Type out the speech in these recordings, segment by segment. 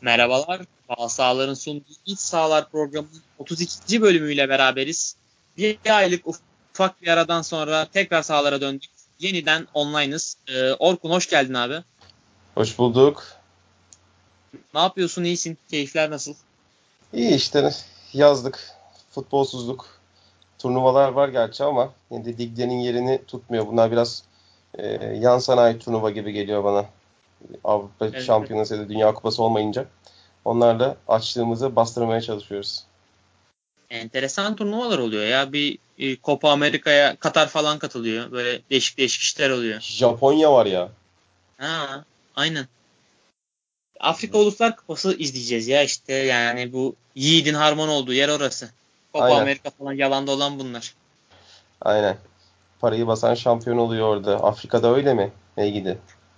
Merhabalar. Bağ Sahalar'ın sunduğu İç Sahalar programının 32. bölümüyle beraberiz. Bir aylık ufak bir aradan sonra tekrar sahalara döndük. Yeniden online'ız. Orkun hoş geldin abi. Hoş bulduk. Ne yapıyorsun? İyisin. Keyifler nasıl? İyi işte yazdık. Futbolsuzluk. Turnuvalar var gerçi ama yine de liglerin yerini tutmuyor. Bunlar biraz yan sanayi turnuva gibi geliyor bana. Avrupa Evet. Şampiyonası ya da Dünya Kupası olmayınca onlarla açlığımızı bastırmaya çalışıyoruz. Enteresan turnuvalar oluyor ya. Bir Copa Amerika'ya Katar falan katılıyor. Böyle değişik değişik işler oluyor. Japonya var ya. Ha, aynen. Afrika Uluslar Kupası izleyeceğiz ya işte. Yani bu Yiğit'in harman olduğu yer orası. Copa Aynen. Amerika falan yalanda olan bunlar. Aynen. Parayı basan şampiyon oluyor orada. Afrika'da öyle mi? Ne gidi?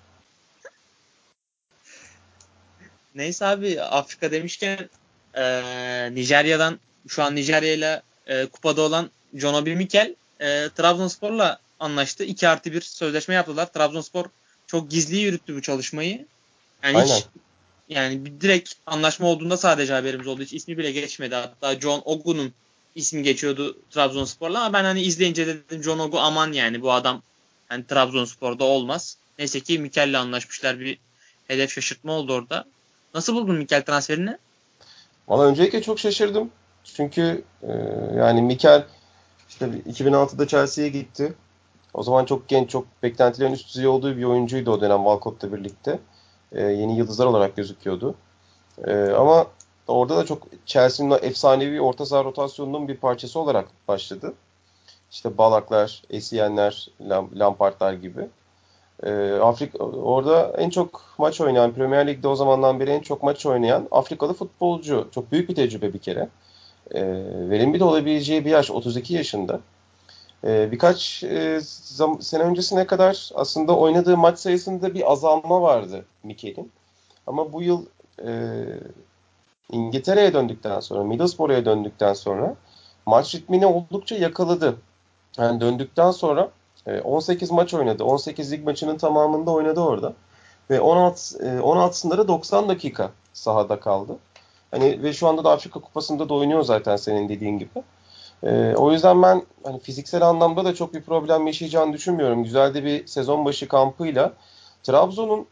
Neyse abi Afrika demişken Nijerya'dan şu an Nijerya ile kupada olan John Obi Mikel Trabzonspor'la anlaştı. 2+1 sözleşme yaptılar. Trabzonspor çok gizli yürüttü bu çalışmayı. Yani Aynen. hiç yani bir direkt anlaşma olduğunda sadece haberimiz oldu. Hiç ismi bile geçmedi. Hatta John Ogu'nun ismi geçiyordu Trabzonspor'la ama ben hani izleyince dedim John Ogu aman yani bu adam hani Trabzonspor'da olmaz. Neyse ki Mikel'le anlaşmışlar, bir hedef şaşırtma oldu orada. Nasıl buldun Mikel transferini? Valla öncelikle çok şaşırdım. Çünkü yani Mikel işte 2006'da Chelsea'ye gitti. O zaman çok genç, çok beklentilerin üst düzey olduğu bir oyuncuydu o dönem Walcott'la birlikte. Yeni yıldızlar olarak gözüküyordu. Ama orada da çok Chelsea'nin efsanevi orta saha rotasyonunun bir parçası olarak başladı. İşte Balaklar, Essie'nler, Lampard'lar gibi. Afrika orada en çok maç oynayan, Premier Lig'de o zamandan beri en çok maç oynayan Afrikalı futbolcu. Çok büyük bir tecrübe bir kere. Verimli de olabileceği bir yaş, 32 yaşında. Birkaç sene öncesine kadar aslında oynadığı maç sayısında bir azalma vardı Mikel'in. Ama bu yıl e, İngiltere'ye döndükten sonra, Middlesbrough'a döndükten sonra maç ritmini oldukça yakaladı. Yani döndükten sonra 18 maç oynadı. 18 lig maçının tamamında oynadı orada. Ve 16'sında da 90 dakika sahada kaldı. Hani ve şu anda da Afrika Kupası'nda da oynuyor zaten senin dediğin gibi. O yüzden ben hani fiziksel anlamda da çok bir problem yaşayacağını düşünmüyorum. Güzel de bir sezon başı kampıyla. Trabzon'un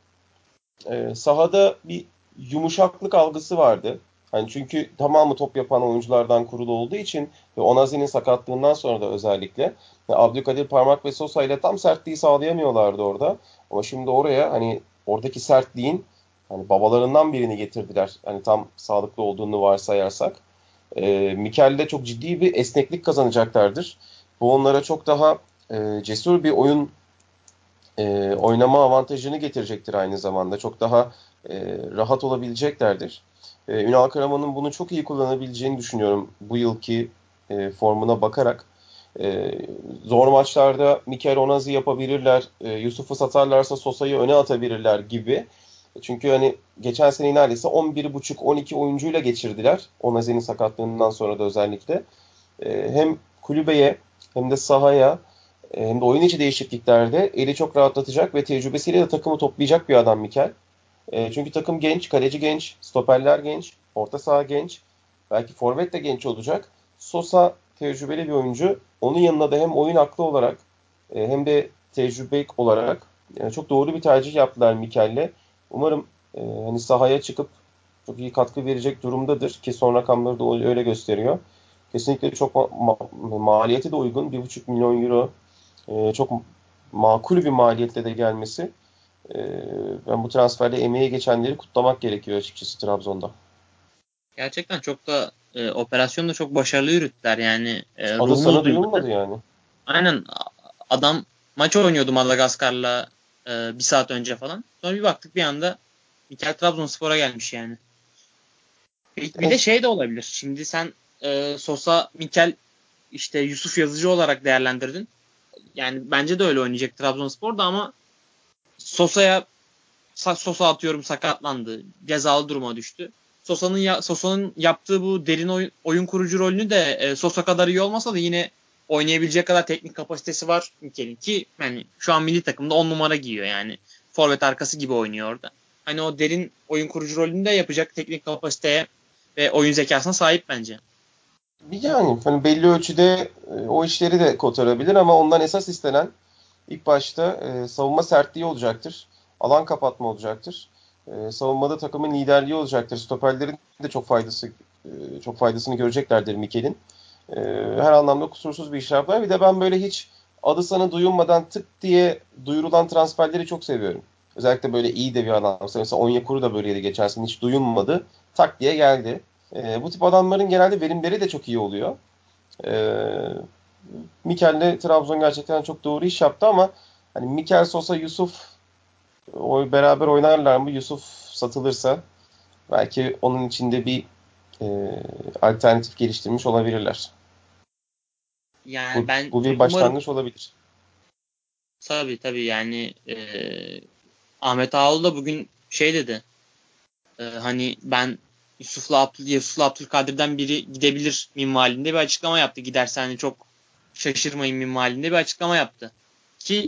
sahada bir yumuşaklık algısı vardı. Hani çünkü tamamı top yapan oyunculardan kurulu olduğu için ve Onazi'nin sakatlığından sonra da özellikle Abdülkadir Parmak ve Sosa ile tam sertliği sağlayamıyorlardı orada. Ama şimdi oraya hani oradaki sertliğin hani babalarından birini getirdiler. Hani tam sağlıklı olduğunu varsayarsak. Mikel'de çok ciddi bir esneklik kazanacaklardır. Bu onlara çok daha cesur bir oyun oynama avantajını getirecektir aynı zamanda. Çok daha rahat olabileceklerdir. Ünal Karaman'ın bunu çok iyi kullanabileceğini düşünüyorum bu yılki formuna bakarak. Zor maçlarda Mikel Onazi yapabilirler, Yusuf'u satarlarsa Sosa'yı öne atabilirler gibi. Çünkü hani geçen sene neredeyse 11,5-12 oyuncuyla geçirdiler. Onazi'nin sakatlığından sonra da özellikle. Hem kulübeye hem de sahaya hem de oyun içi değişikliklerde eli çok rahatlatacak ve tecrübesiyle de takımı toplayacak bir adam Mikel. Çünkü takım genç, kaleci genç, stoperler genç, orta saha genç. Belki forvet de genç olacak. Sosa tecrübeli bir oyuncu. Onun yanında da hem oyun aklı olarak hem de tecrübe olarak çok doğru bir tercih yaptılar Mikel'le. Umarım hani sahaya çıkıp çok iyi katkı verecek durumdadır ki son rakamları da öyle gösteriyor. Kesinlikle çok maliyeti de uygun. 1,5 milyon euro çok makul bir maliyetle de gelmesi. E, Ben bu transferde emeği geçenleri kutlamak gerekiyor açıkçası Trabzon'da. Gerçekten çok da operasyonu da çok başarılı yürüttüler. Yani Adı ruhumuz sana duymadı. duyulmadı yani. Aynen adam maç oynuyordu Madagaskar'la bir saat önce falan. Sonra bir baktık bir anda Mikel Trabzonspor'a gelmiş yani. Bir de Evet. şey de olabilir. Şimdi sen Sosa, Mikel, işte Yusuf Yazıcı olarak değerlendirdin. Yani bence de öyle oynayacak Trabzonspor'da ama Sosa atıyorum sakatlandı. Cezalı duruma düştü. Sosa'nın yaptığı bu derin oyun kurucu rolünü de Sosa kadar iyi olmasa da yine oynayabilecek kadar teknik kapasitesi var Mikel'in ki yani şu an milli takımda 10 numara giyiyor yani. Forvet arkası gibi oynuyor orada. hani o derin oyun kurucu rolünü de yapacak teknik kapasiteye ve oyun zekasına sahip bence. Yani hani belli ölçüde o işleri de kotarabilir ama ondan esas istenen ilk başta savunma sertliği olacaktır. Alan kapatma olacaktır. Savunmada takımın liderliği olacaktır. Stoperlerin de çok faydasını göreceklerdir Mikel'in. Her anlamda kusursuz bir iş yapar. Bir de ben böyle hiç adı sana duyulmadan tık diye duyurulan transferleri çok seviyorum. Özellikle böyle iyi de bir adam. Mesela Onyekuru da böyleydi geçersin. Hiç duyulmadı. Tak diye geldi. Bu tip adamların genelde verimleri de çok iyi oluyor. Ee, Mikel'le Trabzon gerçekten çok doğru iş yaptı ama hani Mikel, Sosa, Yusuf beraber oynarlar mı? Yusuf satılırsa belki onun içinde bir alternatif geliştirmiş olabilirler. Yani Bu, ben bu bir umarım başlangıç olabilir. tabii yani Ahmet Ağaoğlu da bugün şey dedi. Hani ben Yusuf'la Abdülkadir'den biri gidebilir minvalinde bir açıklama yaptı. Giderse hani çok şaşırmayın minvalinde bir açıklama yaptı. Ki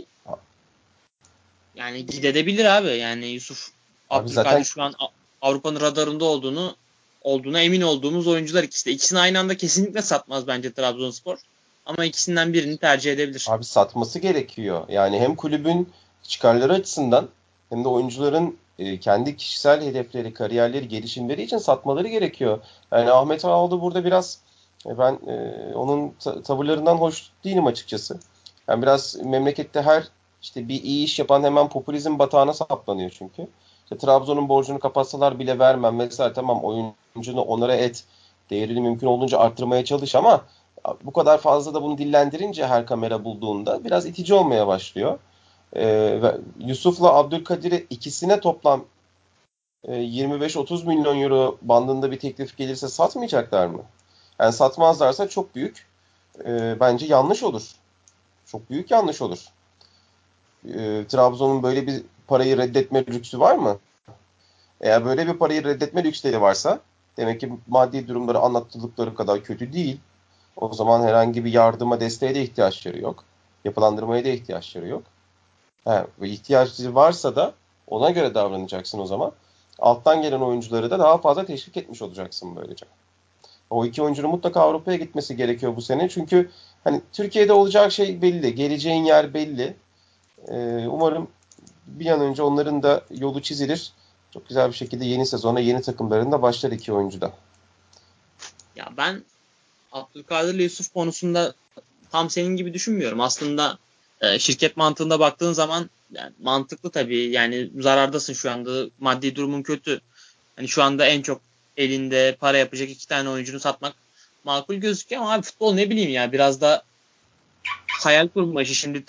yani gidebilir abi. Yani Yusuf Abi Abdülkadir zaten şu an Avrupa'nın radarında olduğuna emin olduğumuz oyuncular ikisi de. İkisini aynı anda kesinlikle satmaz bence Trabzonspor. Ama ikisinden birini tercih edebilir. abi satması gerekiyor. Yani hem kulübün çıkarları açısından hem de oyuncuların kendi kişisel hedefleri, kariyerleri, gelişimleri için satmaları gerekiyor. Yani Ahmet Ağaoğlu burada biraz ben onun tavırlarından hoş değilim açıkçası. Yani biraz memlekette her işte bir iyi iş yapan hemen popülizm batağına saplanıyor çünkü. İşte Trabzon'un borcunu kapatsalar bile vermem. Mesela tamam oyuncunu onlara et, değerini mümkün olduğunca arttırmaya çalış ama bu kadar fazla da bunu dillendirince her kamera bulduğunda biraz itici olmaya başlıyor. Ve Yusuf'la Abdülkadir'e ikisine toplam 25-30 milyon euro bandında bir teklif gelirse satmayacaklar mı? Yani satmazlarsa çok büyük bence yanlış olur. Çok büyük yanlış olur. Trabzon'un böyle bir parayı reddetme lüksü var mı? Eğer böyle bir parayı reddetme lüksleri varsa demek ki maddi durumları anlattıkları kadar kötü değil. O zaman herhangi bir yardıma, desteğe de ihtiyaçları yok. Yapılandırmaya da ihtiyaçları yok. Ve ihtiyaçları varsa da ona göre davranacaksın o zaman. Alttan gelen oyuncuları da daha fazla teşvik etmiş olacaksın böylece. O iki oyuncunun mutlaka Avrupa'ya gitmesi gerekiyor bu sene. Çünkü hani Türkiye'de olacak şey belli. Geleceğin yer belli. Umarım bir an önce onların da yolu çizilir. Çok güzel bir şekilde yeni sezona, yeni takımlarında başlar iki oyuncu da. Ya ben Abdülkadir ile Yusuf konusunda tam senin gibi düşünmüyorum. Aslında şirket mantığında baktığın zaman yani mantıklı tabii. Yani zarardasın şu anda. Maddi durumun kötü. Hani şu anda en çok elinde para yapacak iki tane oyuncunu satmak makul gözüküyor ama abi futbol ne bileyim ya biraz da hayal kurma işi. Şimdi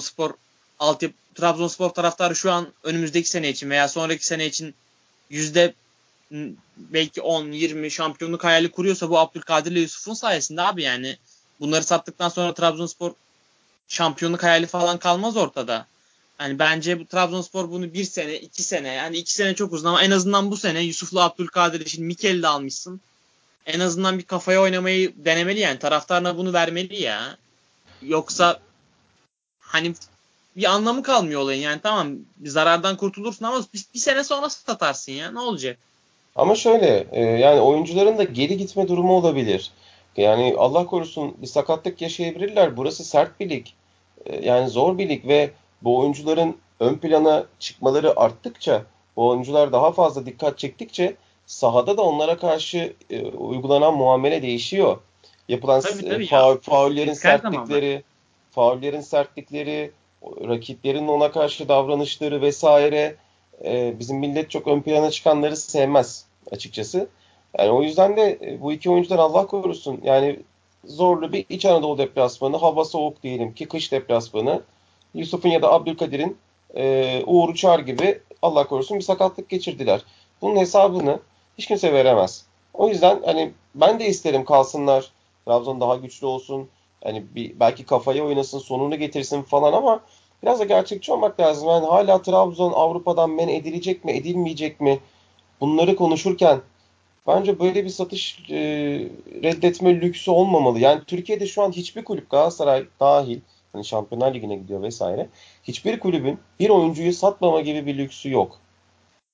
Trabzonspor taraftarı şu an önümüzdeki sene için veya sonraki sene için yüzde belki 10-20 şampiyonluk hayali kuruyorsa bu Abdülkadir ile Yusuf'un sayesinde abi yani. Bunları sattıktan sonra Trabzonspor şampiyonluk hayali falan kalmaz ortada. Yani bence bu Trabzonspor bunu bir sene, iki sene, yani iki sene çok uzun ama en azından bu sene Yusuf'la Abdülkadir için Mikel'i de almışsın. En azından bir kafaya oynamayı denemeli yani. Taraftarına bunu vermeli ya. Yoksa hani bir anlamı kalmıyor olayın. Yani tamam bir zarardan kurtulursun ama bir sene sonra satarsın ya. Ne olacak? Ama şöyle yani oyuncuların da geri gitme durumu olabilir. Yani Allah korusun bir sakatlık yaşayabilirler. Burası sert bir lig. Yani zor bir lig ve bu oyuncuların ön plana çıkmaları arttıkça, bu oyuncular daha fazla dikkat çektikçe sahada da onlara karşı uygulanan muamele değişiyor. Yapılan Tabii ya. faullerin Risk her zaman var. sertlikleri, faullerin sertlikleri, rakiplerin ona karşı davranışları vesaire bizim millet çok ön plana çıkanları sevmez açıkçası. Yani o yüzden de bu iki oyuncudan Allah korusun. Yani zorlu bir İç Anadolu deplasmanı, hava soğuk diyelim ki kış deplasmanı. Yusuf'un ya da Abdülkadir'in Uğur Uçar gibi Allah korusun bir sakatlık geçirdiler. Bunun hesabını hiç kimse veremez. O yüzden hani ben de isterim kalsınlar. Trabzon daha güçlü olsun. Hani belki kafaya oynasın, sonunu getirsin falan ama biraz da gerçekçi olmak lazım. Yani hala Trabzon Avrupa'dan men edilecek mi, edilmeyecek mi? Bunları konuşurken bence böyle bir satış reddetme lüksü olmamalı. Yani Türkiye'de şu an hiçbir kulüp Galatasaray dahil hani Şampiyonlar Ligi'ne gidiyor vesaire. Hiçbir kulübün bir oyuncuyu satmama gibi bir lüksü yok.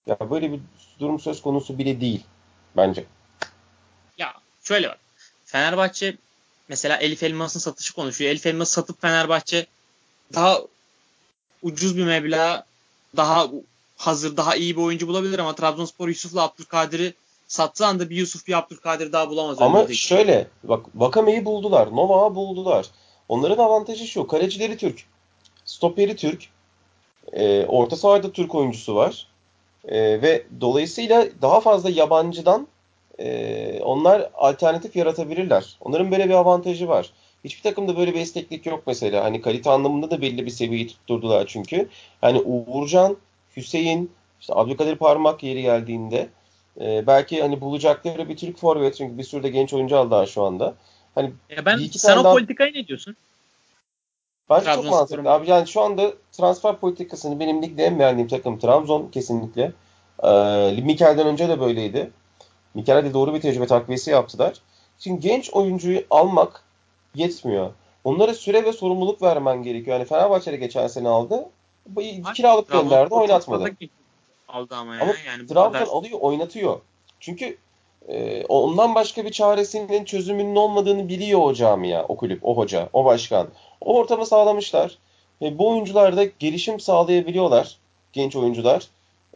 Ya böyle bir durum söz konusu bile değil bence. Ya şöyle bak. Fenerbahçe mesela Elif Elmas'ın satışı konuşuyor. Elif Elmas'ı satıp Fenerbahçe daha ucuz bir meblağ, daha hazır, daha iyi bir oyuncu bulabilir ama Trabzonspor Yusuf'la Abdülkadir'i sattığı anda bir Yusuf bir Abdülkadir daha bulamaz Ama önümüzdeki sene. şöyle bak, Vakame'yi buldular. Novak'ı buldular. Onların avantajı şu. Kalecileri Türk. Stoperi Türk. Orta sahada Türk oyuncusu var. Ve dolayısıyla daha fazla yabancıdan onlar alternatif yaratabilirler. Onların böyle bir avantajı var. Hiçbir takımda böyle bir esneklik yok mesela. Hani kalite anlamında da belli bir seviyeyi tutturdular çünkü. Hani Uğurcan, Hüseyin, işte Abdülkadir Parmak yeri geldiğinde belki hani bulacakları bir Türk forvet, çünkü bir sürü de genç oyuncu aldılar şu anda. Hani bir iki Sen tane o daha politikayı ne diyorsun? bence çok mantıklı. Trabzonspor'un Abi yani şu anda transfer politikasını benim ligde en beğendiğim takım Trabzon kesinlikle. Mikel'den önce de böyleydi. Mikel'e de doğru bir tecrübe takviyesi yaptılar. Şimdi genç oyuncuyu almak yetmiyor. Onlara süre ve sorumluluk vermen gerekiyor. Yani Fenerbahçe'de geçen sene aldı. Kiralık gönderdi, Trabzonspor çok fazla oynatmadı. genç aldı ama Ama ya. Yani bu Trabzon kadar. alıyor, oynatıyor. Çünkü ondan başka bir çaresinin, çözümünün olmadığını biliyor o camia, o kulüp, o hoca, o başkan. O ortamı sağlamışlar. Bu oyuncular da gelişim sağlayabiliyorlar, genç oyuncular.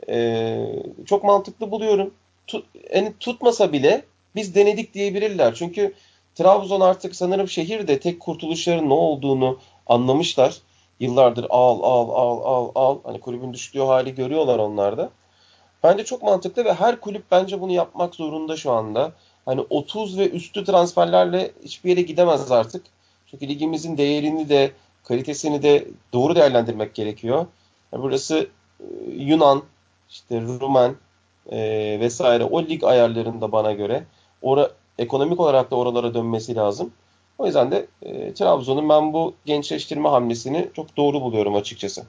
Çok mantıklı buluyorum. Yani tutmasa bile biz denedik diyebilirler. Çünkü Trabzon artık sanırım şehirde tek kurtuluşların ne olduğunu anlamışlar. Yıllardır al al al al al. Hani kulübün düştüğü hali görüyorlar onlar da. Bence çok mantıklı ve her kulüp bence bunu yapmak zorunda şu anda. Hani 30 ve üstü transferlerle hiçbir yere gidemez artık. Çünkü ligimizin değerini de kalitesini de doğru değerlendirmek gerekiyor. Yani burası Yunan, işte Rumen vesaire, o lig ayarlarında bana göre ekonomik olarak da oralara dönmesi lazım. O yüzden de Trabzon'un ben bu gençleştirme hamlesini çok doğru buluyorum açıkçası.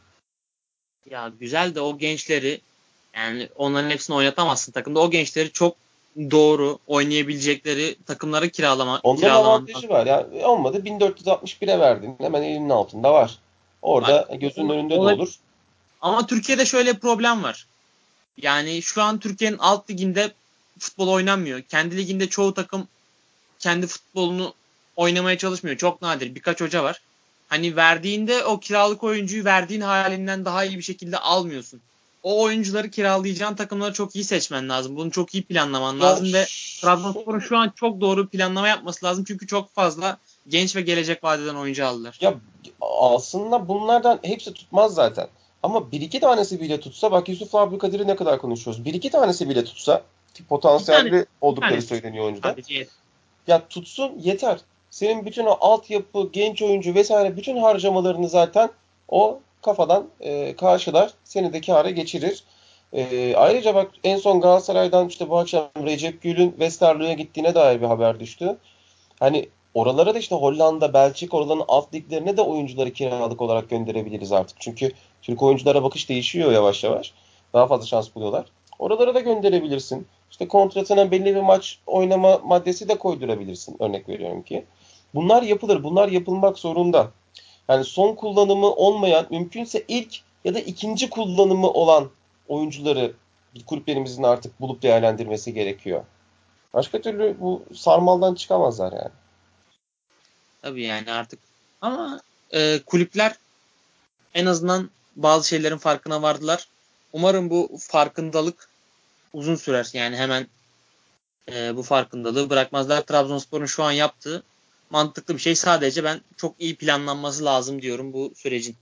Ya güzel de o gençleri, yani onların hepsini oynatamazsın takımda. O gençleri çok doğru oynayabilecekleri takımlara Onların kiralaman lazım. avantajı var. Ya olmadı 1461'e verdin. Hemen elinin altında var. Bak, Orada gözünün önünde de olur. ama Türkiye'de şöyle bir problem var. Yani şu an Türkiye'nin alt liginde futbol oynanmıyor. Kendi liginde çoğu takım kendi futbolunu oynamaya çalışmıyor. Çok nadir birkaç hoca var. Hani verdiğinde o kiralık oyuncuyu verdiğin halinden daha iyi bir şekilde almıyorsun. O oyuncuları kiralayacağın takımları çok iyi seçmen lazım. Bunu çok iyi planlaman Ya lazım ve Trabzonspor'un şu an çok doğru planlama yapması lazım. Çünkü çok fazla genç ve gelecek vadeden oyuncu aldılar. ya aslında bunlardan hepsi tutmaz zaten. Ama bir iki tanesi bile tutsa, bak Yusuf Abdülkadir'i ne kadar konuşuyoruz. Bir iki tanesi bile tutsa, ki Bir tane potansiyelli bir oldukları tanesi söyleniyor oyuncuda. sadece. Ya tutsun yeter. Senin bütün o altyapı, genç oyuncu vesaire bütün harcamalarını zaten o kafadan karşılar. Seni de kâra geçirir. Ayrıca bak, en son Galatasaray'dan işte bu akşam Recep Gül'ün Westerlo'ya gittiğine dair bir haber düştü. Hani oralara da işte Hollanda, Belçika, oraların alt liglerine de oyuncuları kiralık olarak gönderebiliriz artık. Çünkü Türk oyunculara bakış değişiyor yavaş yavaş. Daha fazla şans buluyorlar. Oralara da gönderebilirsin. İşte kontratına belli bir maç oynama maddesi de koydurabilirsin. Örnek veriyorum ki. Bunlar yapılır. Bunlar yapılmak zorunda. Yani son kullanımı olmayan, mümkünse ilk ya da ikinci kullanımı olan oyuncuları kulüplerimizin artık bulup değerlendirmesi gerekiyor. Başka türlü bu sarmaldan çıkamazlar yani. Tabii yani artık. Ama kulüpler en azından bazı şeylerin farkına vardılar. Umarım bu farkındalık uzun sürer. Yani hemen bu farkındalığı bırakmazlar. Trabzonspor'un şu an yaptığı mantıklı bir şey. Sadece ben çok iyi planlanması lazım diyorum bu sürecin.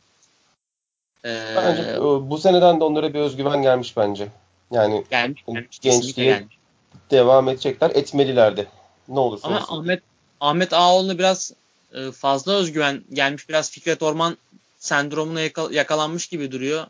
Bence E, bu seneden de onlara bir özgüven gelmiş bence. Yani gelmiş, kesinlikle gençliğe gelmiş. devam edecekler, etmeliler de. Ne olursa Ama olsun. Ahmet Ağaoğlu'na biraz fazla özgüven gelmiş. Biraz Fikret Orman sendromuna yakalanmış gibi duruyor.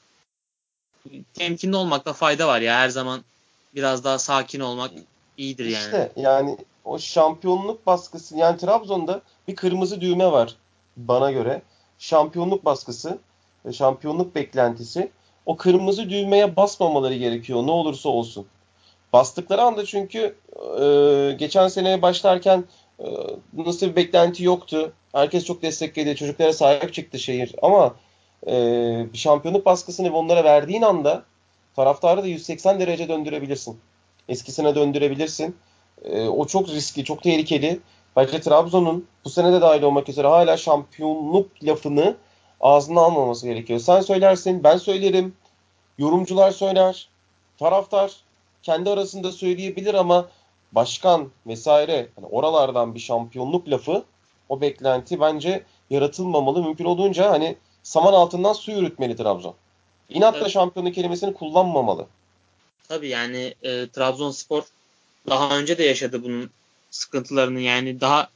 Temkinli olmakta fayda var ya, her zaman biraz daha sakin olmak iyidir yani. İşte yani o şampiyonluk baskısı, yani Trabzon'da bir kırmızı düğme var bana göre. Şampiyonluk baskısı ve şampiyonluk beklentisi. O kırmızı düğmeye basmamaları gerekiyor ne olursa olsun. Bastıkları anda, çünkü geçen seneye başlarken e, nasıl bir beklenti yoktu. Herkes çok destekledi. Çocuklara sahip çıktı şehir. Ama bir şampiyonluk baskısını onlara verdiğin anda taraftarı da 180 derece döndürebilirsin. Eskisine döndürebilirsin. O çok riskli, çok tehlikeli. Bence Trabzon'un bu sene de dahil olmak üzere hala şampiyonluk lafını ağzına almaması gerekiyor. Sen söylersin, ben söylerim, yorumcular söyler, taraftar kendi arasında söyleyebilir ama başkan vesaire hani oralardan bir şampiyonluk lafı, o beklenti bence yaratılmamalı. Mümkün olduğunca hani saman altından su yürütmeli Trabzon. İnatla Tabii, şampiyonluk kelimesini kullanmamalı. tabii yani Trabzonspor daha önce de yaşadı bunun sıkıntılarını. Yani daha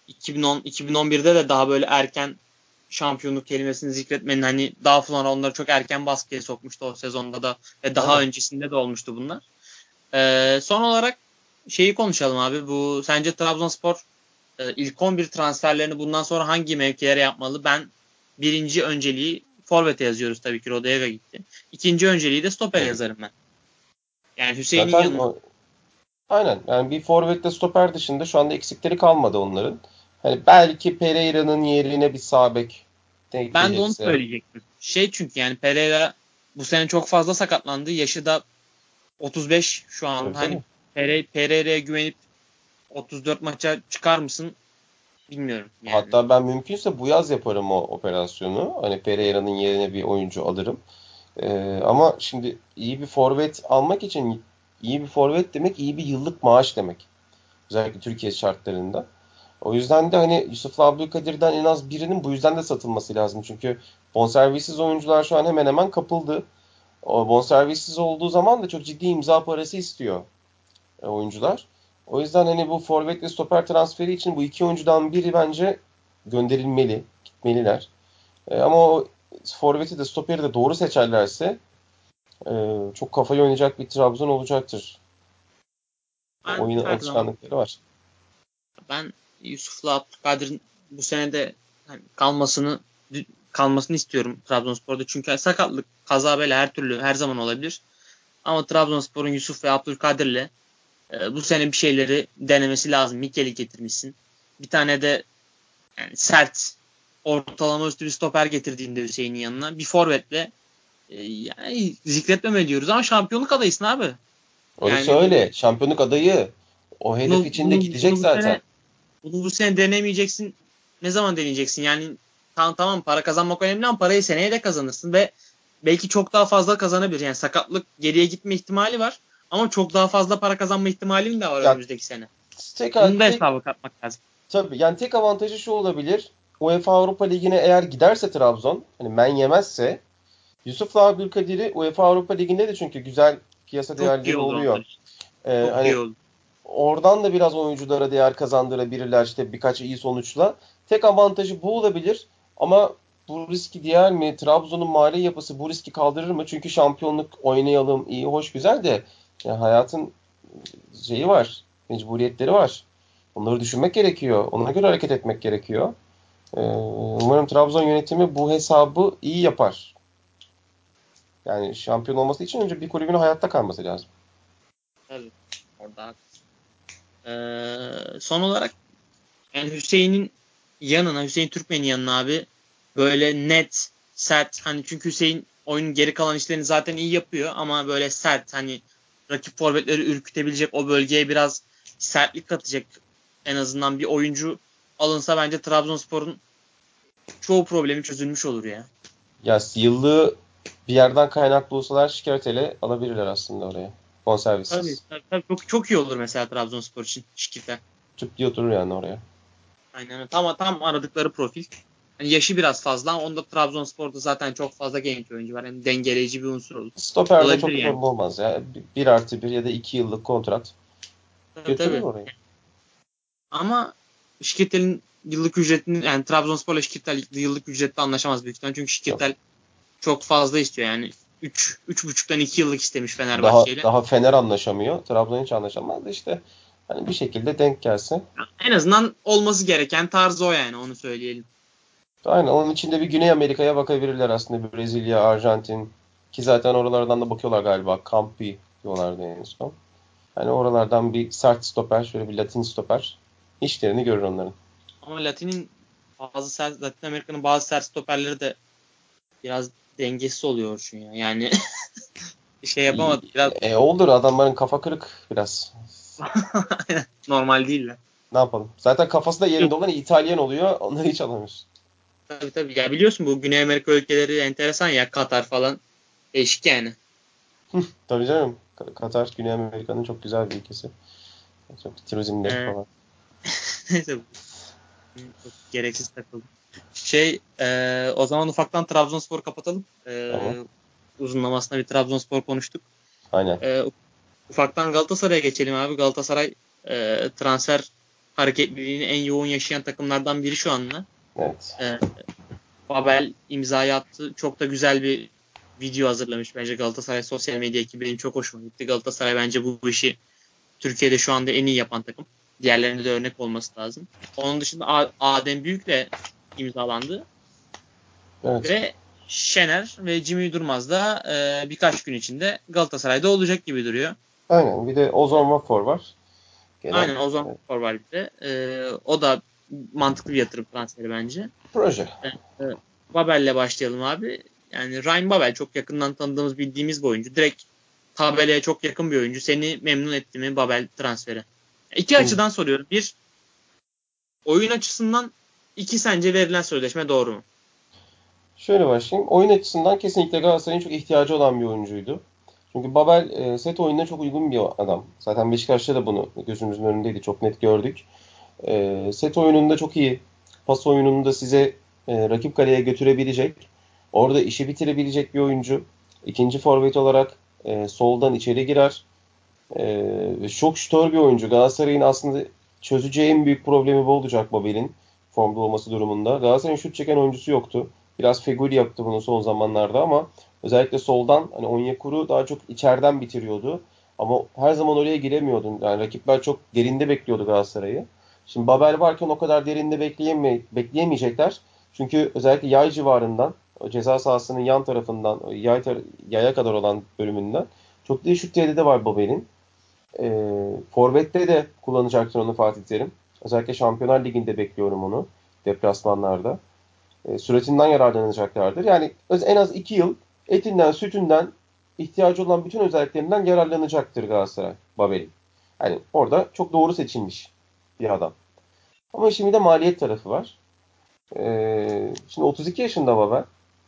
2011'de de daha böyle erken şampiyonluk kelimesini zikretmenin hani daha sonra onları çok erken baskıya sokmuştu o sezonda da ve daha Aynen. öncesinde de olmuştu bunlar. Son olarak şeyi konuşalım abi. Bu sence Trabzonspor ilk 11 transferlerini bundan sonra hangi mevkilere yapmalı? Ben birinci önceliği forvete yazıyoruz tabii ki. Rodallega gitti. İkinci önceliği de stoper Tabii. yazarım ben. Yani Hüseyin'in Zaten yanına. aynen yani bir forvetle stoper dışında şu anda eksikleri kalmadı onların. Hani belki Pereira'nın yerine bir sağ bek denk Ben de onu gelirse. söyleyecektim. Çünkü yani Pereira bu sene çok fazla sakatlandı. Yaşı da 35 şu an. Tabii Hani tabii. Pereira'ya güvenip 34 maça çıkar mısın bilmiyorum yani. Hatta ben mümkünse bu yaz yaparım o operasyonu. Hani Pereira'nın yerine bir oyuncu alırım. Ama şimdi iyi bir forvet almak için iyi bir forvet demek iyi bir yıllık maaş demek. Özellikle Türkiye şartlarında. O yüzden de hani Yusuf Abdülkadir'den en az birinin bu yüzden de satılması lazım. Çünkü bonservissiz oyuncular şu an hemen hemen kapıldı. O bonservissiz olduğu zaman da çok ciddi imza parası istiyor oyuncular. O yüzden hani bu forvet ve stoper transferi için bu iki oyuncudan biri bence gönderilmeli, gitmeliler. Ama o forveti de stoperi de doğru seçerlerse çok kafayı oynayacak bir Trabzon olacaktır. Ben Oyun her zaman alışkanlıkları var. ben Yusuf'la Abdülkadir'in bu sene de hani kalmasını istiyorum Trabzonspor'da. Çünkü sakatlık, kaza bela her türlü her zaman olabilir. Ama Trabzonspor'un Yusuf ve Abdülkadir'le bu sene bir şeyleri denemesi lazım. Mikel'i getirmişsin. Bir tane de yani sert ortalama üstü bir stoper getirdiğinde Hüseyin'in yanına bir forvetle yani zikretmeme diyoruz ama şampiyonluk adayısın abi. Orası Yani öyle. Şampiyonluk adayı o hedef bunu içinde bunu gidecek bunu bu zaten. sene bunu bu sene denemeyeceksin. Ne zaman deneyeceksin? Yani tamam para kazanmak önemli ama parayı seneye de kazanırsın ve belki çok daha fazla kazanabilir. Yani sakatlık geriye gitme ihtimali var ama çok daha fazla para kazanma ihtimalin de var Ya önümüzdeki sene. tek, Bunu da tek hesaba katmak lazım. tabii yani tek avantajı şu olabilir. UEFA Avrupa Ligi'ne eğer giderse Trabzon, hani men yemezse Yusuf'la Abdülkadir'i UEFA Avrupa Ligi'nde de çünkü güzel piyasa Çok iyi değerleri olur oluyor. onlar için. Çok iyi Hani olur. oradan da biraz oyunculara değer kazandırabilirler işte birkaç iyi sonuçla. Tek avantajı bu olabilir ama bu riski diğer mi? Trabzon'un mali yapısı bu riski kaldırır mı? Çünkü şampiyonluk oynayalım, iyi, hoş, güzel de ya hayatın şeyi var, mecburiyetleri var. Onları düşünmek gerekiyor. Ona göre hareket etmek gerekiyor. Umarım Trabzon yönetimi bu hesabı iyi yapar. Yani şampiyon olması için önce bir kulübün hayatta kalması lazım. Tabii. Orada haklısın. Son olarak yani Hüseyin Türkmen'in yanına abi böyle net, sert hani çünkü Hüseyin oyunun geri kalan işlerini zaten iyi yapıyor ama böyle sert hani rakip forvetleri ürkütebilecek o bölgeye biraz sertlik katacak en azından bir oyuncu alınsa bence Trabzonspor'un çoğu problemi çözülmüş olur ya. Ya yıllığı bir yerden kaynaklı olsalar Şikirtel'i alabilirler aslında oraya. Tabii, Bonservissiz. tabii, tabii. Çok iyi olur mesela Trabzonspor için Şikita. Tüp diye oturur yani oraya. Aynen öyle. Tam aradıkları profil. Yani yaşı biraz fazla. Onda Trabzonspor'da zaten çok fazla genç oyuncu var. Hem dengeleyici bir unsur olur. Stoper'de Olabilir çok yani. sorun olmaz ya. Bir artı bir ya da 2 yıllık kontrat Tabii götürür tabii. orayı. Ama Şikirtel'in yıllık ücretini yani Trabzonspor'la Şikirtel yıllık ücrette anlaşamaz büyük ihtimalle. Çünkü Yok. Şikirtel çok fazla istiyor yani. 3,5'tan 2 yıllık istemiş Daha Fenerbahçe ile. daha Fener anlaşamıyor. Trabzon hiç anlaşamaz da işte hani bir şekilde denk gelse. En azından olması gereken tarz o yani onu söyleyelim. Aynen onun içinde bir Güney Amerika'ya bakabilirler aslında. Brezilya, Arjantin ki zaten oralardan da bakıyorlar galiba. Campi diyorlardı en son. Hani oralardan bir sert stoper, şöyle bir Latin stoper işlerini görür onların. Ama Latin Amerika'nın bazı sert stoperleri de biraz dengesiz oluyor şu ya. Yani şey yapamadı. Biraz Olur, adamların kafa kırık biraz. normal değil de. Ne yapalım? Zaten kafası da Yok, yerinde olan İtalyan oluyor. Onları hiç alamıyorsun. tabii. Ya biliyorsun bu Güney Amerika ülkeleri enteresan ya. Katar falan. Değişik yani. Tabii canım. Katar, Güney Amerika'nın çok güzel bir ülkesi. Çok turizmleri Ee, falan. neyse çok gereksiz takıldım. O zaman ufaktan Trabzonspor kapatalım. Tamam. Uzunlamasına bir Trabzonspor konuştuk. Aynen. Ee, ufaktan Galatasaray'a geçelim abi. Galatasaray transfer hareketliliğini en yoğun yaşayan takımlardan biri şu anda. Evet. Ee, Babel imzayı attı. Çok da güzel bir video hazırlamış bence Galatasaray sosyal medya ekibi. Benim çok hoşuma gitti. Galatasaray bence bu işi Türkiye'de şu anda en iyi yapan takım. Diğerlerine de örnek olması lazım. Onun dışında Adem Büyük'le imzalandı. Evet. Ve Şener ve Jimmy Durmaz da birkaç gün içinde Galatasaray'da olacak gibi duruyor. Aynen. Bir de Ozan Vafor var. Gelen. Aynen Ozan Evet. Spor var bir de. O da mantıklı bir yatırım transferi bence. Proje. E, Babel'le başlayalım abi. Yani Ryan Babel çok yakından tanıdığımız, bildiğimiz bir oyuncu. Direkt tabelaya çok yakın bir oyuncu. Seni memnun etti mi Babel transferi? İki Şimdi açıdan soruyorum. Bir, oyun açısından, iki sence verilen sözleşme doğru mu? şöyle başlayayım. Oyun açısından kesinlikle Galatasaray'ın çok ihtiyacı olan bir oyuncuydu. Çünkü Babel set oyununa çok uygun bir adam. Zaten Beşiktaş'ta da bunu gözümüzün önündeydi. Çok net gördük. Set oyununda çok iyi. Pas oyununda size rakip kaleye götürebilecek. Orada işi bitirebilecek bir oyuncu. İkinci forvet olarak soldan içeri girer. Çok şutör bir oyuncu. Galatasaray'ın aslında çözeceği en büyük problemi bu olacak Babel'in formda olması durumunda. Galatasaray'ın şut çeken oyuncusu yoktu. Biraz Feguli yaptı bunu son zamanlarda ama özellikle soldan hani Onyekuru daha çok içeriden bitiriyordu. Ama her zaman oraya giremiyordu. Yani rakipler çok derinde bekliyordu Galatasaray'ı. Şimdi Babel varken o kadar derinde bekleyemeyecekler. Çünkü özellikle yay civarından, o ceza sahasının yan tarafından, yaya kadar olan bölümünden çok iyi şut tehdidi var Babel'in. Forvet'te de kullanacaktır onu Fatih Terim. Özellikle Şampiyonlar Ligi'nde bekliyorum onu. Deplasmanlarda. Süratinden yararlanacaklardır. Yani en az 2 yıl etinden, sütünden ihtiyacı olan bütün özelliklerinden yararlanacaktır Galatasaray Babel'in. Yani orada çok doğru seçilmiş bir adam. Ama şimdi de maliyet tarafı var. Şimdi 32 yaşında Babel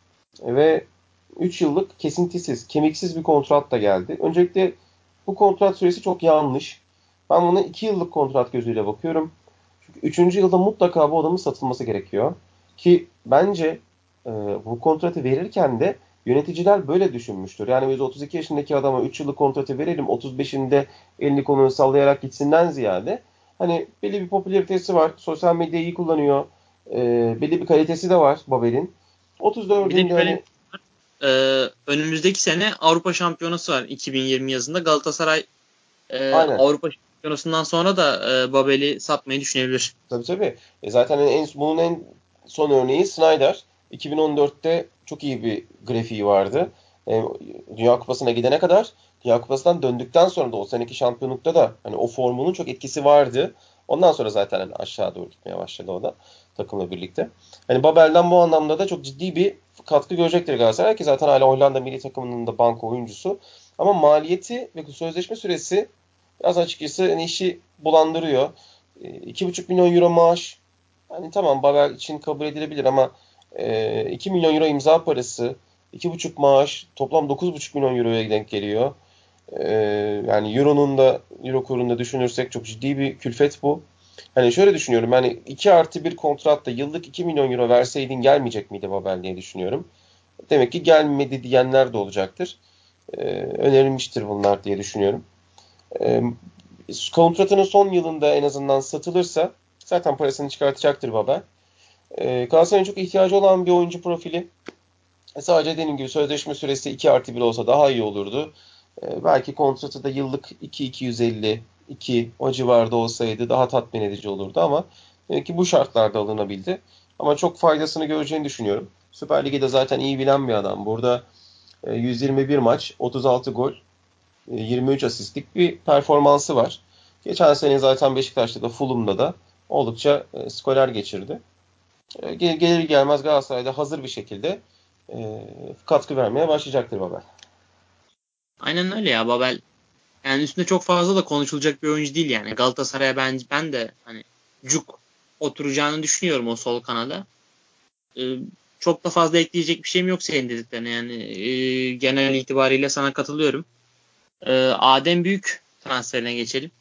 ve 3 yıllık kesintisiz, kemiksiz bir kontrat da geldi. Öncelikle bu kontrat süresi çok yanlış. Ben buna 2 yıllık kontrat gözüyle bakıyorum. Çünkü 3. yılda mutlaka bu adamın satılması gerekiyor. Ki bence bu kontratı verirken de yöneticiler böyle düşünmüştür. Yani biz 32 yaşındaki adama 3 yıllık kontratı verelim, 35'inde elini kolunu sallayarak gitsinden ziyade hani belli bir popülaritesi var, sosyal medyayı iyi kullanıyor, belli bir kalitesi de var Babel'in. Bir de 34'ünde şöyle hani önümüzdeki sene Avrupa Şampiyonası var 2020 yazında. Galatasaray aynen. Avrupa Şampiyonası'ndan sonra da Babel'i satmayı düşünebilir. Tabii tabii. Zaten bunun en son örneği Snyder. 2014'te çok iyi bir grafiği vardı. Dünya Kupası'na gidene kadar, Dünya Kupası'ndan döndükten sonra da o seneki şampiyonlukta da hani o formunun çok etkisi vardı. Ondan sonra zaten hani aşağı doğru gitmeye başladı o da takımla birlikte. Hani Babel'den bu anlamda da çok ciddi bir katkı görecektir Galatasaray ki zaten hala Hollanda milli takımının da banko oyuncusu. Ama maliyeti ve sözleşme süresi biraz açıkçası hani işi bulandırıyor. 2,5 milyon euro maaş. Hani tamam Babel için kabul edilebilir ama 2 milyon euro imza parası, 2,5 maaş toplam 9,5 milyon euroya denk geliyor. E, Yani euro kurunda düşünürsek çok ciddi bir külfet bu. Hani şöyle düşünüyorum hani 2 artı bir kontratta yıllık 2 milyon euro verseydin gelmeyecek miydi Babel diye düşünüyorum. Demek ki gelmedi diyenler de olacaktır. Önerilmiştir bunlar diye düşünüyorum. E, Kontratının son yılında en azından satılırsa zaten parasını çıkartacaktır Babel. Galatasaray'ın çok ihtiyacı olan bir oyuncu profili. Sadece dediğim gibi sözleşme süresi 2 artı bir olsa daha iyi olurdu. Belki kontratı da yıllık 2-250, 2 o civarda olsaydı daha tatmin edici olurdu ama demek ki bu şartlarda alınabildi. Ama çok faydasını göreceğini düşünüyorum. Süper Lig'de zaten iyi bilen bir adam. Burada 121 maç, 36 gol, 23 asistlik bir performansı var. Geçen sene zaten Beşiktaş'ta da Fulham'da da oldukça skorer geçirdi. Gelir gelmez Galatasaray'da hazır bir şekilde katkı vermeye başlayacaktır Babel. Aynen öyle ya, Babel. Yani üstünde çok fazla da konuşulacak bir oyuncu değil yani. Galatasaray'a ben de hani cuk oturacağını düşünüyorum o sol kanada. Ee, Çok da fazla ekleyecek bir şeyim yok senin dediklerine. Yani genel itibariyle sana katılıyorum. Adem Büyük transferine geçelim.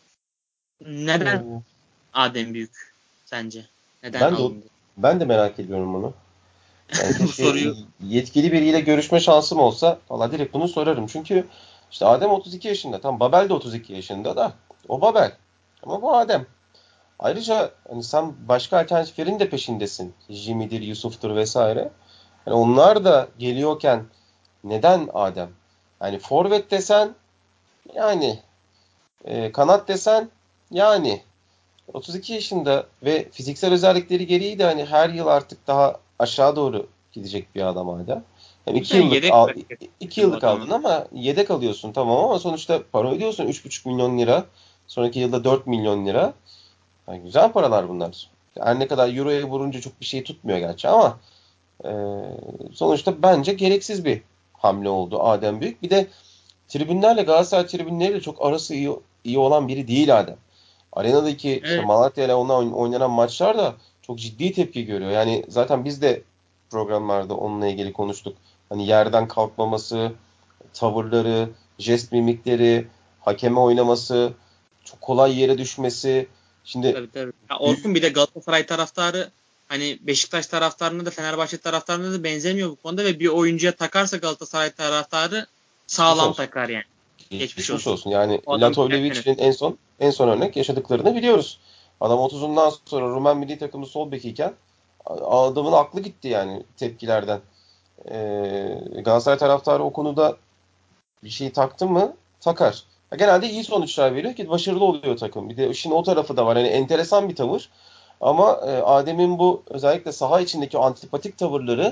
Neden Ee, Adem Büyük sence? Neden ben de alındı? ben de merak ediyorum bunu. Yani Bu keşke soruyu yetkili biriyle görüşme şansım olsa valla direkt bunu sorarım. Çünkü işte Adem 32 yaşında. Tam Babel de 32 yaşında da. O Babel. Ama bu Adem. Ayrıca hani sen başka alternatiflerin de peşindesin. Jimmy'dir, Yusuf'tur vesaire. Yani onlar da geliyorken neden Adem? Yani forvet desen yani kanat desen yani 32 yaşında ve fiziksel özellikleri gereği de hani her yıl artık daha aşağı doğru gidecek bir adam hala. Yani bir de yedek bırakacak 2 bu yıllık adamı. aldın ama yedek alıyorsun tamam ama sonuçta para ödüyorsun 3,5 milyon lira. Sonraki yılda 4 milyon lira. Yani güzel paralar bunlar. Her ne kadar euroya vurunca çok bir şey tutmuyor gerçi ama e, sonuçta bence gereksiz bir hamle oldu Adem Büyük. Bir de tribünlerle Galatasaray tribünleriyle çok arası iyi olan biri değil Adem. Arenadaki işte Evet, Malatya ile onunla oynanan maçlar da çok ciddi tepki görüyor. Yani zaten biz de programlarda onunla ilgili konuştuk. Hani yerden kalkmaması, tavırları, jest mimikleri, hakeme oynaması, çok kolay yere düşmesi. Şimdi tabii tabii. Ya büyük Orkun, bir de Galatasaray taraftarı hani Beşiktaş taraftarına da Fenerbahçe taraftarına da benzemiyor bu konuda ve bir oyuncuya takarsa Galatasaray taraftarı geçmiş sağlam olsun. takar yani. Geçmiş Geçmiş olsun. olsun. Yani O adam gerçekten Latovlevic'in en son örnek yaşadıklarını biliyoruz. Adam 30'undan sonra Rumen milli takımı sol bekiyken adamın aklı gitti yani tepkilerden. Galatasaray taraftarı o konuda bir şey taktı mı takar. Genelde iyi sonuçlar veriyor ki başarılı oluyor takım. Bir de işin o tarafı da var. Yani enteresan bir tavır. Ama Adem'in bu özellikle saha içindeki antipatik tavırları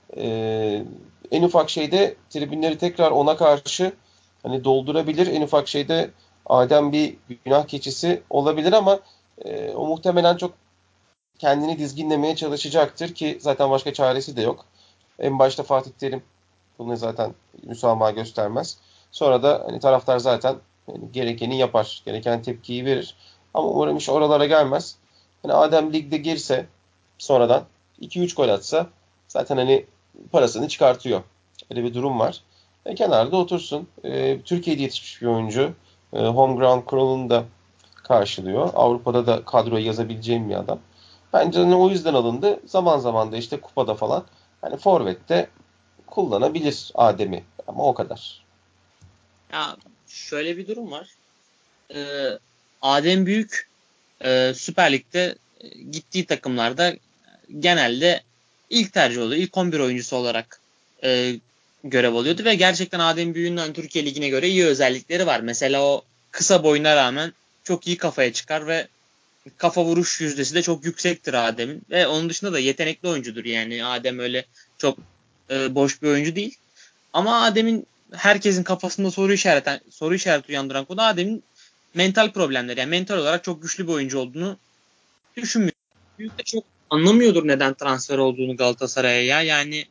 en ufak şeyde tribünleri tekrar ona karşı hani doldurabilir. En ufak şeyde Adem bir günah keçisi olabilir ama o muhtemelen çok kendini dizginlemeye çalışacaktır ki zaten başka çaresi de yok. En başta Fatih Terim bunu zaten müsamaha göstermez. Sonra da hani taraftar zaten yani gerekeni yapar. Gereken tepkiyi verir. Ama umarım iş oralara gelmez. Hani Adem ligde girse sonradan 2-3 gol atsa zaten hani parasını çıkartıyor. Öyle bir durum var. Kenarda otursun. Türkiye'de yetişmiş bir oyuncu. Home ground kuralını da karşılıyor. Avrupa'da da kadroya yazabileceğim bir adam. Bence hani o yüzden alındı. Zaman zaman da işte kupada falan hani forvette kullanabilir Adem'i ama o kadar. ya şöyle bir durum var. Adem Büyük Süper Lig'de gittiği takımlarda genelde ilk tercih oluyor. İlk 11 oyuncusu olarak görev alıyordu ve gerçekten Adem Büyük'ün hani Türkiye Ligi'ne göre iyi özellikleri var. Mesela o kısa boyuna rağmen çok iyi kafaya çıkar ve kafa vuruş yüzdesi de çok yüksektir Adem'in. Ve onun dışında da yetenekli oyuncudur yani. Adem öyle çok boş bir oyuncu değil. Ama Adem'in herkesin kafasında soru işareti uyandıran konu Adem'in mental problemleri. Yani mental olarak çok güçlü bir oyuncu olduğunu düşünmüyorum. Büyük de çok anlamıyordur neden transfer olduğunu Galatasaray'a ya. Yani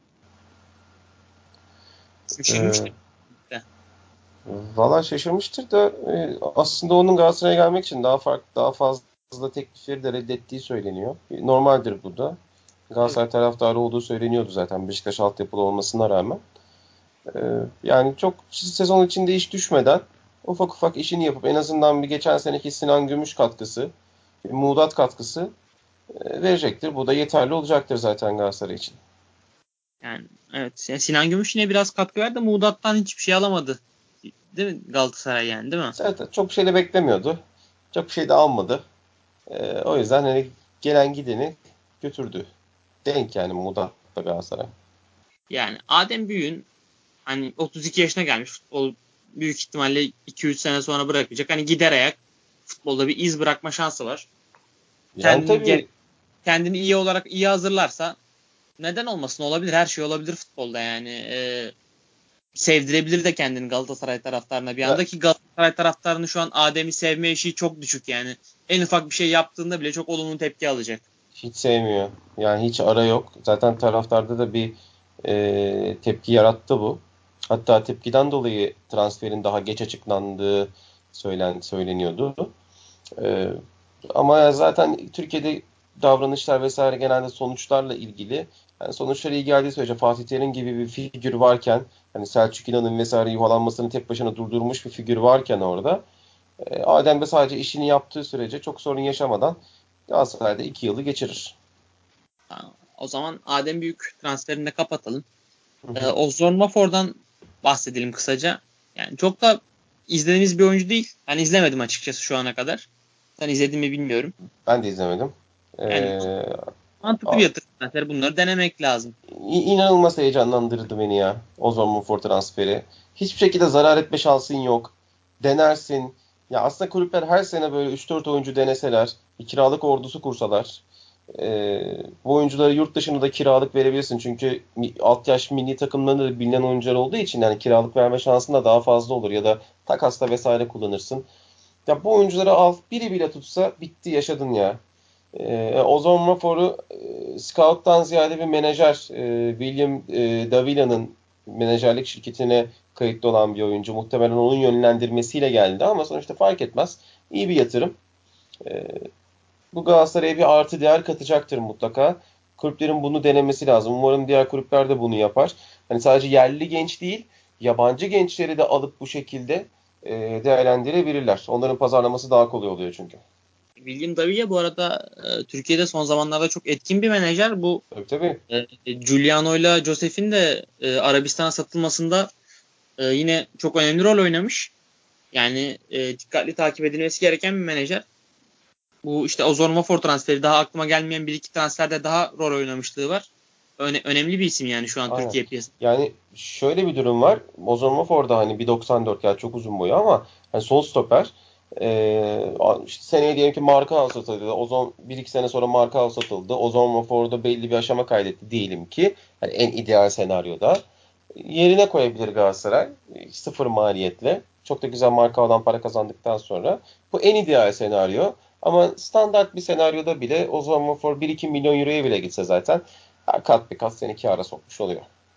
Ee, şaşırmıştır de. Valla şaşırmıştır da aslında onun Galatasaray'a gelmek için daha fazla teklifleri de reddettiği söyleniyor. Normaldir bu da. Evet. Galatasaray taraftarı olduğu söyleniyordu zaten Beşiktaş altyapılı olmasına rağmen. Yani çok sezon içinde iş düşmeden ufak ufak işini yapıp en azından bir geçen seneki Sinan Gümüş katkısı, bir Muğdat katkısı verecektir. Bu da yeterli olacaktır zaten Galatasaray için. Yani evet. Yani Sinan Gümüş yine biraz katkı verdi. Muğdat'tan hiçbir şey alamadı. Değil mi Galatasaray yani, değil mi? Zaten çok bir şey de beklemiyordu. Çok bir şey de almadı. O yüzden hani gelen gideni götürdü. Denk yani Muğdat'ta Galatasaray. Yani Adem Büyük'ün hani 32 yaşına gelmiş, futbol büyük ihtimalle 2-3 sene sonra bırakacak. Hani gider ayak futbolda bir iz bırakma şansı var. Yani Kendini tabii kendini iyi olarak iyi hazırlarsa neden olmasın, olabilir, her şey olabilir futbolda yani. Sevdirebilir de kendini Galatasaray taraftarına bir ya anda, ki Galatasaray taraftarının şu an Adem'i sevme eşiği çok düşük yani. En ufak bir şey yaptığında bile çok olumlu tepki alacak. hiç sevmiyor. Yani hiç ara yok. Zaten taraftarda da bir tepki yarattı bu. Hatta tepkiden dolayı transferin daha geç açıklandığı söyleniyordu. Ee, Ama zaten Türkiye'de davranışlar vesaire genelde sonuçlarla ilgili. Yani sonuçlara iyi geldiği sürece Fatih Terim gibi bir figür varken, hani Selçuk İnan'ın vesaire yuvalanmasını tek başına durdurmuş bir figür varken orada, Adem de sadece işini yaptığı sürece çok sorun yaşamadan Galatasaray'da 2 yılı geçirir. O zaman Adem Büyük transferini de kapatalım. Hı hı. Ozan Mafor'dan bahsedelim kısaca. Yani çok da izlediğimiz bir oyuncu değil. Ben izlemedim açıkçası şu ana kadar. Sen izledin mi bilmiyorum. Ben de izlemedim. Yani Ee, mantıklı bir a- yatırım transferi. Bunları denemek lazım. inanılmaz heyecanlandırdı beni ya Ozan Muffor transferi. Hiçbir şekilde zarar etme şansın yok. Denersin. Ya aslında kulüpler her sene böyle 3-4 oyuncu deneseler, bir kiralık ordusu kursalar, bu oyuncuları yurt dışında da kiralık verebilirsin. Çünkü alt yaş milli takımlarında da bilinen oyuncular olduğu için yani kiralık verme şansın da daha fazla olur ya da takasla vesaire kullanırsın. Ya bu oyuncuları al, biri bile tutsa bitti yaşadın ya. Ozan Mafor'u scout'tan ziyade bir menajer, William Davila'nın menajerlik şirketine kayıtlı olan bir oyuncu. Muhtemelen onun yönlendirmesiyle geldi ama sonuçta fark etmez. İyi bir yatırım. E, Bu Galatasaray'a bir artı değer katacaktır mutlaka. Kulüplerin bunu denemesi lazım. Umarım diğer kulüpler de bunu yapar. Hani sadece yerli genç değil, yabancı gençleri de alıp bu şekilde değerlendirebilirler. Onların pazarlaması daha kolay oluyor çünkü. William Davia bu arada Türkiye'de son zamanlarda çok etkin bir menajer. Bu Tabii tabii. Giuliano'yla Josef'in de Arabistan'a satılmasında yine çok önemli rol oynamış. Yani dikkatli takip edilmesi gereken bir menajer. Bu işte Ozan Mafor transferi daha aklıma gelmeyen bir iki transferde daha rol oynamışlığı var. Önemli bir isim yani şu an Aynen. Türkiye piyasasında. Yani şöyle bir durum var. Ozan Mafor'da hani 1.94 yani çok uzun boyu ama hani sol stoper. İşte seneye diyelim ki Marka satıldı. Ozan bir iki sene sonra Marka satıldı. Ozan Mafor'da belli bir aşama kaydetti diyelim ki. Hani en ideal senaryoda. Yerine koyabilir Galatasaray. Sıfır maliyetle. Çok da güzel Markao'dan para kazandıktan sonra. Bu en ideal senaryo. Ama standart bir senaryoda bile Ozan Mafor 1-2 milyon euroya bile gitse zaten her kat bir kat seni kâra sokmuş oluyor.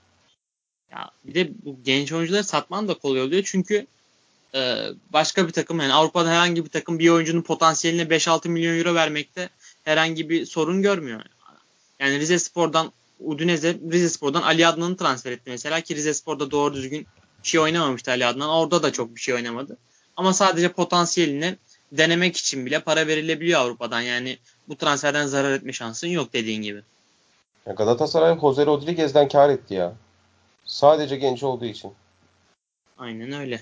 Ya bir de bu genç oyuncuları satman da kolay oluyor çünkü başka bir takım yani Avrupa'da herhangi bir takım bir oyuncunun potansiyeline 5-6 milyon euro vermekte herhangi bir sorun görmüyor. Yani Rizespor'dan Ali Adnan'ı transfer etti mesela ki Rizespor'da doğru düzgün bir şey oynamamıştı Ali Adnan. Orada da çok bir şey oynamadı. Ama sadece potansiyeline denemek için bile para verilebiliyor Avrupa'dan. Yani bu transferden zarar etme şansın yok dediğin gibi. Ya Galatasaray Jose Rodriguez'den kâr etti ya. Sadece genç olduğu için. Aynen öyle.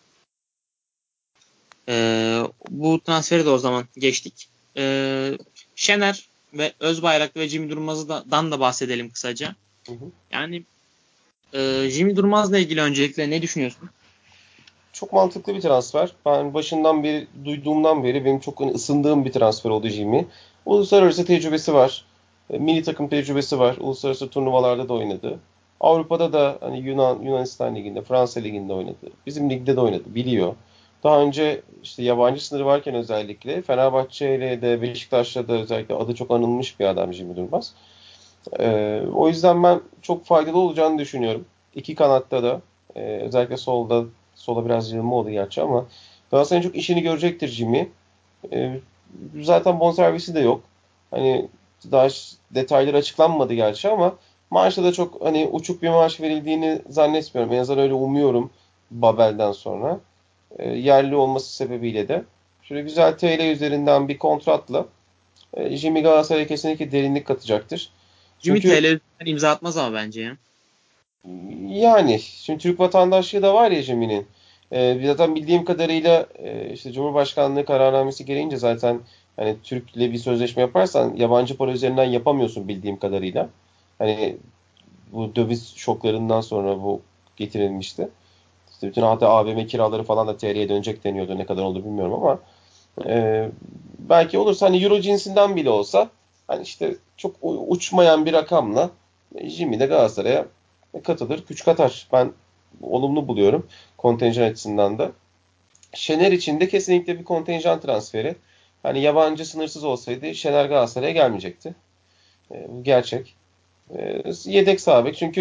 Bu transferi de o zaman geçtik. Şener ve Özbayraklı ve Jimmy Durmaz'dan da bahsedelim kısaca. Hı hı. Yani Jimmy Durmaz'la ilgili öncelikle ne düşünüyorsun? Çok mantıklı bir transfer. Ben başından beri duyduğumdan beri benim çok hani ısındığım bir transfer oldu Jimmy. Uluslararası tecrübesi var. Milli takım tecrübesi var. Uluslararası turnuvalarda da oynadı. Avrupa'da da hani Yunanistan liginde, Fransa liginde oynadı. Bizim ligde de oynadı. Biliyor. Daha önce işte yabancı sınırı varken özellikle Fenerbahçe ile de Beşiktaş'ta da özellikle adı çok anılmış bir adam Jimmy Durmaz. O yüzden ben çok faydalı olacağını düşünüyorum. İki kanatta da özellikle sola biraz yığılma oldu gerçi ama Galatasaray'ın çok işini görecektir Jimmy. Ee, Zaten bonservisi de yok. Hani daha detayları açıklanmadı gerçi ama maaşta da çok hani uçuk bir maaş verildiğini zannetmiyorum. En azından öyle umuyorum Babel'den sonra. Yerli olması sebebiyle de. Şöyle güzel TL üzerinden bir kontratla Jimmy Galatasaray'a kesinlikle derinlik katacaktır. Jimmy Çünkü TL üzerinden imza atmaz ama bence ya. yani şimdi Türk vatandaşlığı da var ya Jimmy'nin. Zaten bildiğim kadarıyla işte Cumhurbaşkanlığı kararnamesi gereğince zaten hani Türk'le bir sözleşme yaparsan yabancı para üzerinden yapamıyorsun bildiğim kadarıyla. Hani bu döviz şoklarından sonra bu getirilmişti. İşte bütün hatta AVM kiraları falan da TL'ye dönecek deniyordu. Ne kadar oldu bilmiyorum ama belki olursa hani Euro cinsinden bile olsa hani işte çok uçmayan bir rakamla Jimmy de Galatasaray'a katılır, güç katar. Ben olumlu buluyorum kontenjan açısından da. Şener için de kesinlikle bir kontenjan transferi. Hani yabancı sınırsız olsaydı Şener Galatasaray'a gelmeyecekti. Bu gerçek. Yedek sağ bek çünkü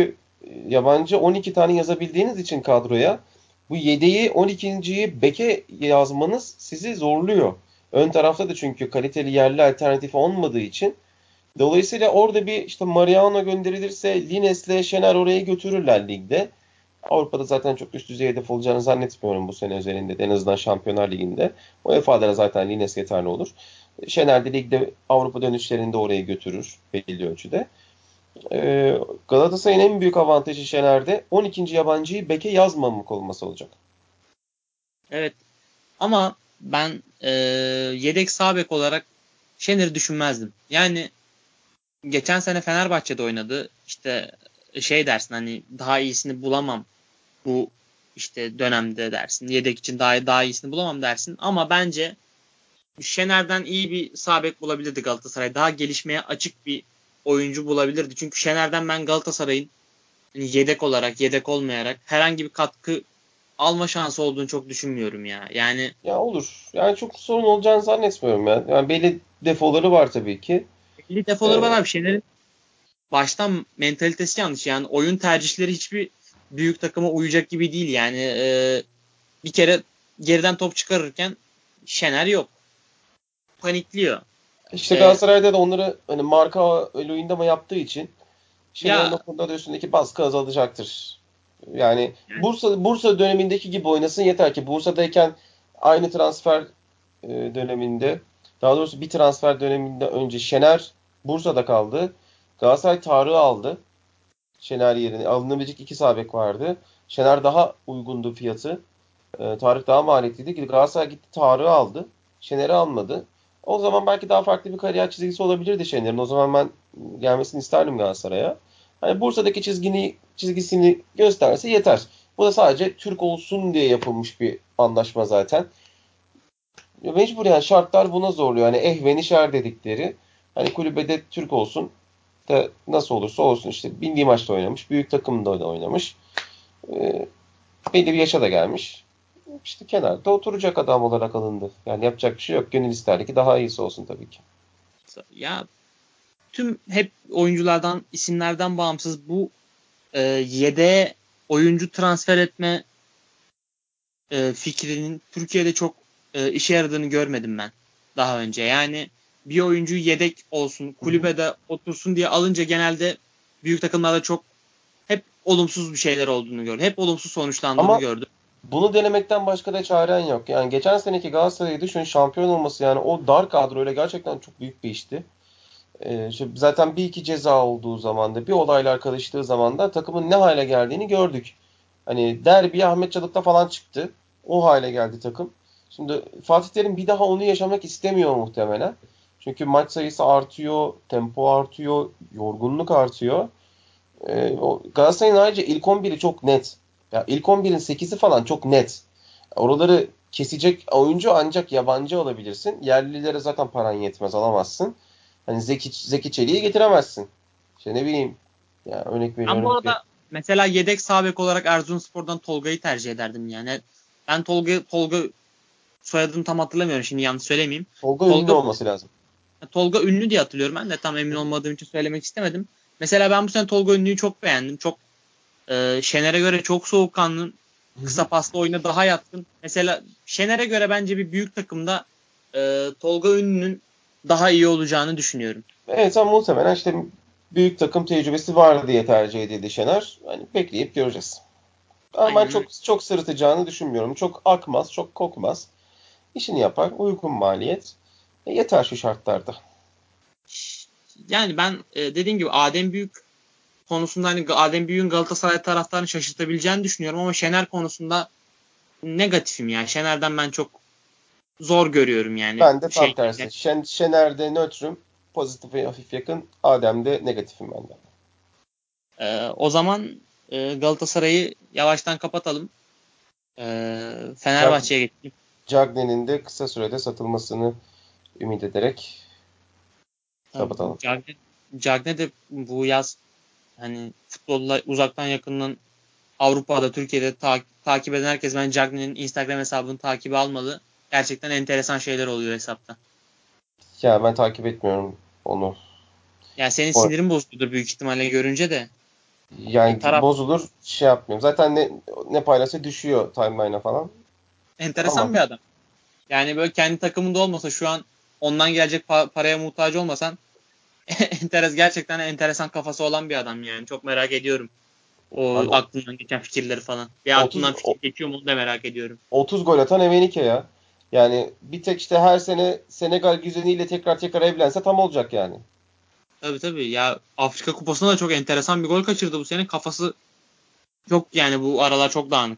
yabancı 12 tane yazabildiğiniz için kadroya bu yedeği 12.yi beke yazmanız sizi zorluyor. Ön tarafta da çünkü kaliteli yerli alternatif olmadığı için. Dolayısıyla orada bir işte Mariano gönderilirse Lines'le Şener oraya götürürler ligde. Avrupa'da zaten çok üst düzey hedef olacağını zannetmiyorum bu sene özelinde. En azından Şampiyonlar Ligi'nde. UEFA'lara zaten Lines yeterli olur. Şener de ligde Avrupa dönüşlerinde orayı götürür belli ölçüde. Galatasaray'ın en büyük avantajı Şener'de 12. yabancıyı beke yazmamak olması olacak. Evet. Ama ben yedek sağ bek olarak Şener'i düşünmezdim. Yani geçen sene Fenerbahçe'de oynadı. İşte şey dersin, hani daha iyisini bulamam bu işte dönemde dersin. Yedek için daha iyisini bulamam dersin. Ama bence Şener'den iyi bir sağ bek bulabilirdi Galatasaray. Daha gelişmeye açık bir oyuncu bulabilirdi. Çünkü Şener'den ben Galatasaray'ın yedek olarak, yedek olmayarak herhangi bir katkı alma şansı olduğunu çok düşünmüyorum ya. Yani Ya olur. Yani çok sorun olacağını zannetmiyorum ya. Yani belli defoları var tabii ki. belli defoları var Ee, abi. Şener'in baştan mentalitesi yanlış. Yani oyun tercihleri hiçbir büyük takıma uyacak gibi değil. Yani bir kere geriden top çıkarırken Şener yok. Panikliyor. işte E, Galatasaray'da da onları hani marka Luyendama yaptığı için Şener'in o ya konuda da üstündeki baskı azalacaktır. Yani yani Bursa dönemindeki gibi oynasın yeter ki Bursa'dayken aynı transfer döneminde, daha doğrusu bir transfer döneminde önce Şener Bursa'da kaldı. Galatasaray Tarık'ı aldı. Şener yerine alınabilecek iki sağ bek vardı. Şener daha uygundu fiyatı. Tarık daha maliyetliydi. Galatasaray gitti Tarık'ı aldı. Şener'i almadı. O zaman belki daha farklı bir kariyer çizgisi olabilirdi Şener'in. O zaman ben gelmesini isterdim Galatasaray'a. Hani Bursa'daki çizgisini gösterse yeter. Bu da sadece Türk olsun diye yapılmış bir anlaşma zaten. Mecbur yani şartlar buna zorluyor. Hani ehveni şer dedikleri. Hani kulübede Türk olsun da nasıl olursa olsun işte milli maçta oynamış. Büyük takımda da oynamış. Ee, Belli bir yaşa da gelmiş. İşte kenarda oturacak adam olarak alındı. Yani yapacak bir şey yok. Gönül isterdi ki daha iyisi olsun tabii ki. ya tüm hep oyunculardan, isimlerden bağımsız bu yedeğe oyuncu transfer etme fikrinin Türkiye'de çok işe yaradığını görmedim ben daha önce. Yani bir oyuncu yedek olsun, Hı hı. kulübede otursun diye alınca genelde büyük takımlarda çok hep olumsuz bir şeyler olduğunu gördüm. Hep olumsuz sonuçlandığını Ama gördüm. bunu denemekten başka da çaren yok. Yani geçen seneki Galatasaray'ı düşün şampiyon olması yani o dar kadroyla gerçekten çok büyük bir işti. Zaten bir iki ceza olduğu zaman da bir olaylar karıştığı zaman da takımın ne hale geldiğini gördük. Hani derbi Ahmet Çalık'ta falan çıktı. O hale geldi takım. Şimdi Fatih Terim bir daha onu yaşamak istemiyor muhtemelen. Çünkü maç sayısı artıyor, tempo artıyor, yorgunluk artıyor. Galatasaray'ın ayrıca ilk 11'i çok net. Ya ilk 11'in 8'i falan çok net. Oraları kesecek oyuncu ancak yabancı alabilirsin. Yerlilere zaten paran yetmez, alamazsın. Hani Zeki Çelik'i getiremezsin. İşte ne bileyim. Ya örnek Ben bu veriyorum ki arada mesela yedek sağ bek olarak Erzurumspor'dan Tolga'yı tercih ederdim yani. Ben Tolga soyadını tam hatırlamıyorum, şimdi yanlış söylemeyeyim. Tolga ünlü Tolga olması lazım. Tolga Ünlü diye hatırlıyorum, ben de tam emin olmadığım için söylemek istemedim. Mesela ben bu sene Tolga Ünlü'yü çok beğendim. Çok Şener'e göre çok soğukkanlı, Hı hı. kısa paslı oyuna daha yatkın. Mesela Şener'e göre bence bir büyük takımda Tolga Ünlü'nün daha iyi olacağını düşünüyorum. Evet ama muhtemelen işte büyük takım tecrübesi var diye tercih edildi Şener. Hani bekleyip göreceğiz. Ama ben Aynen öyle. çok sırıtacağını düşünmüyorum. Çok akmaz, çok kokmaz. İşini yapar. Uygun maliyet. Yeter şu şartlarda. Yani ben dediğim gibi Adem Büyük konusunda hani Adem Büyük'ün Galatasaray taraftarını şaşırtabileceğini düşünüyorum ama Şener konusunda negatifim ya. Şener'den ben çok zor görüyorum yani Ben de tam şey. tersi. Şener'de nötrüm. Pozitife hafif yakın. Adem'de negatifim ben de. O zaman Galatasaray'ı yavaştan kapatalım. Cag Fenerbahçe'ye geçelim. Cagney'in de kısa sürede satılmasını ümit ederek kapatalım. Cagne de bu yaz hani futbolla uzaktan yakından Avrupa'da, Türkiye'de takip eden herkes bence Cagne'nin Instagram hesabını takibe almalı. Gerçekten enteresan şeyler oluyor hesapta. Ya ben takip etmiyorum onu. Yani senin O- sinirin bozuldur büyük ihtimalle görünce de. Yani Taraf bozulur şey yapmıyorum. Zaten ne paylaşsa düşüyor timeline'a falan. enteresan Ama bir adam. Yani böyle kendi takımında olmasa şu an ondan gelecek paraya muhtaç olmasan gerçekten enteresan kafası olan bir adam yani. Çok merak ediyorum. O abi aklından geçen fikirleri falan. Veya 30 aklından fikir geçiyor mu onu da merak ediyorum. 30 gol atan Emenike ya. Yani bir tek işte her sene Senegal güzeliyle tekrar evlense tam olacak yani. Tabii tabii. Ya Afrika Kupası'nda da çok enteresan bir gol kaçırdı bu sene. Kafası çok yani bu aralar çok dağınık.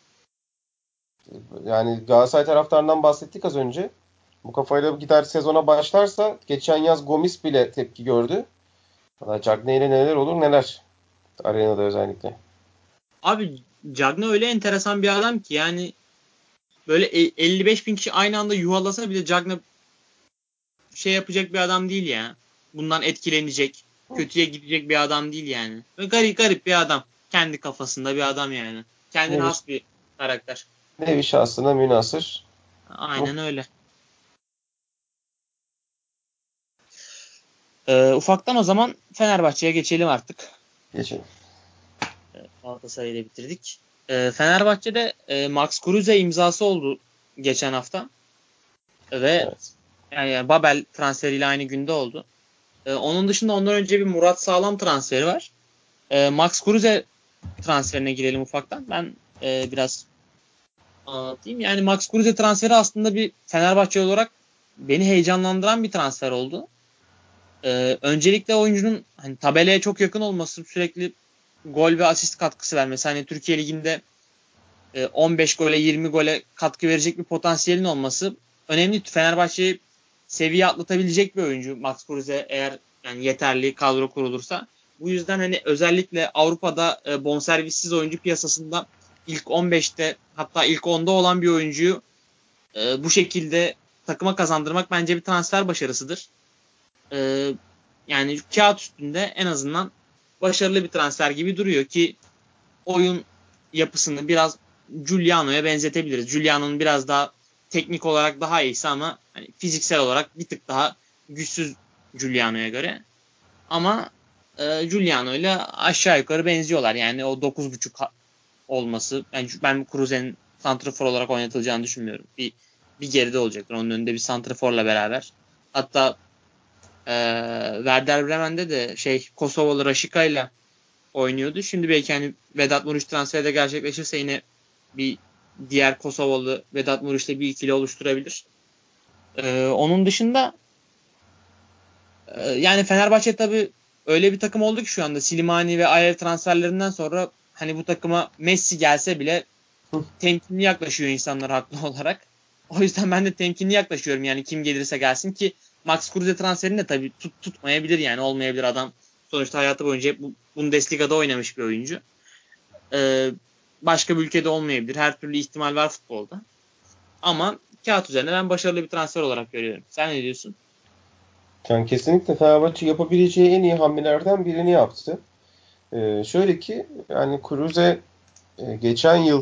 Yani Galatasaray taraftarından bahsettik az önce. Bu kafayla gider sezona başlarsa geçen yaz Gomis bile tepki gördü. Valla Cagney ile neler olur neler. Arenada özellikle. Abi Cagney öyle enteresan bir adam ki yani böyle 55 bin kişi aynı anda yuvalasa bile Cagney şey yapacak bir adam değil ya. Bundan etkilenecek, kötüye gidecek bir adam değil yani. Ve garip garip bir adam. Kendi kafasında bir adam yani. Kendine Nevi, has bir karakter. nevi şahsına münhasır. Aynen öyle. Ufaktan o zaman Fenerbahçe'ye geçelim artık. Geçelim. Galatasaray'ı da bitirdik. Fenerbahçe'de Max Kruse imzası oldu geçen hafta. Ve Evet. yani Babel transferiyle aynı günde oldu. Onun dışında ondan önce bir Murat Sağlam transferi var. Max Kruse transferine girelim ufaktan. Ben biraz anlatayım. Yani Max Kruse transferi aslında bir Fenerbahçe olarak beni heyecanlandıran bir transfer oldu. Öncelikle oyuncunun hani tabelaya çok yakın olması, sürekli gol ve asist katkısı vermesi. Hani Türkiye Ligi'nde 15 gole 20 gole katkı verecek bir potansiyelin olması önemli. Fenerbahçe'yi seviye atlatabilecek bir oyuncu Max Kruse eğer yani yeterli kadro kurulursa. Bu yüzden hani özellikle Avrupa'da bonservissiz oyuncu piyasasında ilk 15'te hatta ilk 10'da olan bir oyuncuyu bu şekilde takıma kazandırmak bence bir transfer başarısıdır. Yani kağıt üstünde en azından başarılı bir transfer gibi duruyor ki oyun yapısını biraz Giuliano'ya benzetebiliriz. Giuliano'nun biraz daha teknik olarak daha iyisi ama hani fiziksel olarak bir tık daha güçsüz Giuliano'ya göre. Ama Giuliano ile aşağı yukarı benziyorlar. Yani o 9.5 olması. Yani ben Kruse'nin santrafor olarak oynatılacağını düşünmüyorum. Bir geride olacaktır. Onun önünde bir santraforla beraber. Hatta Werder Bremen'de de Kosovalı Rashica ile oynuyordu. Şimdi belki hani Vedat Muriç transferi de gerçekleşirse yine bir diğer Kosovalı Vedat Muriç'le bir ikili oluşturabilir. Onun dışında yani Fenerbahçe tabii öyle bir takım oldu ki şu anda Slimani ve Ayew transferlerinden sonra hani bu takıma Messi gelse bile temkinli yaklaşıyor insanlar haklı olarak. O yüzden ben de temkinli yaklaşıyorum yani kim gelirse gelsin ki Max Kruse transferini de tabii tutmayabilir yani olmayabilir adam. Sonuçta hayatı boyunca hep Bundesliga'da oynamış bir oyuncu. Başka bir ülkede olmayabilir. Her türlü ihtimal var futbolda. Ama kağıt üzerine ben başarılı bir transfer olarak görüyorum. Sen ne diyorsun? Yani kesinlikle Fenerbahçe yapabileceği en iyi hamlelerden birini yaptı. Şöyle ki yani Kruse geçen yıl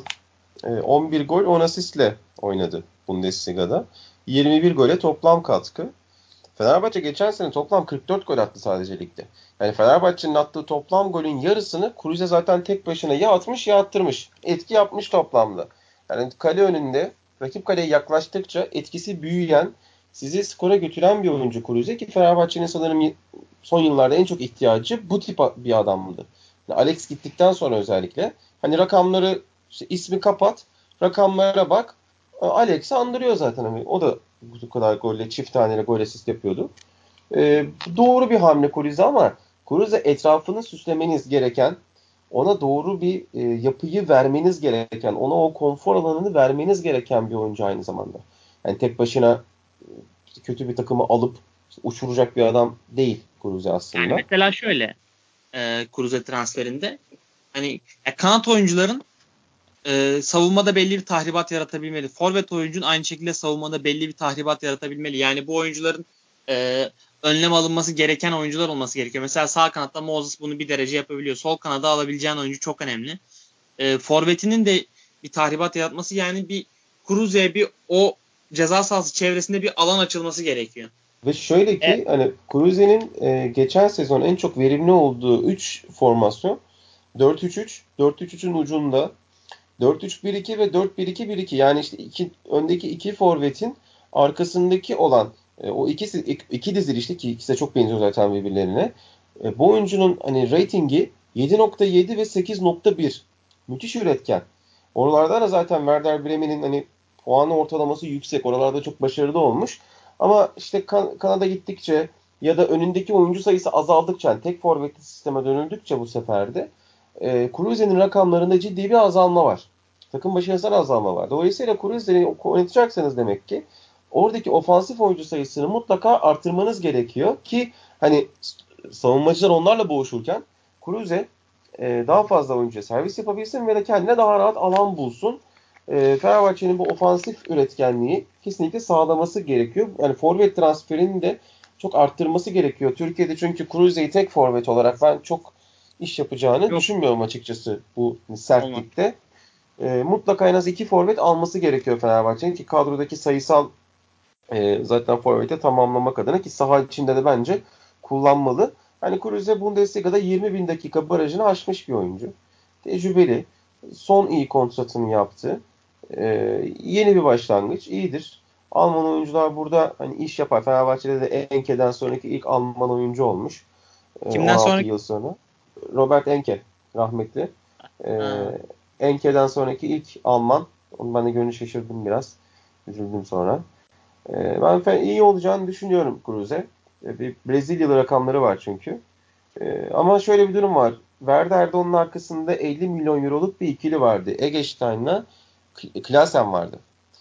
11 gol 10 asistle oynadı Bundesliga'da. 21 gole toplam katkı. Fenerbahçe geçen sene toplam 44 gol attı sadece ligde. Yani Fenerbahçe'nin attığı toplam golün yarısını Kruse zaten tek başına ya atmış ya attırmış. Etki yapmış toplamda. Yani kale önünde rakip kaleye yaklaştıkça etkisi büyüyen, sizi skora götüren bir oyuncu Kruse ki Fenerbahçe'nin sanırım son yıllarda en çok ihtiyacı bu tip bir adamdı. Yani Alex gittikten sonra özellikle hani rakamları işte ismi kapat, rakamlara bak. Alex'i andırıyor zaten. Hani o da bu kadar golle çift taneli gol asist yapıyordu. Doğru bir hamle Kruse ama Kruse etrafını süslemeniz gereken, ona doğru bir yapıyı vermeniz gereken, ona o konfor alanını vermeniz gereken bir oyuncu aynı zamanda. Yani tek başına işte kötü bir takımı alıp işte uçuracak bir adam değil Kruse Yani aslında. mesela şöyle Kruse transferinde hani kanat oyuncuların savunmada belli bir tahribat yaratabilmeli. Forvet oyuncunun aynı şekilde savunmada belli bir tahribat yaratabilmeli. Yani bu oyuncuların e, önlem alınması gereken oyuncular olması gerekiyor. Mesela sağ kanatta Moses bunu bir derece yapabiliyor. Sol kanada alabileceğin oyuncu çok önemli. Forvetinin de bir tahribat yaratması yani bir Kruse'ye bir o ceza sahası çevresinde bir alan açılması gerekiyor. Ve şöyle E, ki hani Kruse'nin geçen sezon en çok verimli olduğu 3 formasyon 4-3-3, 4-3-3'ün ucunda 4-3-1-2 ve 4-1-2-1-2, yani işte öndeki iki forvetin arkasındaki olan o iki dizilişli, ki ikisi de çok benziyor zaten birbirlerine. Bu oyuncunun hani ratingi 7.7 ve 8.1. Müthiş üretken. Oralarda da zaten Werder Bremen'in hani puanı ortalaması yüksek. Oralarda çok başarılı olmuş. Ama işte Kanada gittikçe ya da önündeki oyuncu sayısı azaldıkça, yani tek forvetli sisteme dönüldükçe bu sefer de Kruse'nin rakamlarında ciddi bir azalma var. Takım başarısal azalma var. Dolayısıyla Kruse'yi oynatacaksanız demek ki oradaki ofansif oyuncu sayısını mutlaka artırmanız gerekiyor ki hani savunmacılar onlarla boğuşurken Kruse daha fazla oyuncuya servis yapabilsin ve de kendine daha rahat alan bulsun. Fenerbahçe'nin bu ofansif üretkenliği kesinlikle sağlaması gerekiyor. Yani forvet transferini de çok arttırması gerekiyor. Türkiye'de çünkü Kruse'yi tek forvet olarak ben çok iş yapacağını Yok. düşünmüyorum açıkçası bu Olmaz. sertlikte. Mutlaka en az 2 forvet alması gerekiyor Fenerbahçe'nin ki kadrodaki sayısal zaten forveti tamamlamak adına, ki saha içinde de bence kullanmalı. Hani Kruse Bundesliga'da 20 bin dakika barajını aşmış bir oyuncu. Tecrübeli. Son iyi kontratını yaptı. Yeni bir başlangıç. İyidir. Alman oyuncular burada hani iş yapar. Fenerbahçe'de de Enke'den sonraki ilk Alman oyuncu olmuş. Kimden 16 sonra? yıl sonra. Robert Enke rahmetli. Ha, Enke'den sonraki ilk Alman. Onu ben de gönül şaşırdım biraz. Üzüldüm sonra. Ben iyi olacağını düşünüyorum Kruse. Bir Brezilyalı rakamları var çünkü. Ama şöyle bir durum var. Werder'de onun arkasında 50 milyon euroluk bir ikili vardı. Eggestein'la Klaassen vardı.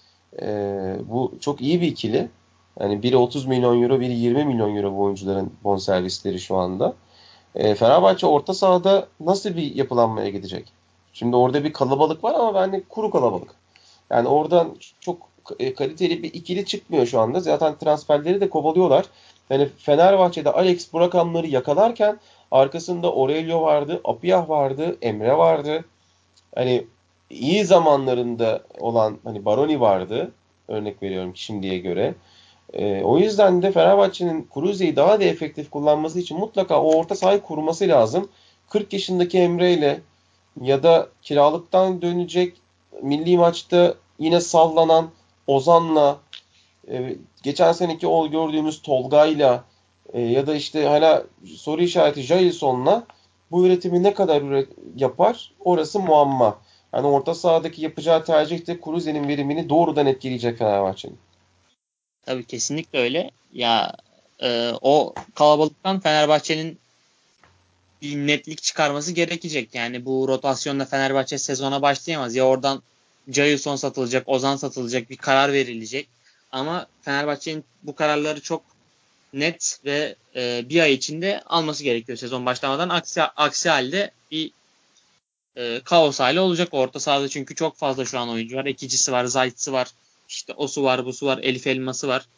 Bu çok iyi bir ikili. Yani biri 30 milyon euro, biri 20 milyon euro bu oyuncuların bonservisleri şu anda. Fenerbahçe orta sahada nasıl bir yapılanmaya gidecek? Şimdi orada bir kalabalık var ama bence kuru kalabalık. Yani oradan çok kaliteli bir ikili çıkmıyor şu anda. Zaten transferleri de kovalıyorlar. Yani Fenerbahçe'de Alex bu rakamları yakalarken arkasında Aurelio vardı, Apiyah vardı, Emre vardı. Hani iyi zamanlarında olan hani Baroni vardı. Örnek veriyorum şimdiye göre. O yüzden de Fenerbahçe'nin Kruse'yi daha da efektif kullanması için mutlaka o orta sahayı kurması lazım. 40 yaşındaki Emre ile ya da kiralıktan dönecek, milli maçta yine sallanan Ozan'la, geçen seneki o gördüğümüz Tolga'yla ya da işte hala soru işareti Jailson'la bu üretimi ne kadar yapar orası muamma. Yani orta sahadaki yapacağı tercih de Kruse'nin verimini doğrudan etkileyecek Fenerbahçe'nin. tabii kesinlikle öyle. Ya o kalabalıktan Fenerbahçe'nin bir netlik çıkarması gerekecek. Yani bu rotasyonla Fenerbahçe sezona başlayamaz. Ya oradan Jailson satılacak, Ozan satılacak, bir karar verilecek. Ama Fenerbahçe'nin bu kararları çok net ve bir ay içinde alması gerekiyor sezon başlamadan. Aksi halde bir kaos hali olacak orta sahada. Çünkü çok fazla şu an oyuncu var. Ekicisi var, Zayt'sı var. İşte osu var, busu var, Elif Elması var.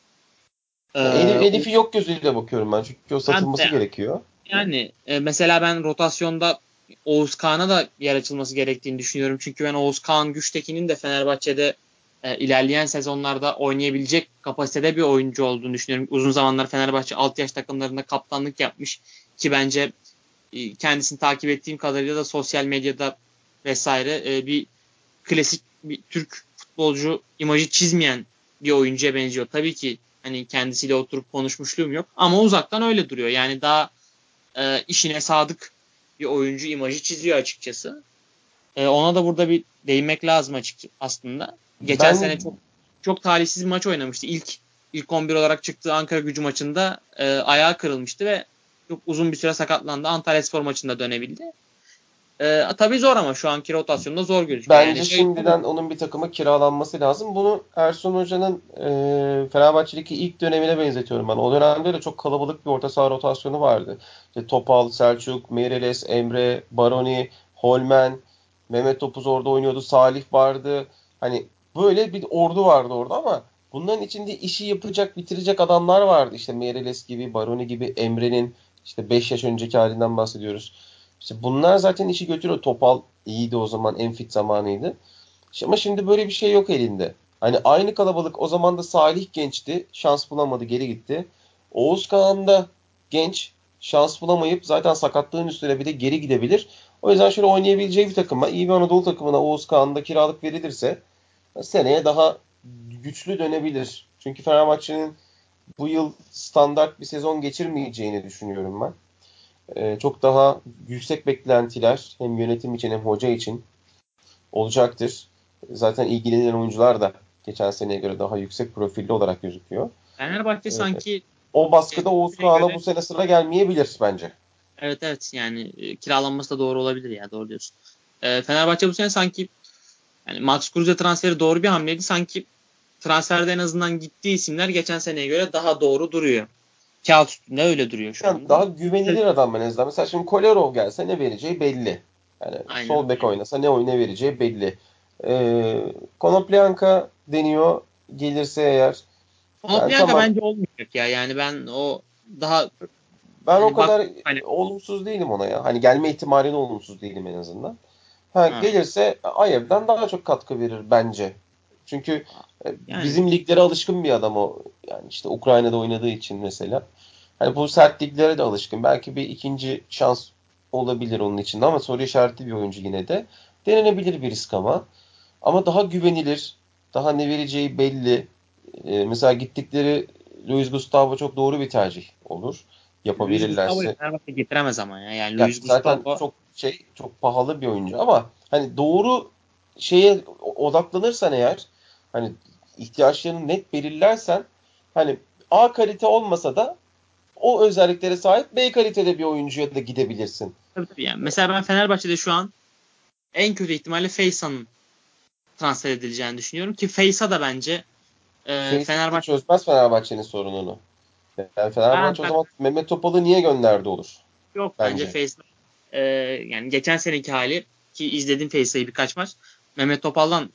E, Elif'i yok gözüyle bakıyorum ben çünkü o ben satılması de gerekiyor. Yani mesela ben rotasyonda Oğuz Kağan'a da yer açılması gerektiğini düşünüyorum. Çünkü ben Oğuz Kağan Güçtekin'in de Fenerbahçe'de ilerleyen sezonlarda oynayabilecek kapasitede bir oyuncu olduğunu düşünüyorum. Uzun zamanlar Fenerbahçe alt yaş takımlarında kaptanlık yapmış ki bence kendisini takip ettiğim kadarıyla da sosyal medyada vesaire bir klasik bir Türk futbolcu imajı çizmeyen bir oyuncuya benziyor. Tabii ki hani kendisiyle oturup konuşmuşluğum yok ama uzaktan öyle duruyor. Yani daha işine sadık bir oyuncu imajı çiziyor açıkçası. Ona da burada bir değinmek lazım aslında. Geçen sene Ben çok talihsiz bir maç oynamıştı. İlk 11 olarak çıktığı Ankara-Gücü maçında ayağı kırılmıştı ve çok uzun bir süre sakatlandı. Antalyaspor maçında dönebildi. Tabii zor ama şu anki rotasyonda zor gözüküyor. Yani Bence şimdiden onun bir takıma kiralanması lazım. Bunu Ersun Hoca'nın Fenerbahçe'deki ilk dönemine benzetiyorum ben. O dönemde de çok kalabalık bir orta saha rotasyonu vardı. İşte Topal, Selçuk, Meireles, Emre, Baroni, Holmen, Mehmet Topuz orada oynuyordu. Salih vardı. Hani böyle bir ordu vardı orada ama bunların içinde işi yapacak, bitirecek adamlar vardı. İşte Meireles gibi, Baroni gibi, Emre'nin işte 5 yaş önceki halinden bahsediyoruz. İşte bunlar zaten işi götürüyor. Topal iyiydi o zaman. En fit zamanıydı. Ama şimdi böyle bir şey yok elinde. Hani aynı kalabalık o zaman da Salih gençti. Şans bulamadı, geri gitti. Oğuz Kağan da genç. Şans bulamayıp zaten sakatlığın üstüne bir de geri gidebilir. O yüzden şöyle oynayabileceği bir takıma, iyi bir Anadolu takımına Oğuz Kağan'da kiralık verilirse seneye daha güçlü dönebilir. Çünkü Fenerbahçe'nin bu yıl standart bir sezon geçirmeyeceğini düşünüyorum ben. Çok daha yüksek beklentiler hem yönetim için hem hoca için olacaktır. Zaten ilgilenen oyuncular da geçen seneye göre daha yüksek profilli olarak gözüküyor. Fenerbahçe sanki O baskıda Oğuz Kağan'a göre bu sene sıra gelmeyebilir bence. evet yani kiralanması da doğru olabilir ya, doğru diyorsun. Fenerbahçe bu sene sanki yani Max Kruse transferi doğru bir hamleydi. Sanki transferde en azından gittiği isimler geçen seneye göre daha doğru duruyor. Kağıt üstünde öyle duruyor şu Yani anda. daha güvenilir adam en azından. Mesela şimdi Kolarov gelse ne vereceği belli. Yani Aynen. sol bek oynasa ne vereceği belli. Konoplyanka deniyor gelirse eğer. Yani Konoplyanka tamam, bence olmayacak ya. Yani ben o daha ben o hani bak kadar hani olumsuz değilim ona ya. Hani gelme ihtimaline olumsuz değilim en azından. Ha, ha, gelirse Ayev'den daha çok katkı verir bence. Çünkü yani bizim liglere alışkın bir adam o. Yani işte Ukrayna'da oynadığı için mesela. Hani bu sert liglere de alışkın. Belki bir ikinci şans olabilir onun için de ama soru işaretli bir oyuncu yine de. Denenebilir bir risk ama. Ama daha güvenilir, daha ne vereceği belli. Mesela gittikleri Luis Gustavo çok doğru bir tercih olur. Luis Gustavo'yu Yapabilirlerse. Fenerbahçe getiremez ama ya. Yani Ya Luis zaten Gustavo çok pahalı bir oyuncu ama hani doğru şeye odaklanırsan eğer hani ihtiyaçlarını net belirlersen hani A kalite olmasa da o özelliklere sahip B kalitede bir oyuncuya da gidebilirsin. tabii yani. Mesela ben Fenerbahçe'de şu an en kötü ihtimalle Faysa'nın transfer edileceğini düşünüyorum ki Feysa da bence Face'i Fenerbahçe çözmez Fenerbahçe'nin sorununu. Yani ben, Fenerbahçe o ben zaman Mehmet Topal'ı niye gönderdi olur yok bence bence. Feysa yani geçen seneki hali ki izledim Feysa'yı birkaç maç. Mehmet Topal'dan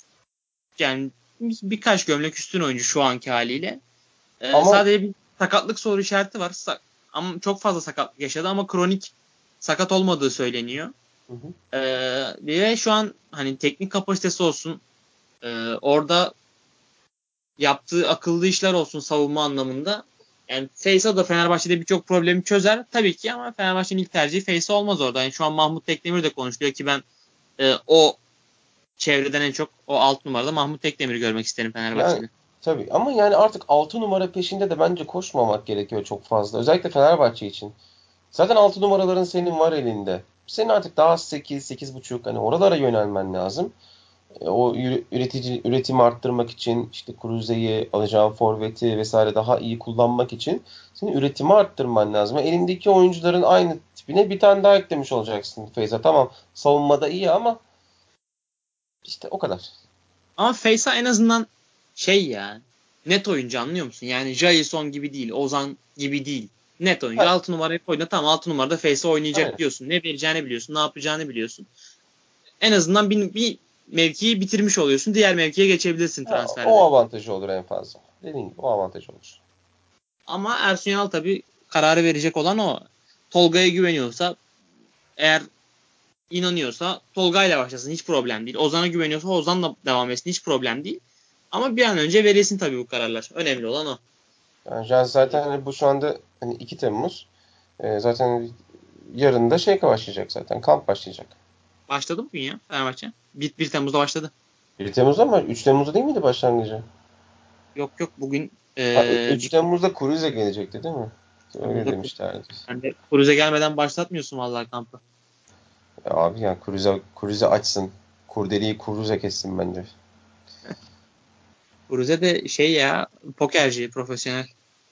yani birkaç gömlek üstün oyuncu şu anki haliyle. Ama Sadece bir sakatlık soru işareti var. Ama çok fazla sakatlık yaşadı ama kronik sakat olmadığı söyleniyor. hı hı. Ve şu an hani teknik kapasitesi olsun, orada yaptığı akıllı işler olsun savunma anlamında. Yani Feysa da Fenerbahçe'de birçok problemi çözer tabii ki ama Fenerbahçe'nin ilk tercihi Feysa olmaz orada. Yani şu an Mahmut Tekdemir de konuşuyor ki ben o çevreden en çok o 6 numarada Mahmut Tekdemir'i görmek isterim Yani Fenerbahçe'de. tabii ama yani artık 6 numara peşinde de bence koşmamak gerekiyor çok fazla. Özellikle Fenerbahçe için. Zaten 6 numaraların senin var elinde. Senin artık daha 8, 8,5 hani oralara yönelmen lazım. O üretimi arttırmak için işte Kruse'yi, alacağın forveti vesaire daha iyi kullanmak için senin üretimi arttırman lazım. Elindeki oyuncuların aynı tipine bir tane daha eklemiş olacaksın Feyza. Tamam, savunmada iyi ama işte o kadar. Ama Feysa en azından şey ya, net oyuncu, anlıyor musun? Yani Jailson gibi değil, Ozan gibi değil. Net oyuncu. Ha, 6 numarayı koydu. Tamam, 6 numarada Feysa oynayacak aynen. diyorsun. Ne vereceğini biliyorsun. Ne yapacağını biliyorsun. En azından bir mevkiyi bitirmiş oluyorsun. Diğer mevkiye geçebilirsin Ha, o transferde. avantajı olur en fazla. Dediğim gibi o avantajı olur. Ama Ersun Yanal tabii kararı verecek olan o. Tolga'ya güveniyorsa, eğer inanıyorsa Tolga ile başlasın, hiç problem değil. Ozan'a güveniyorsa Ozan'la devam etsin, hiç problem değil. Ama bir an önce verilsin tabii bu kararlar. Önemli olan o. Yani zaten hani bu şu anda hani 2 Temmuz. Zaten yarın da şey başlayacak zaten. Kamp başlayacak. Başladı mı bugün ya Fenerbahçe? 1 Temmuz'da başladı. 1 Temmuz'da ama 3 Temmuz'da değil miydi başlangıcı? Yok yok, bugün Ha, 3 Temmuz'da Cruze gelecekti değil mi? Öyle Temmuz'da demişlerdi. ben de Kruz'e gelmeden başlatmıyorsun vallahi kampı. Ya abi ya Cruze açsın. Kurdeliği Cruze kessin bence. Kruz'e de şey ya, pokerci, profesyonel.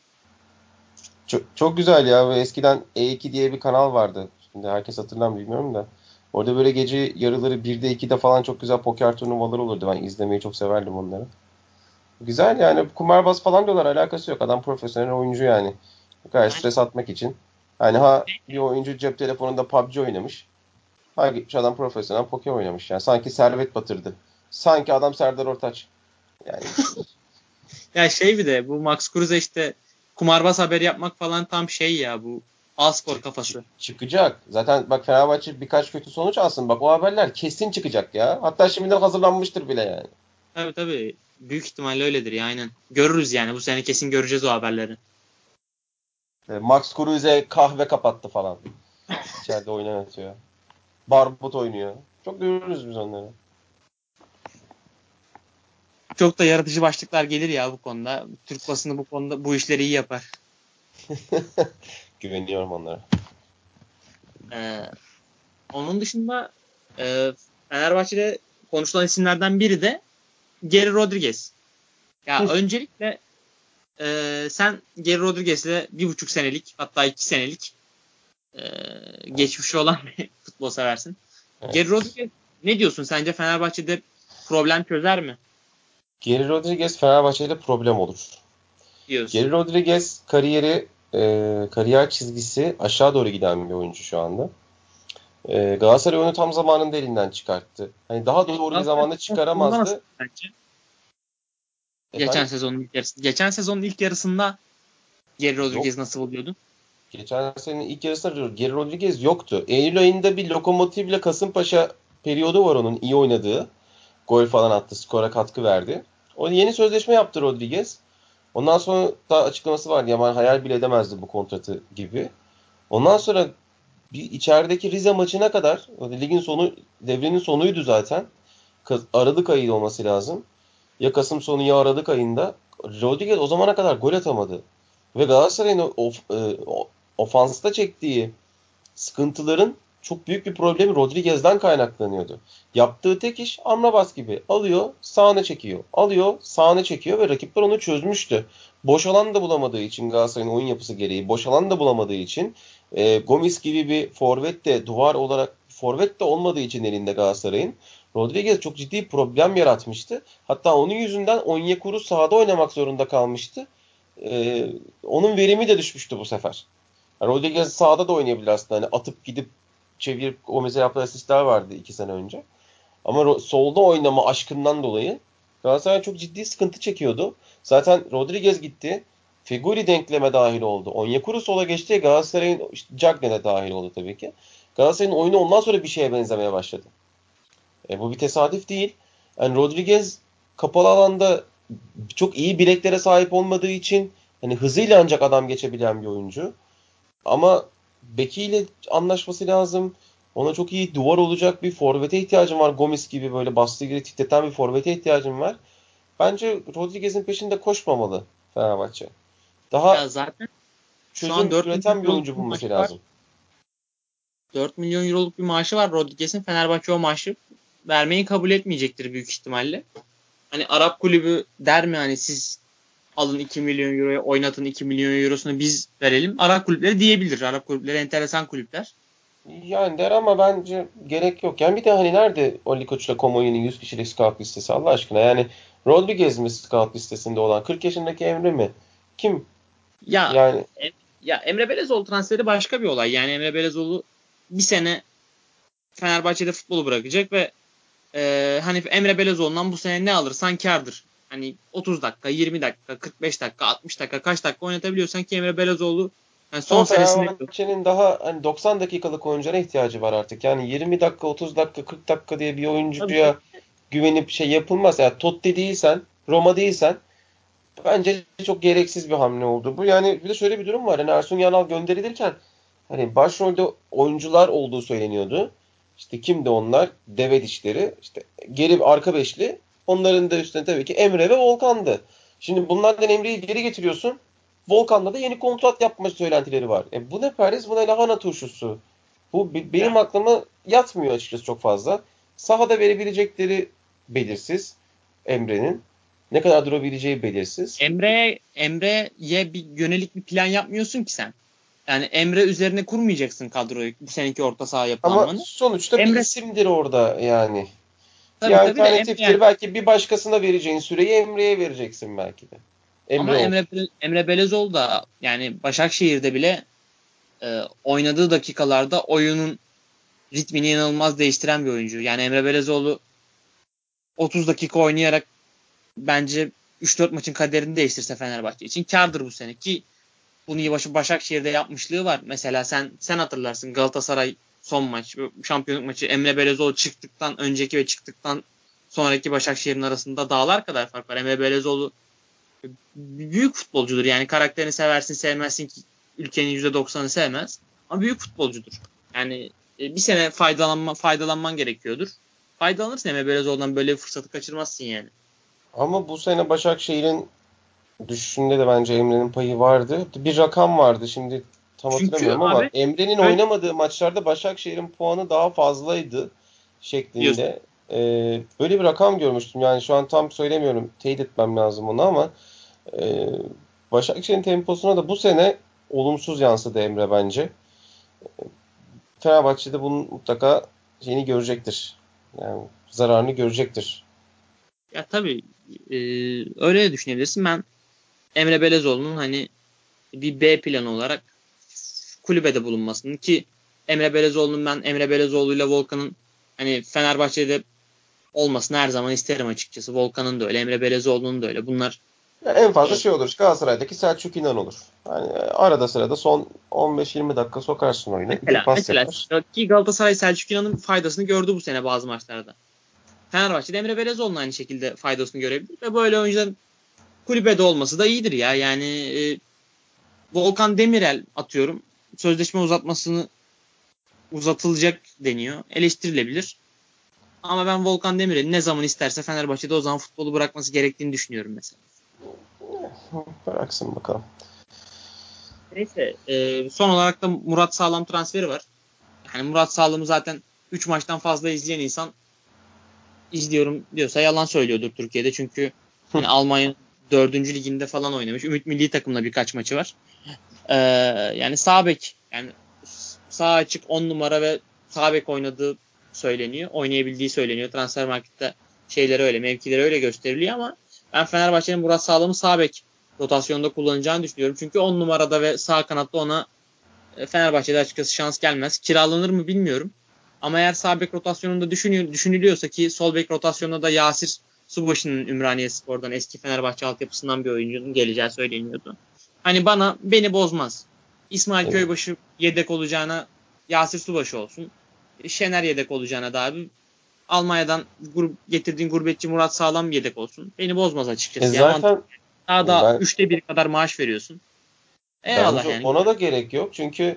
Çok güzel ya. Ve eskiden E2 diye bir kanal vardı. Şimdi herkes hatırlar mı bilmiyorum da. Orada böyle gece yarıları 1'de 2'de falan çok güzel poker turnuvaları olurdu. Ben izlemeyi çok severdim onları. Güzel yani kumarbaz falan diyorlar alakası yok. Adam profesyonel oyuncu yani. Gayet Yani stres atmak için. Hani ha bir oyuncu cep telefonunda PUBG oynamış. Ha gitmiş adam profesyonel poker oynamış. Yani sanki Servet Batır'dı. Sanki adam Serdar Ortaç. Yani ya şey, bir de bu Max Kruse işte kumarbaz haberi yapmak falan tam şey ya, bu Aspor kafası. çıkacak. Zaten bak Fenerbahçe birkaç kötü sonuç alsın. Bak o haberler kesin çıkacak ya. Hatta şimdiden hazırlanmıştır bile yani. Tabii tabii. Büyük ihtimalle öyledir ya, aynen. Görürüz yani, bu sene kesin göreceğiz o haberleri. Max Kruse kahve kapattı falan. İçeride oynatıyor. Barbot oynuyor. Çok görürüz biz onları. Çok da yaratıcı başlıklar gelir ya bu konuda. Türk basını bu konuda bu işleri iyi yapar. Güveniyorum onlara. Ee, Onun dışında Fenerbahçe'de konuşulan isimlerden biri de Geri Rodriguez. Ya öncelikle sen Geri Rodriguez'le 1,5 senelik hatta 2 senelik geçmişi olan bir futbol seversin. Evet. Geri Rodriguez ne diyorsun? Sence Fenerbahçe'de problem çözer mi? Geri Rodriguez Fenerbahçe'yle problem olur. Diyorsun. Geri Rodriguez kariyer çizgisi aşağı doğru giden bir oyuncu şu anda. Galatasaray onu tam zamanında elinden çıkarttı. Hani daha doğru bir zamanda çıkaramazdı. Bence? Efendim? Geçen sezonun ilk yarısında Geri Yok. Rodriguez nasıl buluyordun? Geçen senenin ilk yarısında Geri Rodriguez yoktu. Eylül ayında bir Lokomotiv'le Kasımpaşa periyodu var onun iyi oynadığı. Gol falan attı, skora katkı verdi. O yeni sözleşme yaptı Rodriguez. Ondan sonra da açıklaması vardı. Yaman hayal bile edemezdi bu kontratı gibi. Ondan sonra bir içerideki Rize maçına kadar, ligin sonu, devrenin sonuydu zaten. Aralık ayı olması lazım. Ya Kasım sonu ya Aralık ayında Rodriguez o zamana kadar gol atamadı. Ve Galatasaray'ın ofansta çektiği sıkıntıların çok büyük bir problemi Rodriguez'den kaynaklanıyordu. Yaptığı tek iş Amrabat gibi. Alıyor, sağına çekiyor. Alıyor, sağına çekiyor ve rakipler onu çözmüştü. Boş alan da bulamadığı için Galatasaray'ın oyun yapısı gereği boş alan da bulamadığı için Gomis gibi bir forvet de duvar olarak forvet de olmadığı için elinde Galatasaray'ın Rodriguez çok ciddi problem yaratmıştı. Hatta onun yüzünden Onyekuru sahada oynamak zorunda kalmıştı. Onun verimi de düşmüştü bu sefer. Rodriguez sağda da oynayabilir aslında. Hani atıp gidip çevirip o mesela yaptığı asistler vardı 2 sene önce. Ama solda oynama aşkından dolayı Galatasaray çok ciddi sıkıntı çekiyordu. Zaten Rodriguez gitti. Feguli denkleme dahil oldu. Onyekuru sola geçti. Galatasaray'ın işte Cagne de dahil oldu tabii ki. Galatasaray'ın oyunu ondan sonra bir şeye benzemeye başladı. Bu bir tesadüf değil. Yani Rodriguez kapalı alanda çok iyi bileklere sahip olmadığı için hani hızıyla ancak adam geçebilen bir oyuncu. Ama bekiyle anlaşması lazım. Ona çok iyi duvar olacak bir forvete ihtiyacım var. Gomis gibi böyle bastığı gibi titreten bir forvete ihtiyacım var. Bence Rodriguez'in peşinde koşmamalı Fenerbahçe. Daha Ya zaten şu an çözüm 4 milyon üreten bir euroluk oyuncu bir bulması maaşı var. lazım. 4 milyon euroluk bir maaşı var Rodriguez'in. Fenerbahçe o maaşı vermeyi kabul etmeyecektir büyük ihtimalle. Hani Arap kulübü der mi hani siz alın 2 milyon euroya oynatın 2 milyon eurosunu biz verelim. Arap kulüpleri diyebilir. Arap kulüpleri enteresan kulüpler. Yani der ama bence gerek yok. Yani bir de hani nerede Ali Koç'la Komoy'un 100 kişilik scout listesi Allah aşkına? Yani Rodriguez mi scout listesinde olan? 40 yaşındaki Emre mi? Kim? Ya Yani ya Emre Belezoğlu transferi başka bir olay. Yani Emre Belezoğlu bir sene Fenerbahçe'de futbolu bırakacak ve hani Emre Belezoğlu'ndan bu sene ne alırsan kârdır. Hani 30 dakika, 20 dakika, 45 dakika, 60 dakika kaç dakika oynatabiliyorsan ki Emre Belezoğlu yani son ama senesinde Fenerbahçe'nin daha hani 90 dakikalık oyunculara ihtiyacı var artık. Yani 20 dakika, 30 dakika, 40 dakika diye bir tabii, oyuncuya güvenip şey yapılmaz. Yani Totti değilsen, Roma değilsen bence çok gereksiz bir hamle oldu. Bu yani bir de şöyle bir durum var. Yani Ersun Yanal gönderilirken hani başrolde oyuncular olduğu söyleniyordu. İşte kimdi onlar? Deve dişleri. İşte geri arka beşli. Onların da üstüne tabii ki Emre ve Volkan'dı. Şimdi bunlardan Emre'yi geri getiriyorsun. Volkan'la da yeni kontrat yapma söylentileri var. Bu ne Paris, bu ne lahana turşusu. Bu benim ya aklıma yatmıyor açıkçası çok fazla. Sahada verebilecekleri belirsiz Emre'nin. Ne kadar durabileceği belirsiz. Emre'ye bir yönelik bir plan yapmıyorsun ki sen. Yani Emre üzerine kurmayacaksın kadroyu bu seneki orta saha Ama yapılanmanı. sonuçta bir Emre isimdir orada yani. Bir tabii de Emre alternatiftir. yani Belki bir başkasına vereceğin süreyi Emre'ye vereceksin belki de. Emre ama ol. Emre Belezoğlu da yani Başakşehir'de bile oynadığı dakikalarda oyunun ritmini inanılmaz değiştiren bir oyuncu. Yani Emre Belezoğlu 30 dakika oynayarak bence 3-4 maçın kaderini değiştirse Fenerbahçe için kârdır bu sene ki bunu Başakşehir'de yapmışlığı var. Mesela sen hatırlarsın Galatasaray son maç, şampiyonluk maçı Emre Belezoğlu çıktıktan önceki ve çıktıktan sonraki Başakşehir'in arasında dağlar kadar fark var. Emre Belezoğlu büyük futbolcudur. Yani karakterini seversin sevmezsin ki ülkenin %90'ı sevmez. Ama büyük futbolcudur. Yani bir sene faydalanman gerekiyordur. Faydalanırsın Emre Belözoğlu'ndan, böyle bir fırsatı kaçırmazsın yani. Ama bu sene Başakşehir'in düşüşünde de bence Emre'nin payı vardı. Bir rakam vardı şimdi tam Çünkü hatırlamıyorum ama abi Emre'nin böyle oynamadığı maçlarda Başakşehir'in puanı daha fazlaydı diyorsun. şeklinde. Böyle bir rakam görmüştüm. Yani şu an tam söylemiyorum. Teyit etmem lazım onu ama e, Başakşehir'in temposuna da bu sene olumsuz yansıdı Emre bence. Fenerbahçe'de bunun mutlaka şeyini görecektir. Yani zararını görecektir. Ya tabii e, öyle de düşünebilirsin. Ben Emre Belözoğlu'nun hani bir B planı olarak kulübede bulunmasını, ki Emre Belözoğlu ile Volkan'ın hani Fenerbahçe'de olmasını her zaman isterim açıkçası. Volkan'ın da öyle, Emre Belözoğlu'nun da öyle. Bunlar Ya en fazla e, şey olur. Galatasaray'daki Selçuk İnan olur. Yani arada sırada son 15-20 dakika sokarsın oyuna. İki pas mesela yapar. ki Galatasaray Selçuk İnan'ın faydasını gördü bu sene bazı maçlarda. Fenerbahçe'de Emre Belözoğlu'nun aynı şekilde faydasını görebilir ve böyle oyuncuların kulübede olması da iyidir ya. Yani Volkan Demirel atıyorum, sözleşme uzatılacak deniyor. Eleştirilebilir. Ama ben Volkan Demirel'in ne zaman isterse Fenerbahçe'de o zaman futbolu bırakması gerektiğini düşünüyorum mesela. Bıraksın bakalım. Neyse, son olarak da Murat Sağlam transferi var. Yani Murat Sağlam'ı zaten 3 maçtan fazla izleyen insan izliyorum diyorsa yalan söylüyordur Türkiye'de. Çünkü hani Almanya 4. liginde falan oynamış. Ümit Milli Takım'la birkaç maçı var. Ee, Yani sağ bek, yani sağ açık 10 numara ve sağ bek oynadığı söyleniyor. Oynayabildiği söyleniyor. Transfermarkt'ta şeyleri öyle, mevkileri öyle gösteriliyor ama ben Fenerbahçe'nin Murat Sağlam'ı sağ bek rotasyonda kullanacağını düşünüyorum. Çünkü 10 numarada ve sağ kanatta ona Fenerbahçe'de açıkçası şans gelmez. Kiralanır mı bilmiyorum. Ama eğer sağ bek rotasyonunda düşünülüyorsa, ki sol bek rotasyonunda da Yasir Subaşı'nın Ümraniyespor'dan, eski Fenerbahçe altyapısından bir oyuncunun geleceği söyleniyordu. Hani beni bozmaz. İsmail E, Köybaşı yedek olacağına Yasir Subaşı olsun. Şener yedek olacağına da abi Almanya'dan getirdiğin gurbetçi Murat Sağlam yedek olsun. Beni bozmaz açıkçası. Ya mantıklı. zaten Daha da ben 1/3 kadar maaş veriyorsun. Eyvallah bence yani. ona da gerek yok. Çünkü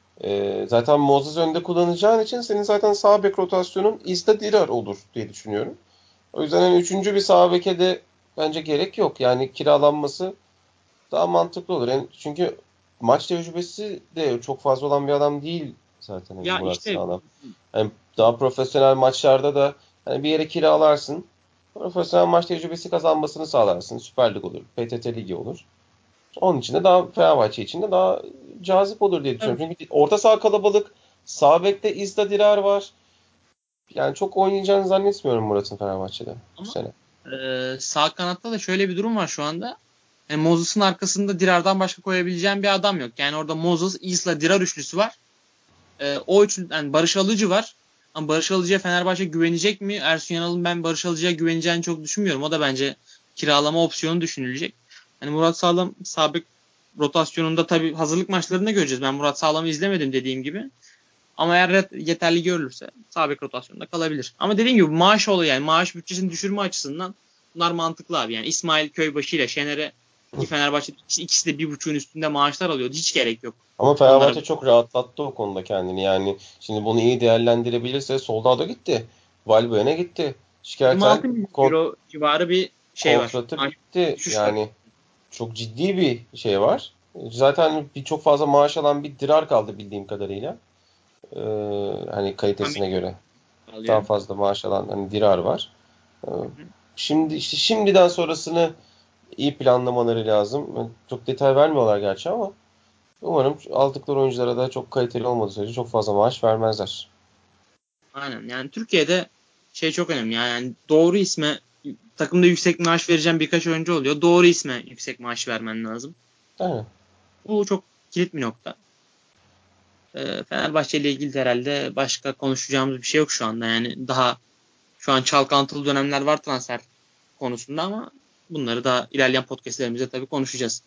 zaten Moses önde kullanacağın için senin zaten sağ bek rotasyonun Isla Dirar olur diye düşünüyorum. O yüzden hani üçüncü bir sağ beke de bence gerek yok. Yani kiralanması daha mantıklı olur. Yani çünkü maç tecrübesi de çok fazla olan bir adam değil zaten hani Ya Murat işte Sağlam. Yani daha profesyonel maçlarda da hani bir yere kiralarsın. Profesyonel maç tecrübesi kazanmasını sağlarsın. Süper Lig olur, PTT Ligi olur. Onun için de daha Fenerbahçe için de daha cazip olur diye düşünüyorum. Çünkü orta saha kalabalık. Sağ bekte İzda Dirar var. Yani çok oynayacağını zannetmiyorum Murat'ın Fenerbahçe'de bu ama sene. sağ kanatta da şöyle bir durum var şu anda. Yani Moses'ın arkasında Dirar'dan başka koyabileceğim bir adam yok. Yani orada Moses, Isla, Dirar üçlüsü var. O üçlü, yani Barış Alıcı var. Ama Barış Alıcı'ya Fenerbahçe güvenecek mi? Ersun Yanal'ın ben Barış Alıcı'ya güveneceğini çok düşünmüyorum. O da bence kiralama opsiyonu düşünülecek. Hani Murat Sağlam sağ bek rotasyonunda tabii hazırlık maçlarında göreceğiz. Ben Murat Sağlam'ı izlemedim dediğim gibi. Ama eğer yeterli görülürse sağ bek rotasyonunda kalabilir. Ama dediğim gibi maaş oluyor, yani maaş bütçesini düşürme açısından bunlar mantıklı abi. Yani İsmail Köybaşı ile Şener'e, ki Fenerbahçe ikisi de 1,5'un üstünde maaşlar alıyordu. Hiç gerek yok Ama onlara. Fenerbahçe çok rahatlattı o konuda kendini. Yani şimdi bunu iyi değerlendirebilirse Soldado gitti. Valbuena gitti. Şikertel 26 milyon euro civarı bir şey var. kontratı Maaş bitti. düşüş var. Yani çok ciddi bir şey var. Zaten çok fazla maaş alan bir Dirar kaldı bildiğim kadarıyla. Ee, hani Hamit kalitesine göre daha alıyor. fazla maaş alan hani Dirar var. Ee, Hı hı. Şimdi işte şimdiden sonrasını iyi planlamaları lazım. Çok detay vermiyorlar gerçi ama umarım aldıkları oyunculara da çok kaliteli olmadığı sürece çok fazla maaş vermezler. Aynen. Yani Türkiye'de şey çok önemli. Yani doğru isme, takımda yüksek maaş vereceğim birkaç oyuncu oluyor. Doğru isme yüksek maaş vermen lazım. Değil mi? Bu çok kilit bir nokta. Fenerbahçe ile ilgili de herhalde başka konuşacağımız bir şey yok şu anda. Yani daha şu an çalkantılı dönemler var transfer konusunda ama bunları da ilerleyen podcastlerimizde tabii konuşacağız.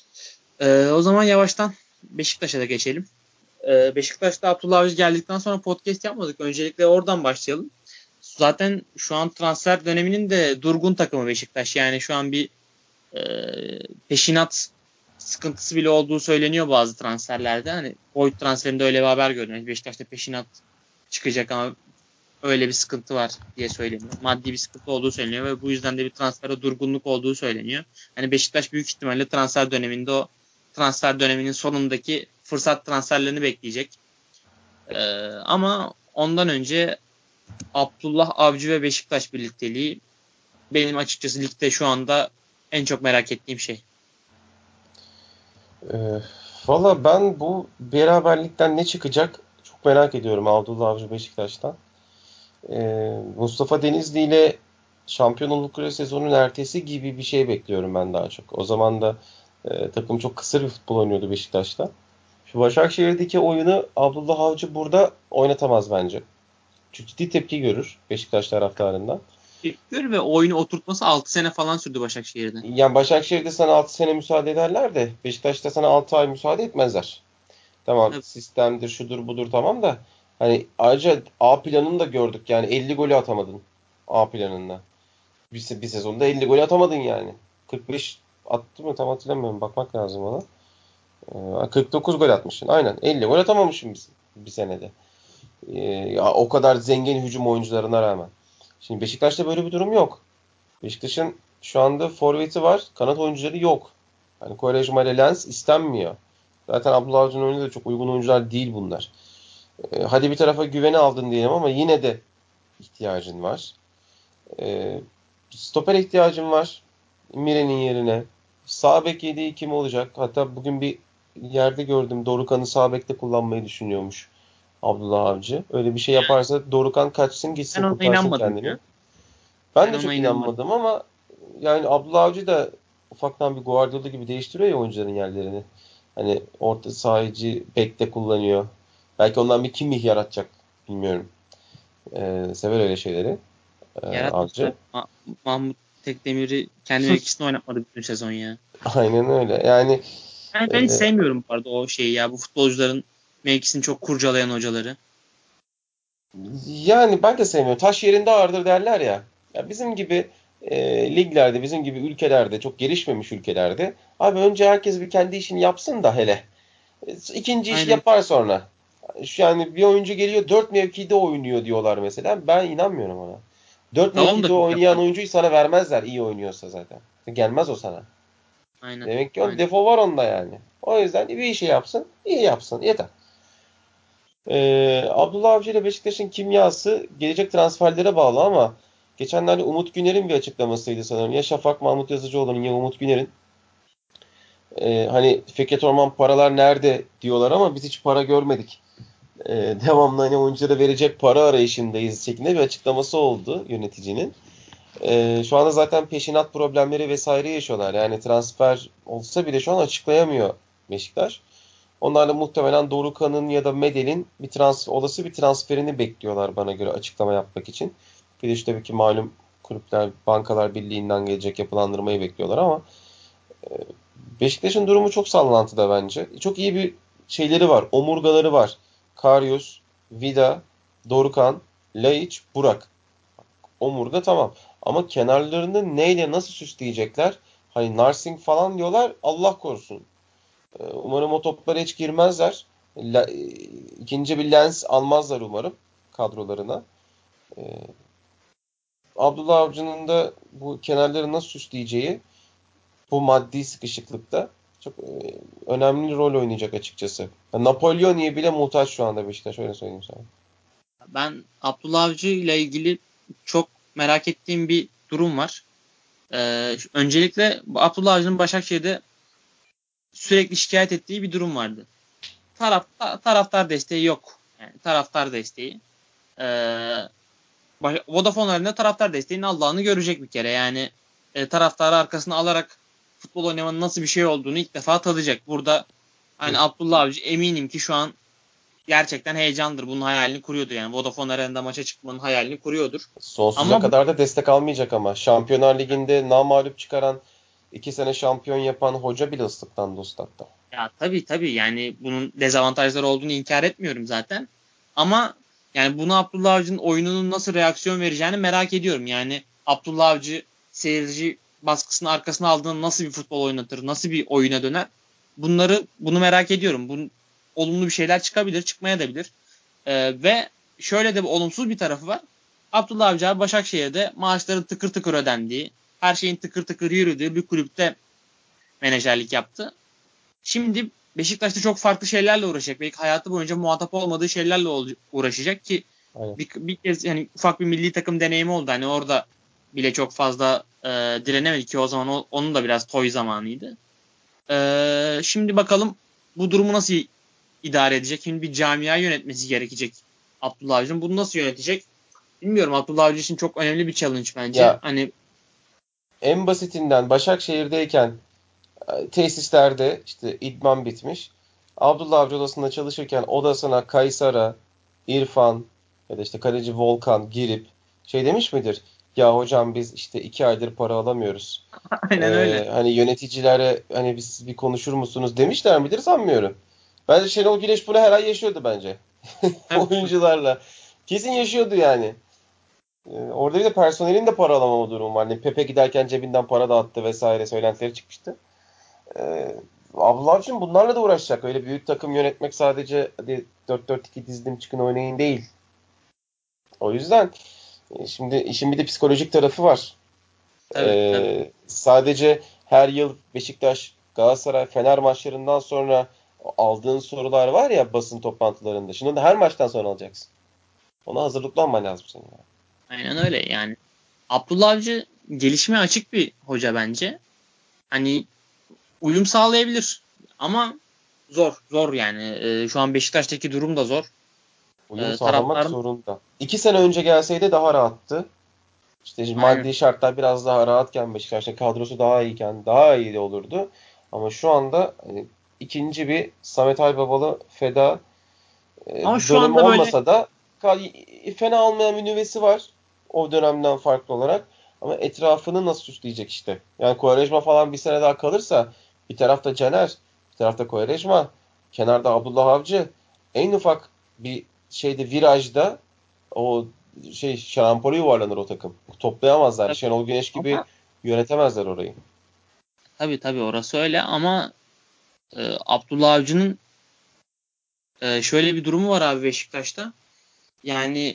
O zaman yavaştan Beşiktaş'a da geçelim. Beşiktaş'ta Abdullah Avcı geldikten sonra podcast yapmadık. Öncelikle oradan başlayalım. Zaten şu an transfer döneminin de durgun takımı Beşiktaş. Yani şu an bir e, peşinat sıkıntısı bile olduğu söyleniyor bazı transferlerde. Hani Boyd transferinde öyle bir haber gördüm. Yani Beşiktaş'ta peşinat çıkacak ama öyle bir sıkıntı var diye söyleniyor. Maddi bir sıkıntı olduğu söyleniyor ve bu yüzden de bir transferde durgunluk olduğu söyleniyor. Hani Beşiktaş büyük ihtimalle transfer döneminde o transfer döneminin sonundaki fırsat transferlerini bekleyecek. Ama ondan önce Abdullah Avcı ve Beşiktaş birlikteliği benim açıkçası ligde şu anda en çok merak ettiğim şey. Valla ben bu beraberlikten ne çıkacak çok merak ediyorum Abdullah Avcı Beşiktaş'tan. Mustafa Denizli ile Şampiyonluk sezonun ertesi gibi bir şey bekliyorum ben daha çok. O zaman da takım çok kısır bir futbol oynuyordu Beşiktaş'ta. Şu Başakşehir'deki oyunu Abdullah Avcı burada oynatamaz bence. Çünkü ciddi tepki görür Beşiktaş taraftarından. Bekliyor ve oyunu oturtması 6 sene falan sürdü Başakşehir'de. Yani Başakşehir'de sana 6 sene müsaade ederler de Beşiktaş'ta sana 6 ay müsaade etmezler. Tamam Evet. sistemdir şudur budur tamam da hani ayrıca A planını da gördük yani 50 golü atamadın A planında. Bir sezonda 50 gol atamadın yani. 45 attı mı tam hatırlamıyorum bakmak lazım ona. 49 gol atmışsın aynen 50 gol atamamışsın bir senede. Ya, o kadar zengin hücum oyuncularına rağmen. Şimdi Beşiktaş'ta böyle bir durum yok. Beşiktaş'ın şu anda forveti var. Kanat oyuncuları yok. Hani Quaresma ile Lens istenmiyor. Zaten Abdullah Avcı'nın oyunu da çok uygun oyuncular değil bunlar. Hadi bir tarafa güveni aldın diyelim ama yine de ihtiyacın var. Stoper ihtiyacın var. Mire'nin yerine. Sağ bek yedeği kim olacak? Hatta bugün bir yerde gördüm. Dorukhan'ı sağ bekte kullanmayı düşünüyormuş Abdullah Avcı. Öyle bir şey yaparsa Dorukhan kaçsın Ben gitsin ona kurtarsın inanmadım kendini. ya. Ben Ben de ona çok inanmadım. inanmadım ama yani Abdullah Avcı da ufaktan bir Guardiola gibi değiştiriyor ya oyuncuların yerlerini. Hani orta sahici bekte kullanıyor. Belki ondan bir kimlik yaratacak. Bilmiyorum. Sever öyle şeyleri. Yaratmasın Avcı. abi. Mahmut Tekdemir'i kendi mevkisinde oynatmadı bütün sezon ya. Aynen öyle. Yani Ben hiç e, sevmiyorum bu arada o şeyi ya. Bu futbolcuların mevkisini çok kurcalayan hocaları. yani ben de sevmiyorum. Taş yerinde ağırdır derler ya. Ya bizim gibi liglerde, bizim gibi ülkelerde, çok gelişmemiş ülkelerde abi önce herkes bir kendi işini yapsın da hele. İkinci işi Aynen. yapar sonra. Yani bir oyuncu geliyor 4 mevkide oynuyor diyorlar mesela. Ben inanmıyorum ona. 4 Davom da mevkide çok oynayan yapardı. oyuncuyu sana vermezler iyi oynuyorsa zaten. Gelmez o sana. Aynen. Demek ki o Aynen. defo var onda yani. O yüzden bir işi yapsın, iyi yapsın. Yeter. Abdullah Avcı ile Beşiktaş'ın kimyası gelecek transferlere bağlı ama geçenlerde Umut Güner'in bir açıklamasıydı sanırım. Ya Şafak Mahmut Yazıcıoğlu'nun ya Umut Güner'in. Hani Fikret Orman paralar nerede diyorlar ama biz hiç para görmedik. Devamlı hani oyunculara verecek para arayışındayız şeklinde bir açıklaması oldu yöneticinin. Şu anda zaten peşinat problemleri vesaire yaşıyorlar. Yani transfer olsa bile şu an açıklayamıyor Beşiktaş. Onlar da muhtemelen Dorukhan'ın ya da Medel'in olası bir transferini bekliyorlar bana göre açıklama yapmak için. Bir de işte tabii ki malum kulüpler, bankalar birliğinden gelecek yapılandırmayı bekliyorlar ama Beşiktaş'ın durumu çok sallantıda bence. Çok iyi bir şeyleri var, omurgaları var. Karius, Vida, Dorukhan, Laiç, Burak. Omurga tamam. Ama kenarlarını neyle nasıl süsleyecekler? Hani Narsing falan diyorlar. Allah korusun. Umarım o toplara hiç girmezler. İkinci bir lens almazlar umarım kadrolarına. E, Abdullah Avcı'nın da bu kenarları nasıl süsleyeceği bu maddi sıkışıklıkta çok önemli rol oynayacak açıkçası. Napolyon'ye bile muhtaç şu anda Beşiktaş öyle söyleyeyim sana. Ben Abdullah Avcı ile ilgili çok merak ettiğim bir durum var. Öncelikle Abdullah Avcı'nın Başakşehir'de sürekli şikayet ettiği bir durum vardı. Taraftar desteği yok. Yani taraftar desteği. Ee, Vodafone Arena'da taraftar desteğinin Allah'ını görecek bir kere. Yani taraftarı arkasına alarak futbol oynamanın nasıl bir şey olduğunu ilk defa tadacak. Burada hani Abdullah Avcı eminim ki şu an gerçekten heyecandır. Bunun hayalini kuruyordur. Yani Vodafone Arena'da maça çıkmanın hayalini kuruyordur. Sonsuza Ama bu kadar da destek almayacak ama. Şampiyonlar Ligi'nde namağlup çıkaran 2 sene şampiyon yapan hoca bile ıslıktan dost hatta. ya tabii yani bunun dezavantajları olduğunu inkar etmiyorum zaten. Ama yani bunu Abdullah Avcı'nın oyununun nasıl reaksiyon vereceğini merak ediyorum. Yani Abdullah Avcı seyirci baskısını arkasına aldığında nasıl bir futbol oynatır, nasıl bir oyuna döner? Bunu merak ediyorum. Olumlu bir şeyler çıkabilir, çıkmayabilir. Ve şöyle de bir olumsuz bir tarafı var. Abdullah Avcı abi Başakşehir'de maaşların tıkır tıkır ödendiği, her şeyin tıkır tıkır yürüdüğü bir kulüpte menajerlik yaptı. Şimdi Beşiktaş'ta çok farklı şeylerle uğraşacak. Belki hayatı boyunca muhatap olmadığı şeylerle uğraşacak ki bir kez yani ufak bir milli takım deneyimi oldu. Hani orada bile çok fazla direnemedi ki o zaman onun da biraz toy zamanıydı. Şimdi bakalım bu durumu nasıl idare edecek? Şimdi bir camia yönetmesi gerekecek Abdullah Avcı'nın. Bunu nasıl yönetecek? Bilmiyorum. Abdullah Avcı için çok önemli bir challenge bence. Ya Hani en basitinden Başakşehir'deyken tesislerde işte idman bitmiş. Abdullah Avcı odasında çalışırken odasına Kaysara, İrfan ya da işte kaleci Volkan girip şey demiş midir? Ya hocam biz işte 2 aydır para alamıyoruz. aynen öyle. Hani yöneticilere hani biz bir konuşur musunuz demişler midir sanmıyorum. Bence Şenol Güneş bunu her ay yaşıyordu bence. Tabii. Oyuncularla. Kesin yaşıyordu yani. Orada bir de personelin de para alamama durumu var. Hani Pepe giderken cebinden para dağıttı vesaire söylentileri çıkmıştı. Abdullah Avcı'nın bunlarla da uğraşacak. Öyle büyük takım yönetmek sadece hadi 4-4-2 dizdim çıkın oynayın değil. O yüzden şimdi işin bir de psikolojik tarafı var. Tabii. Sadece her yıl Beşiktaş, Galatasaray, Fener maçlarından sonra aldığın sorular var ya basın toplantılarında. Şimdi de her maçtan sonra alacaksın. Ona hazırlıklanman lazım senin. Yani. Aynen öyle yani. Abdullah Avcı gelişmeye açık bir hoca bence. Hani uyum sağlayabilir ama zor yani. Şu an Beşiktaş'taki durum da zor. Uyum sağlamak Taraftarın zorunda. 2 sene önce gelseydi daha rahattı. İşte aynen. maddi şartlar biraz daha rahatken Beşiktaş'ta kadrosu daha iyiyken daha iyi de olurdu. Ama şu anda hani, ikinci bir Samet Aybaba feda Ama şu dönemi anda böyle olmasa da fena olmayan bir nüvesi var o dönemden farklı olarak. Ama etrafını nasıl süsleyecek işte. Yani Quaresma falan bir sene daha kalırsa bir tarafta Caner, bir tarafta Quaresma, kenarda Abdullah Avcı. En ufak bir şeyde virajda o şarampole yuvarlanır o takım. Toplayamazlar. Şenol Güneş gibi ama yönetemezler orayı. tabii orası öyle ama Abdullah Avcı'nın şöyle bir durumu var abi Beşiktaş'ta. Yani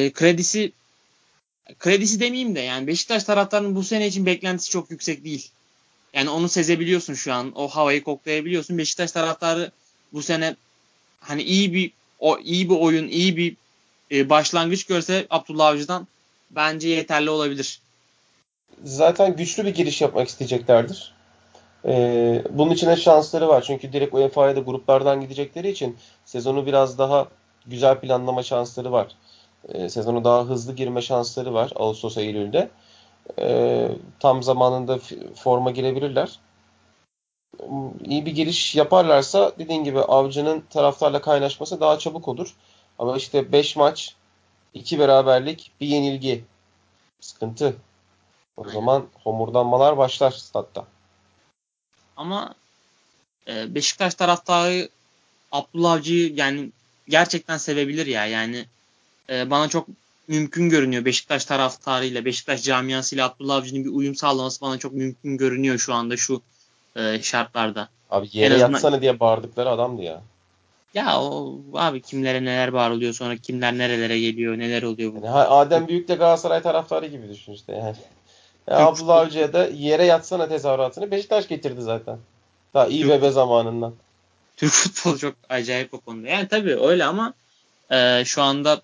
kredisi demeyeyim de yani Beşiktaş taraftarının bu sene için beklentisi çok yüksek değil. Yani onu sezebiliyorsun şu an. O havayı koklayabiliyorsun. Beşiktaş taraftarı bu sene hani iyi bir oyun, iyi bir başlangıç görse Abdullah Avcı'dan bence yeterli olabilir. Zaten güçlü bir giriş yapmak isteyeceklerdir. Bunun için de şansları var. Çünkü direkt UEFA'ya da gruplardan gidecekleri için sezonu biraz daha güzel planlama şansları var. Sezonu daha hızlı girme şansları var Ağustos Eylül'de. Tam zamanında forma girebilirler. İyi bir giriş yaparlarsa dediğin gibi Avcı'nın taraftarla kaynaşması daha çabuk olur. Ama işte 5 maç, 2 beraberlik, bir yenilgi. Sıkıntı. O Aynen. zaman homurdanmalar başlar statta. Ama Beşiktaş taraftarı Abdullah Avcı'yı yani gerçekten sevebilir ya. Yani bana çok mümkün görünüyor Beşiktaş taraftarıyla, Beşiktaş camiasıyla Abdullah Avcı'nın bir uyum sağlaması bana çok mümkün görünüyor şu anda şu şartlarda. Abi En yere azından yatsana diye bağırdıkları adamdı ya. ya o abi kimlere neler bağırılıyor sonra kimler nerelere geliyor neler oluyor bu Yani Türk, Adem Büyük de Galatasaray taraftarı gibi düşün işte yani. Ya Türk Abdullah futbolu Avcı'ya da yere yatsana tezahüratını Beşiktaş getirdi zaten. Daha Türk, İBB zamanından. Türk futbolu çok acayip o konuda. Yani tabii öyle ama şu anda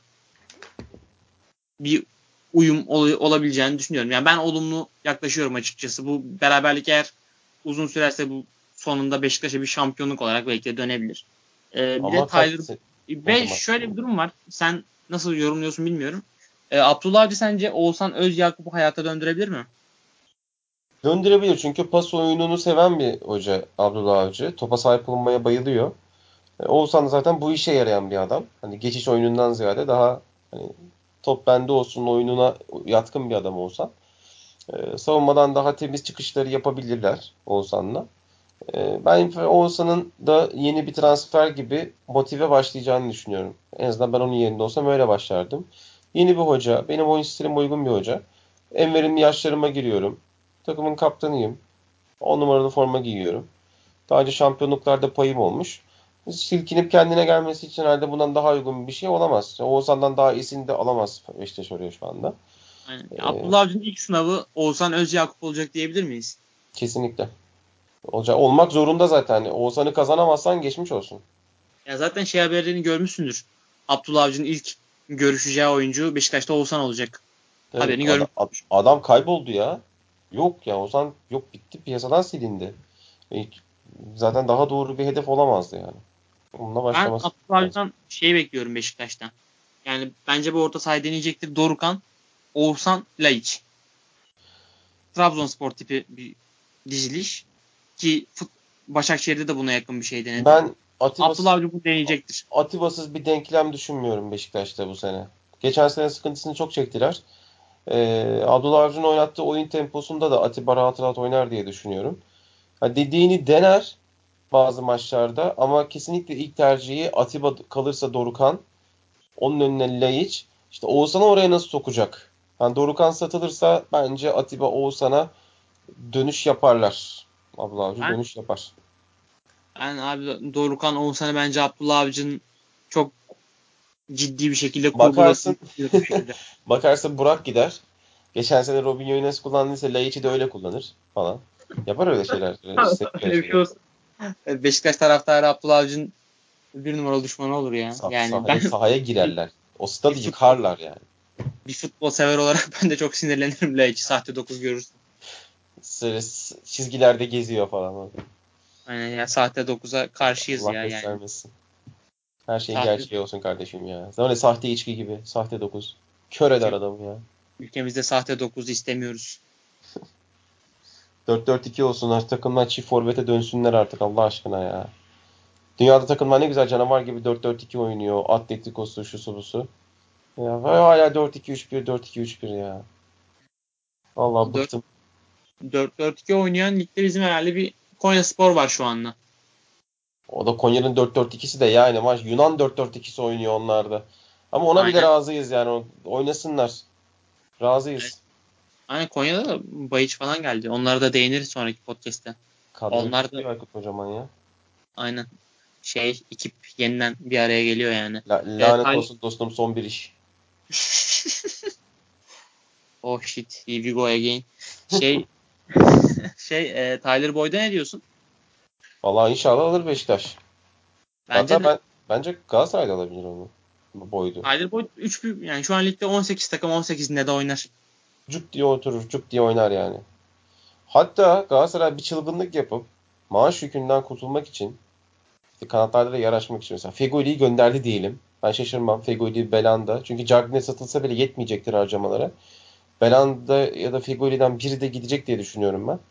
bir uyum olabileceğini düşünüyorum. Yani ben olumlu yaklaşıyorum açıkçası. Bu beraberlik eğer uzun sürerse bu sonunda Beşiktaş'a bir şampiyonluk olarak belki de dönebilir. Bir de Ama Tyler hadi ve maç. şöyle bir durum var. Sen nasıl yorumluyorsun bilmiyorum. Abdullah Avcı sence Oğuzhan Özyakup'u hayata döndürebilir mi? Döndürebilir çünkü pas oyununu seven bir hoca Abdullah Avcı. Topa sahip olmaya bayılıyor. Oğuzhan da zaten bu işe yarayan bir adam. Hani geçiş oyunundan ziyade daha hani top bende olsun oyununa yatkın bir adam Oğuzhan. Savunmadan daha temiz çıkışları yapabilirler Oğuzhan'la. Ben Oğuzhan'ın da yeni bir transfer gibi motive başlayacağını düşünüyorum. En azından ben onun yerinde olsam öyle başlardım. Yeni bir hoca, benim oyun stilim uygun bir hoca. En verimli yaşlarıma giriyorum. Takımın kaptanıyım. 10 numaralı forma giyiyorum. Daha önce şampiyonluklarda payım olmuş. silkinip kendine gelmesi için herhalde bundan daha uygun bir şey olamaz. Oğuzhan'dan daha iyisini de alamaz Beşiktaş oraya şu anda. Yani Abdullah Avcı'nın ilk sınavı Oğuzhan Özyakup olacak diyebilir miyiz? Kesinlikle. Olmak zorunda zaten. Hani Oğuzhan'ı kazanamazsan geçmiş olsun. Ya zaten şey haberlerini görmüşsündür. Abdullah Avcı'nın ilk görüşeceği oyuncu Beşiktaş'ta Oğuzhan olacak. Evet, Haberini görmüş. adam kayboldu ya. Yok ya, Oğuzhan yok, bitti, piyasadan silindi. E, Zaten daha doğru bir hedef olamazdı yani. Onunla Ben başlaması Abdullah lazım. Avcı'dan şey bekliyorum Beşiktaş'tan. Yani bence bu orta sahayı deneyecektir. Dorukhan, Oğuzhan, Laiç. Trabzonspor tipi bir diziliş. Ki Başakşehir'de de buna yakın bir şey denedi. Ben Abdullah Atibas, Avcı bu deneyecektir. Atibas'ız bir denklem düşünmüyorum Beşiktaş'ta bu sene. Geçen sene sıkıntısını çok çektiler. Abdullah Avcı'nın oynattığı oyun temposunda da Atiba rahat rahat oynar diye düşünüyorum. Ha, dediğini dener bazı maçlarda ama kesinlikle ilk tercihi Atiba kalırsa Dorukhan, onun önüne Laiç. İşte Oğuzhan'ı oraya nasıl sokacak? Yani Dorukhan satılırsa bence Atiba Oğuzhan'a dönüş yaparlar. Abdullah Avcı Ben, dönüş yapar. ben abi Dorukhan Oğuzhan'ı bence Abdullah Avcı'nın çok ciddi bir şekilde kurguladığını Bakarsın düşünüyorum şeyde. bakarsın Burak gider. Geçen sene Robinho'yu nasıl kullandıysa Laiç'i de öyle kullanır falan. Yapar öyle şeyler. Öyle Öyle bir şey şeyler. olsun. Beşiktaş taraftarı Abdullah Avcı'nın bir numaralı düşmanı olur ya. Yani ben Sahaya girerler. O bir stadı futbol, yıkarlar yani. bir futbol sever olarak ben de çok sinirlenirim Laiç'i sahte 9 görürsün. Çizgilerde geziyor falan. Aynen ya sahte 9'a karşıyız Allah ya yani. göstermesin. Her şeyin Sahte gerçeği olsun kardeşim ya. Öyle sahte içki gibi. Sahte dokuz. Kör eder ülke, adamı ya. ülkemizde sahte 9 istemiyoruz. 4-4-2 olsun. Artık takımlar çift forvete dönsünler artık Allah aşkına ya. Dünyada takımlar ne güzel canavar gibi 4-4-2 oynuyor. Atletico'su, şusu busu. Ya hala 4-2-3-1, 4-2-3-1 ya. Allah 4 bıktım. 4-4-2 oynayan ligde bizim herhalde bir Konyaspor var şu anda. O da Konya'nın 4-4-2'si de yani maç Yunan 4-4-2'si oynuyor onlarda. Ama ona bile Aynen. razıyız yani. Oynasınlar. Evet. Razıyız. Aynen Konya'da da Bayiç falan geldi. Onlara da değiniriz sonraki podcast'te. Kadroyu Onlar da topluyor Aykut Kocaman ya. aynen şey ekip yeniden bir araya geliyor yani. Lanet Tyler... olsun dostum, son bir iş. Oh shit, here we go again. Şey Tyler Boyd'a ne diyorsun? Vallahi inşallah alır Beşiktaş. Bence Hatta de bence Galatasaray da alabilir onu. Bu boydu. Tyler Boyd 3 büyük yani şu an ligde 18 takım 18'inde de oynar. Cuk diye oturur, cuk diye oynar yani. Hatta Galatasaray bir çılgınlık yapıp maaş yükünden kurtulmak için, işte kanatlarda da yer açmak için mesela Fegoli'yi gönderdi diyelim. Ben şaşırmam. Fegoli, Belanda. Çünkü Cagney satılsa bile yetmeyecektir harcamalara. Belanda ya da Fegoli'den biri de gidecek diye düşünüyorum ben.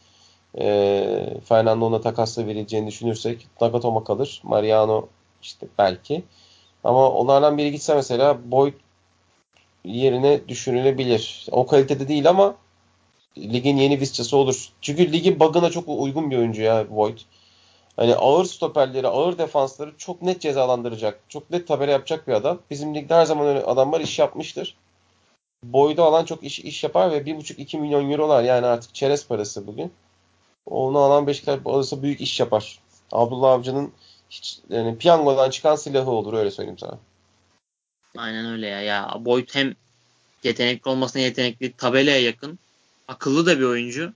Fernando'na takasla verileceğini düşünürsek Nagatomo kalır. Mariano işte belki. Ama onlardan biri gitse mesela Boyd yerine düşünülebilir. O kalitede değil ama ligin yeni visçası olur. Çünkü ligin bug'ına çok uygun bir oyuncu ya Boyd. Hani ağır stoperleri, ağır defansları çok net cezalandıracak. Çok net tabela yapacak bir adam. Bizim ligde her zaman öyle adamlar iş yapmıştır. Boyd'u alan çok iş yapar ve 1,5-2 milyon eurolar yani artık çerez parası bugün. Onu alan Beşiktaş alırsa büyük iş yapar. Abdullah Avcı'nın hiç yani piyangodan çıkan silahı olur, öyle söyleyeyim sana. Aynen öyle ya. Ya Boyd hem yetenekli olmasına yetenekli, tabelaya yakın, akıllı da bir oyuncu.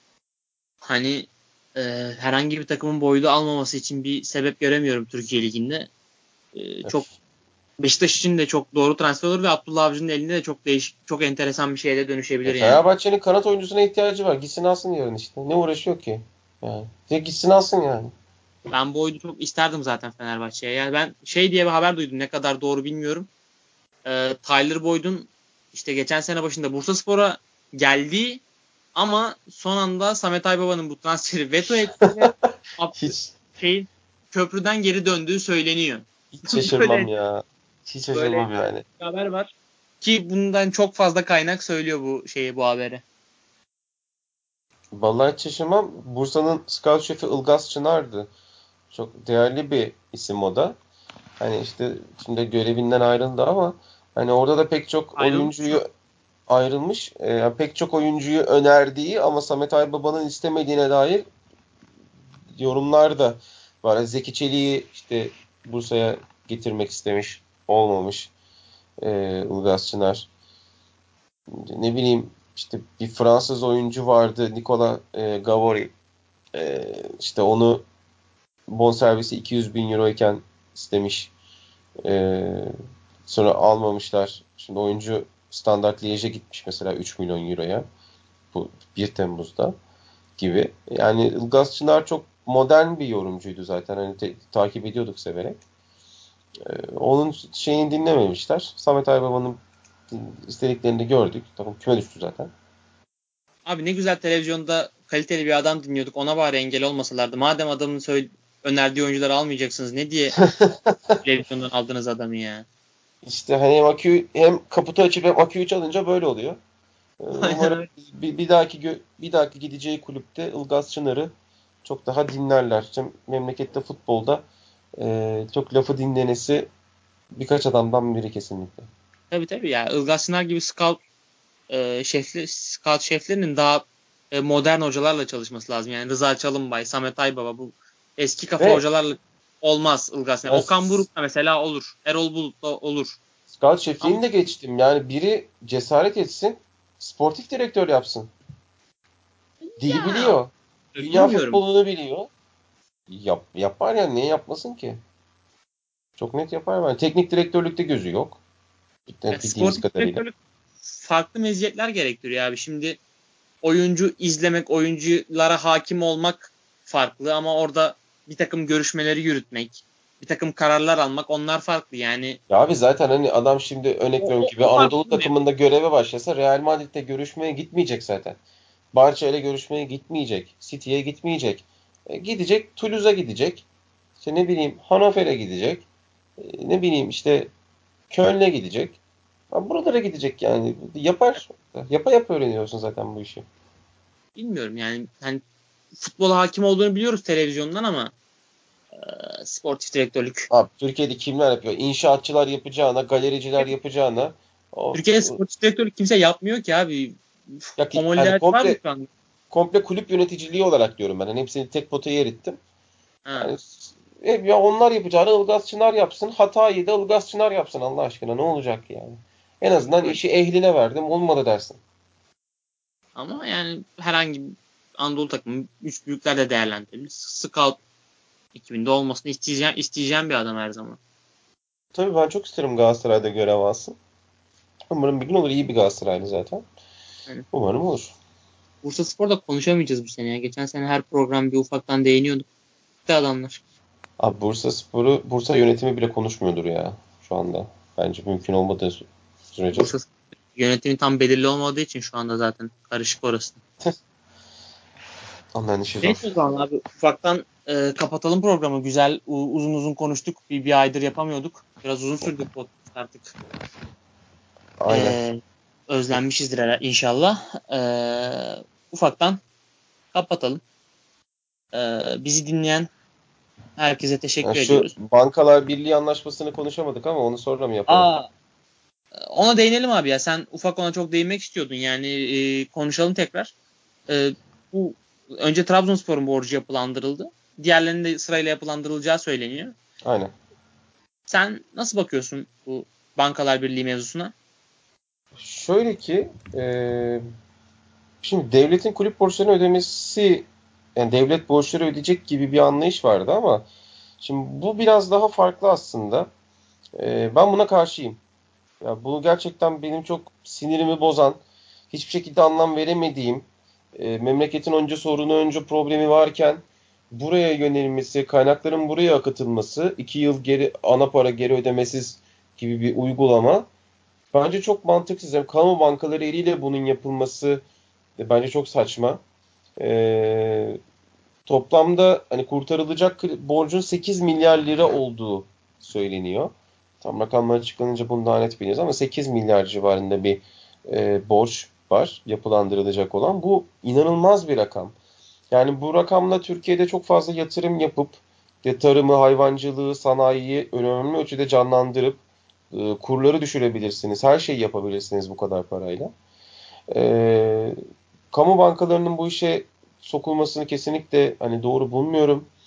Hani herhangi bir takımın Boyd'u almaması için bir sebep göremiyorum Türkiye Ligi'nde. Çok Öf. Beşiktaş için de çok doğru transfer olur ve Abdullah Avcı'nın elinde de çok değişik, çok enteresan bir şeye de dönüşebilir yani. Fenerbahçe'nin kanat oyuncusuna ihtiyacı var. Gitsin alsın yarın işte. Ne uğraşıyor ki? Yani. Gitsin alsın yani. Ben Boyd'u çok isterdim zaten Fenerbahçe'ye. Yani ben şey diye bir haber duydum. Ne kadar doğru bilmiyorum. Tyler Boyd'un işte geçen sene başında Bursaspor'a geldiği ama son anda Samet Aybaba'nın bu transferi veto etti ve Hiç şeyin köprüden geri döndüğü söyleniyor. hiç şaşırmam Böyle ya. Hiç böyle şaşırmam yani. bir haber var ki bundan çok fazla kaynak söylüyor bu haberi. Vallahi hiç şaşırmam. Bursa'nın scout şefi Ilgaz Çınar'dı. Çok değerli bir isim o da. Hani işte şimdi görevinden ayrıldı ama hani orada da pek çok Ayrılmış mı? oyuncuyu ayrılmış. Yani pek çok oyuncuyu önerdiği ama Samet Aybaba'nın istemediğine dair yorumlar da var. Zeki Çelik'i işte Bursa'ya getirmek istemiş. Olmamış. Ilgaz Çınar. Ne bileyim işte bir Fransız oyuncu vardı. Nicolas Gavori. İşte onu bonservisi 200 bin euro iken istemiş. Sonra almamışlar. Şimdi oyuncu Standard Liège'e gitmiş mesela 3 milyon euroya. Bu 1 Temmuz'da gibi. Yani Ilgaz Çınar çok modern bir yorumcuydu zaten. Hani takip ediyorduk severek. Onun şeyini dinlememişler. Samet Aybaba'nın istediklerini gördük. Takım küme düştü zaten. Abi ne güzel televizyonda kaliteli bir adam dinliyorduk. Ona bari engel olmasalardı. Madem adamın önerdiği oyuncuları almayacaksınız. Ne diye televizyondan aldınız adamı ya? İşte hani hem kaputu açıp hem aküyü çalınca böyle oluyor. Aynen Umarım öyle. bir dahaki gideceği kulüpte Ilgaz Çınar'ı çok daha dinlerler. Şimdi memlekette futbolda çok lafı dinlenesi birkaç adamdan biri kesinlikle. Tabii tabii ya. Ilgaz Çınar gibi scout şeflerinin daha modern hocalarla çalışması lazım. Yani Rıza Çalınbay, Samet Aybaba bu eski kafa Ve hocalarla olmaz Ilgaz. Yani yani Okan Buruk'la mesela olur. Erol Bulut'la olur. scout Ama şefliğini de geçtim. Yani biri cesaret etsin, sportif direktör yapsın. Dili ya biliyor. Dünya bilmiyorum. futbolunu biliyor. Yapar yani niye yapmasın ki? Çok net yapar bence. Teknik direktörlükte gözü yok. Ya Bildiğimiz sportif kadarıyla. direktörlük farklı meziyetler gerektiriyor abi. Şimdi oyuncu izlemek, oyunculara hakim olmak farklı ama orada bir takım görüşmeleri yürütmek, bir takım kararlar almak onlar farklı. Yani Ya abi zaten hani adam şimdi örnek veriyorum ki o bir Anadolu farklı mı? takımında göreve başlasa Real Madrid'de görüşmeye gitmeyecek zaten. Barça ile görüşmeye gitmeyecek. City'ye gitmeyecek. Gidecek Toulouse'a gidecek. İşte ne bileyim Hannover'e gidecek. Ne bileyim işte Köln'e gidecek. Ha, buralara gidecek yani. Yapar. Yapa yapa öğreniyorsun zaten bu işi. Bilmiyorum yani hani futbola hakim olduğunu biliyoruz televizyondan ama sportif direktörlük. Abi Türkiye'de kimler yapıyor? İnşaatçılar yapacağına, galericiler yapacağına Türkiye'de sportif direktörlük kimse yapmıyor ki abi. yani Komolyaç var mı komple şu an? komple kulüp yöneticiliği olarak diyorum ben. Hani hepsini tek potaya erittim. Ha. Yani ya onlar yapacağını Ilgaz Çınar yapsın. Hatay'ı da Ilgaz Çınar yapsın Allah aşkına. Ne olacak yani? En azından Öyle. işi ehline verdim. Olmadı dersin. Ama yani herhangi bir Anadolu takımı üç büyükler de değerlendirilir. Scout ekibinde olmasını isteyeceğim bir adam her zaman. Tabii ben çok isterim Galatasaray'da görev alsın. Umarım bir gün olur. İyi bir Galatasaraylı zaten. Yani Umarım olur. Bursaspor'da konuşamayacağız bu sene ya. Geçen sene her program bir ufaktan değiniyorduk. Gitti adamlar. Abi Bursa yönetimi bile konuşmuyordur ya şu anda. Bence mümkün olmadığı sürece. Bursa yönetimi tam belirli olmadığı için şu anda zaten karışık orası. Onların işi Neyse zor. o zaman abi ufaktan kapatalım programı. Güzel uzun uzun konuştuk. Bir aydır yapamıyorduk. Biraz uzun sürdü podcast artık. Aynen. E, Özlenmişizdir inşallah. Ufaktan kapatalım. Bizi dinleyen herkese Yani teşekkür şu ediyoruz. Bankalar Birliği anlaşmasını konuşamadık ama onu sonra mı yapalım? Aa, ona değinelim abi ya. Sen ufak ona çok değinmek istiyordun. Yani konuşalım tekrar. E, Bu önce Trabzonspor'un borcu yapılandırıldı. Diğerlerinin de sırayla yapılandırılacağı söyleniyor. Aynen. Sen nasıl bakıyorsun bu Bankalar Birliği mevzusuna? Şöyle ki şimdi devletin kulüp borçlarını ödemesi yani devlet borçları ödeyecek gibi bir anlayış vardı ama şimdi bu biraz daha farklı aslında. Ben buna karşıyım. Ya bu gerçekten benim çok sinirimi bozan, hiçbir şekilde anlam veremediğim, memleketin önce sorunu önce problemi varken buraya yönelmesi, kaynakların buraya akıtılması, 2 yıl geri ana para geri ödemesiz gibi bir uygulama bence çok mantıksız. Yani kamu bankaları eliyle bunun yapılması bence çok saçma. E, Toplamda hani kurtarılacak borcun 8 milyar lira olduğu söyleniyor. Tam rakamlar açıklanınca bunu daha net biliriz ama 8 milyar civarında bir borç var yapılandırılacak olan. Bu inanılmaz bir rakam. Yani bu rakamla Türkiye'de çok fazla yatırım yapıp tarımı, hayvancılığı, sanayiyi önemli ölçüde canlandırıp kurları düşürebilirsiniz. Her şeyi yapabilirsiniz bu kadar parayla. E, Kamu bankalarının bu işe sokulmasını kesinlikle hani doğru bulmuyorum.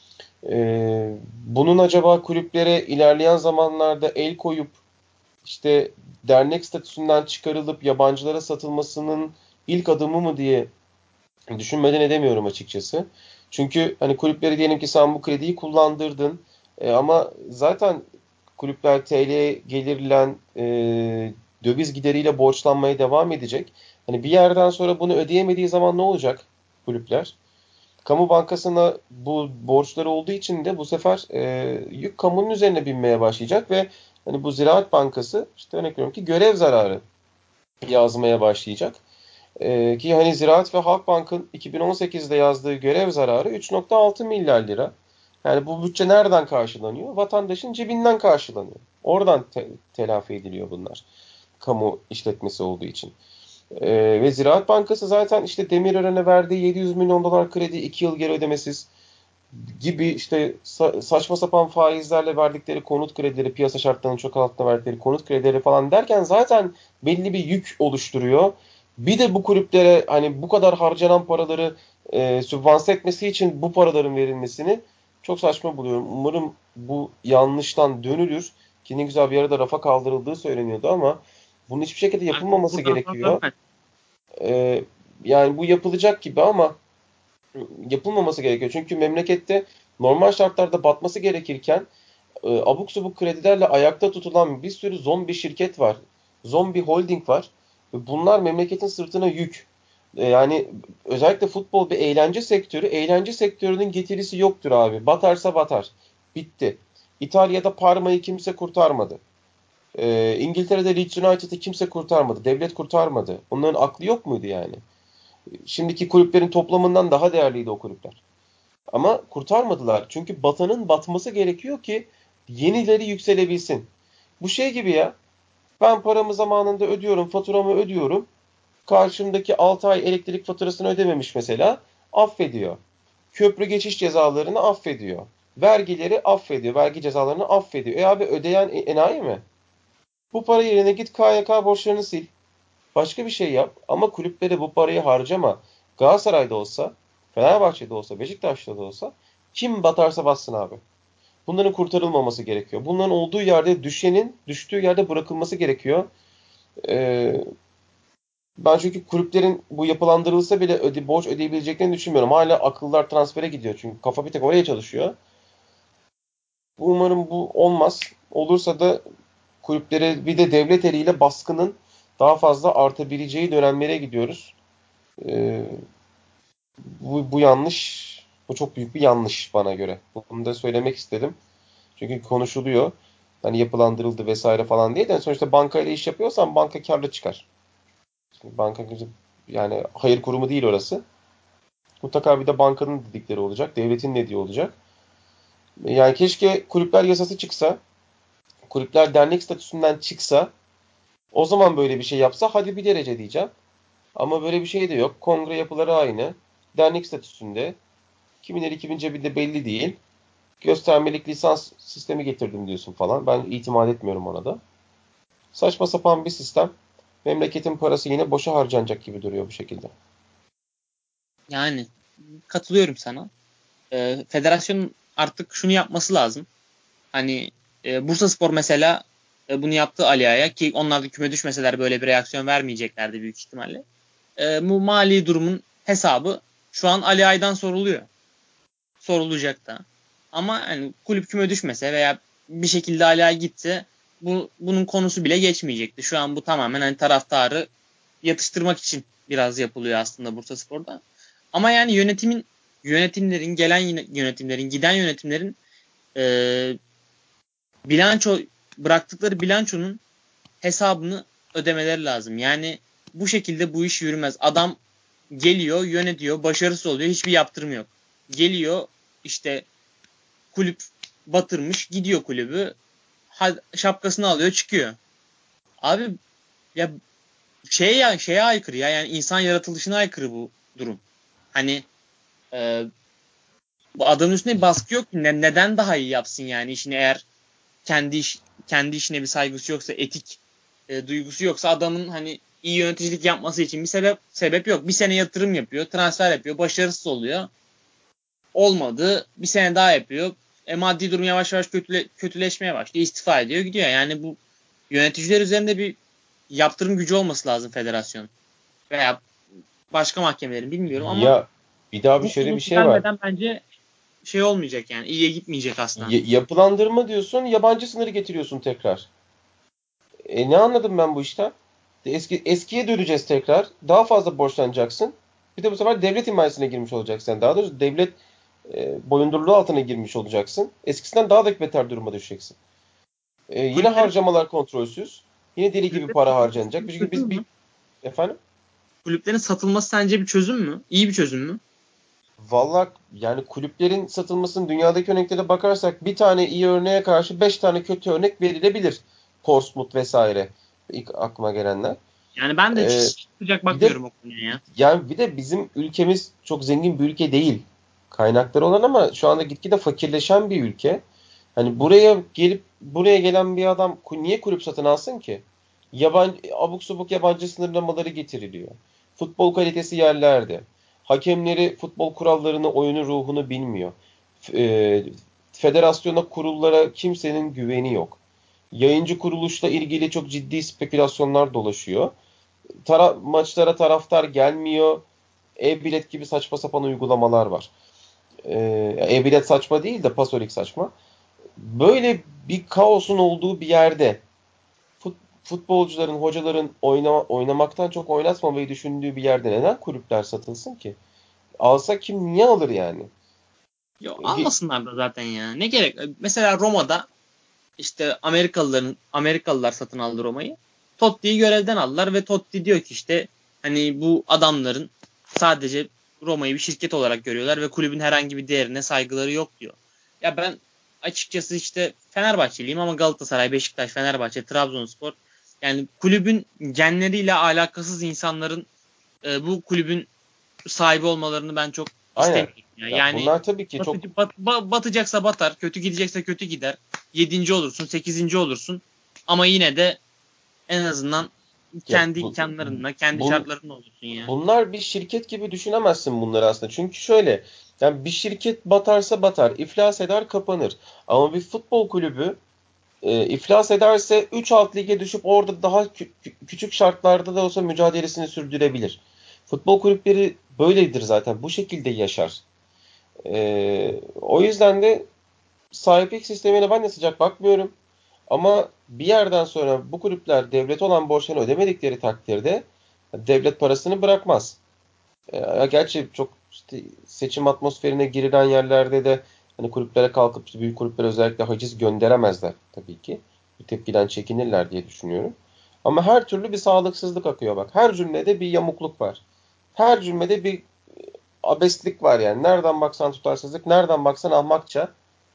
Bunun acaba kulüplere ilerleyen zamanlarda el koyup işte dernek statüsünden çıkarılıp yabancılara satılmasının ilk adımı mı diye düşünmeden edemiyorum açıkçası. Çünkü hani kulüpleri diyelim ki sen bu krediyi kullandırdın ama zaten kulüpler TL gelirlen döviz gideriyle borçlanmaya devam edecek. Hani bir yerden sonra bunu ödeyemediği zaman ne olacak kulüpler? Kamu bankasına bu borçları olduğu için de bu sefer yük kamunun üzerine binmeye başlayacak ve hani bu Ziraat Bankası işte örnek veriyorum ki görev zararı yazmaya başlayacak. Ki hani Ziraat ve Halkbank'ın 2018'de yazdığı görev zararı 3,6 milyar lira. Yani bu bütçe nereden karşılanıyor? Vatandaşın cebinden karşılanıyor. Oradan telafi ediliyor bunlar. Kamu işletmesi olduğu için. Ve Ziraat Bankası zaten işte Demirören'e verdiği 700 milyon dolar kredi 2 yıl geri ödemesiz gibi işte saçma sapan faizlerle verdikleri konut kredileri, piyasa şartlarının çok altında verdikleri konut kredileri falan derken zaten belli bir yük oluşturuyor. Bir de bu kulüplere hani bu kadar harcanan paraları sübvanse etmesi için bu paraların verilmesini çok saçma buluyorum. Umarım bu yanlıştan dönülür. Ki ne güzel bir arada rafa kaldırıldığı söyleniyordu ama bunun hiçbir şekilde Yani yapılmaması burada rafa gerekiyor. dönmez. Yani bu yapılacak gibi ama yapılmaması gerekiyor. Çünkü memlekette normal şartlarda batması gerekirken abuk subuk kredilerle ayakta tutulan bir sürü zombi şirket var. Zombi holding var. Bunlar memleketin sırtına yük. Yani özellikle futbol bir eğlence sektörü. Eğlence sektörünün getirisi yoktur abi. Batarsa batar. Bitti. İtalya'da Parma'yı kimse kurtarmadı. İngiltere'de Leeds United'ı kimse kurtarmadı. Devlet kurtarmadı. Onların aklı yok muydu yani? Şimdiki kulüplerin toplamından daha değerliydi o kulüpler. Ama kurtarmadılar. Çünkü batanın batması gerekiyor ki yenileri yükselebilsin. Bu şey gibi ya. Ben paramı zamanında ödüyorum, faturamı ödüyorum. Karşımdaki 6 ay elektrik faturasını ödememiş mesela. Affediyor. Köprü geçiş cezalarını affediyor. Vergileri affediyor. Vergi cezalarını affediyor. Abi ödeyen enayi mi? Bu para yerine git KYK borçlarını sil. Başka bir şey yap ama kulüplere bu parayı harcama. Galatasaray'da olsa, Fenerbahçe'de olsa, Beşiktaş'ta da olsa kim batarsa bassın abi. Bunların kurtarılmaması gerekiyor. Bunların olduğu yerde düşenin düştüğü yerde bırakılması gerekiyor. Ee, Ben çünkü kulüplerin bu yapılandırılsa bile borç ödeyebileceklerini düşünmüyorum. Hala akıllar transfere gidiyor çünkü kafa bir tek oraya çalışıyor. Umarım bu olmaz. Olursa da kulüplere bir de devlet eliyle baskının daha fazla artabileceği dönemlere gidiyoruz. Ee, bu yanlış. Bu çok büyük bir yanlış bana göre. Bunu da söylemek istedim. Çünkü konuşuluyor. Hani yapılandırıldı vesaire falan diye de sonuçta bankayla iş yapıyorsan banka kârlı çıkar. Şimdi banka yani hayır kurumu değil orası. Mutlaka bir de bankanın dedikleri olacak. Devletin dediği olacak. Yani keşke kulüpler yasası çıksa. Kulüpler dernek statüsünden çıksa. O zaman böyle bir şey yapsa hadi bir derece diyeceğim. Ama böyle bir şey de yok. Kongre yapıları aynı. Dernek statüsünde. Kimin cebinde belli değil. Göstermelik lisans sistemi getirdim diyorsun falan. Ben itimat etmiyorum ona da. Saçma sapan bir sistem. Memleketin parası yine boşa harcanacak gibi duruyor bu şekilde. Yani katılıyorum sana. Federasyonun artık şunu yapması lazım. Hani Bursaspor mesela bunu yaptı Alia'ya ki onlar da küme düşmeseler böyle bir reaksiyon vermeyeceklerdi büyük ihtimalle. Bu mali durumun hesabı şu an Ali Ay'dan soruluyor. Sorulacak da. Ama hani kulüp küme düşmese veya bir şekilde Ali Ay gitse bunun konusu bile geçmeyecekti. Şu an bu tamamen hani taraftarı yatıştırmak için biraz yapılıyor aslında Bursaspor'da. Ama yani yönetimlerin, gelen yönetimlerin, giden yönetimlerin e, bilanço bıraktıkları bilançonun hesabını ödemeleri lazım. Yani bu şekilde bu iş yürümez. Adam geliyor, yönetiyor, başarısız oluyor, hiçbir yaptırım yok. Geliyor işte kulüp batırmış, gidiyor kulübü, şapkasını alıyor, çıkıyor. Abi ya şeye aykırı ya yani insan yaratılışına aykırı bu durum. Hani e, bu adamın üstüne baskı yok. Neden daha iyi yapsın yani işini eğer kendi işine bir saygısı yoksa, etik duygusu yoksa adamın hani iyi yöneticilik yapması için bir sebep yok. Bir sene yatırım yapıyor, transfer yapıyor, başarısız oluyor. olmadı. Bir sene daha yapıyor. Maddi durum yavaş yavaş kötüleşmeye başlıyor. İstifa ediyor, gidiyor. Yani bu yöneticiler üzerinde bir yaptırım gücü olması lazım federasyonun. Veya başka mahkemelerin, bilmiyorum ama Ya bir daha bir bu şöyle konu bir şey var. düzelmeden bence şey olmayacak yani. İyiye gitmeyecek asla. Yapılandırma diyorsun, yabancı sınırı getiriyorsun tekrar. Ne anladım ben bu işten? Eskiye döneceğiz tekrar. Daha fazla borçlanacaksın. Bir de bu sefer devlet himayesine girmiş olacaksın. Yani daha doğrusu devlet boyunduruluğu altına girmiş olacaksın. Eskisinden daha da beter duruma düşeceksin. Yine Kulüplerin, harcamalar kontrolsüz. Yine deli gibi kulüplerin para satılması harcanacak. bir Biz çözüm mü? efendim? Kulüplerin satılması sence bir çözüm mü? İyi bir çözüm mü? Vallahi yani kulüplerin satılmasının dünyadaki örneklere bakarsak bir tane iyi örneğe karşı 5 tane kötü örnek verilebilir. Portsmouth vesaire. İlk aklıma gelenler. Yani ben de Ee, hiç sıcak bir de bakmıyorum o konuya ya. Yani bir de bizim ülkemiz çok zengin bir ülke değil. Kaynakları olan ama şu anda gitgide fakirleşen bir ülke. Hani buraya gelen bir adam niye kulüp satın alsın ki? Abuk subuk yabancı sınırlamaları getiriliyor. Futbol kalitesi yerlerde. Hakemleri futbol kurallarını, oyunun ruhunu bilmiyor. E, Federasyona, kurullara kimsenin güveni yok. Yayıncı kuruluşla ilgili çok ciddi spekülasyonlar dolaşıyor. Maçlara taraftar gelmiyor. E-bilet gibi saçma sapan uygulamalar var. E-bilet saçma değil de Pasolik saçma. Böyle bir kaosun olduğu bir yerde futbolcuların, hocaların oynamaktan çok oynatmamayı düşündüğü bir yerde neden kulüpler satılsın ki? Alsa kim niye alır yani? Yo, almasınlar da zaten ya. Ne gerek? Mesela Roma'da işte Amerikalılar satın aldı Roma'yı. Totti'yi görevden aldılar ve Totti diyor ki işte hani bu adamların sadece Roma'yı bir şirket olarak görüyorlar ve kulübün herhangi bir değerine saygıları yok diyor. Ya ben açıkçası işte Fenerbahçeliyim ama Galatasaray, Beşiktaş, Fenerbahçe, Trabzonspor yani kulübün genleriyle alakasız insanların bu kulübün sahibi olmalarını ben çok Aynen. istemiyorum. Ya. Ya Yani bunlar tabii ki çok batacaksa batar, kötü gidecekse kötü gider. 7. olursun, 8. olursun. Ama yine de en azından ya kendi imkanlarınla, kendi bun, şartlarınla olursun ya. bunlar bir şirket gibi düşünemezsin bunları aslında. Çünkü şöyle yani bir şirket batarsa batar, iflas eder, kapanır. Ama bir futbol kulübü iflas ederse 3 alt lige düşüp orada daha küçük şartlarda da olsa mücadelesini sürdürebilir. Futbol kulüpleri böyledir zaten. Bu şekilde yaşar. O yüzden de sahiplik sistemine ben de sıcak bakmıyorum. Ama bir yerden sonra bu kulüpler devlete olan borçlarını ödemedikleri takdirde devlet parasını bırakmaz. Gerçi çok işte seçim atmosferine girilen yerlerde de hani kulüplere kalkıp büyük kulüplere özellikle haciz gönderemezler tabii ki. Bu tepkiden çekinirler diye düşünüyorum. Ama her türlü bir sağlıksızlık akıyor bak. Her cümlede bir yamukluk var. Her cümlede bir abeslik var yani. Nereden baksan tutarsızlık, nereden baksan ahmakça.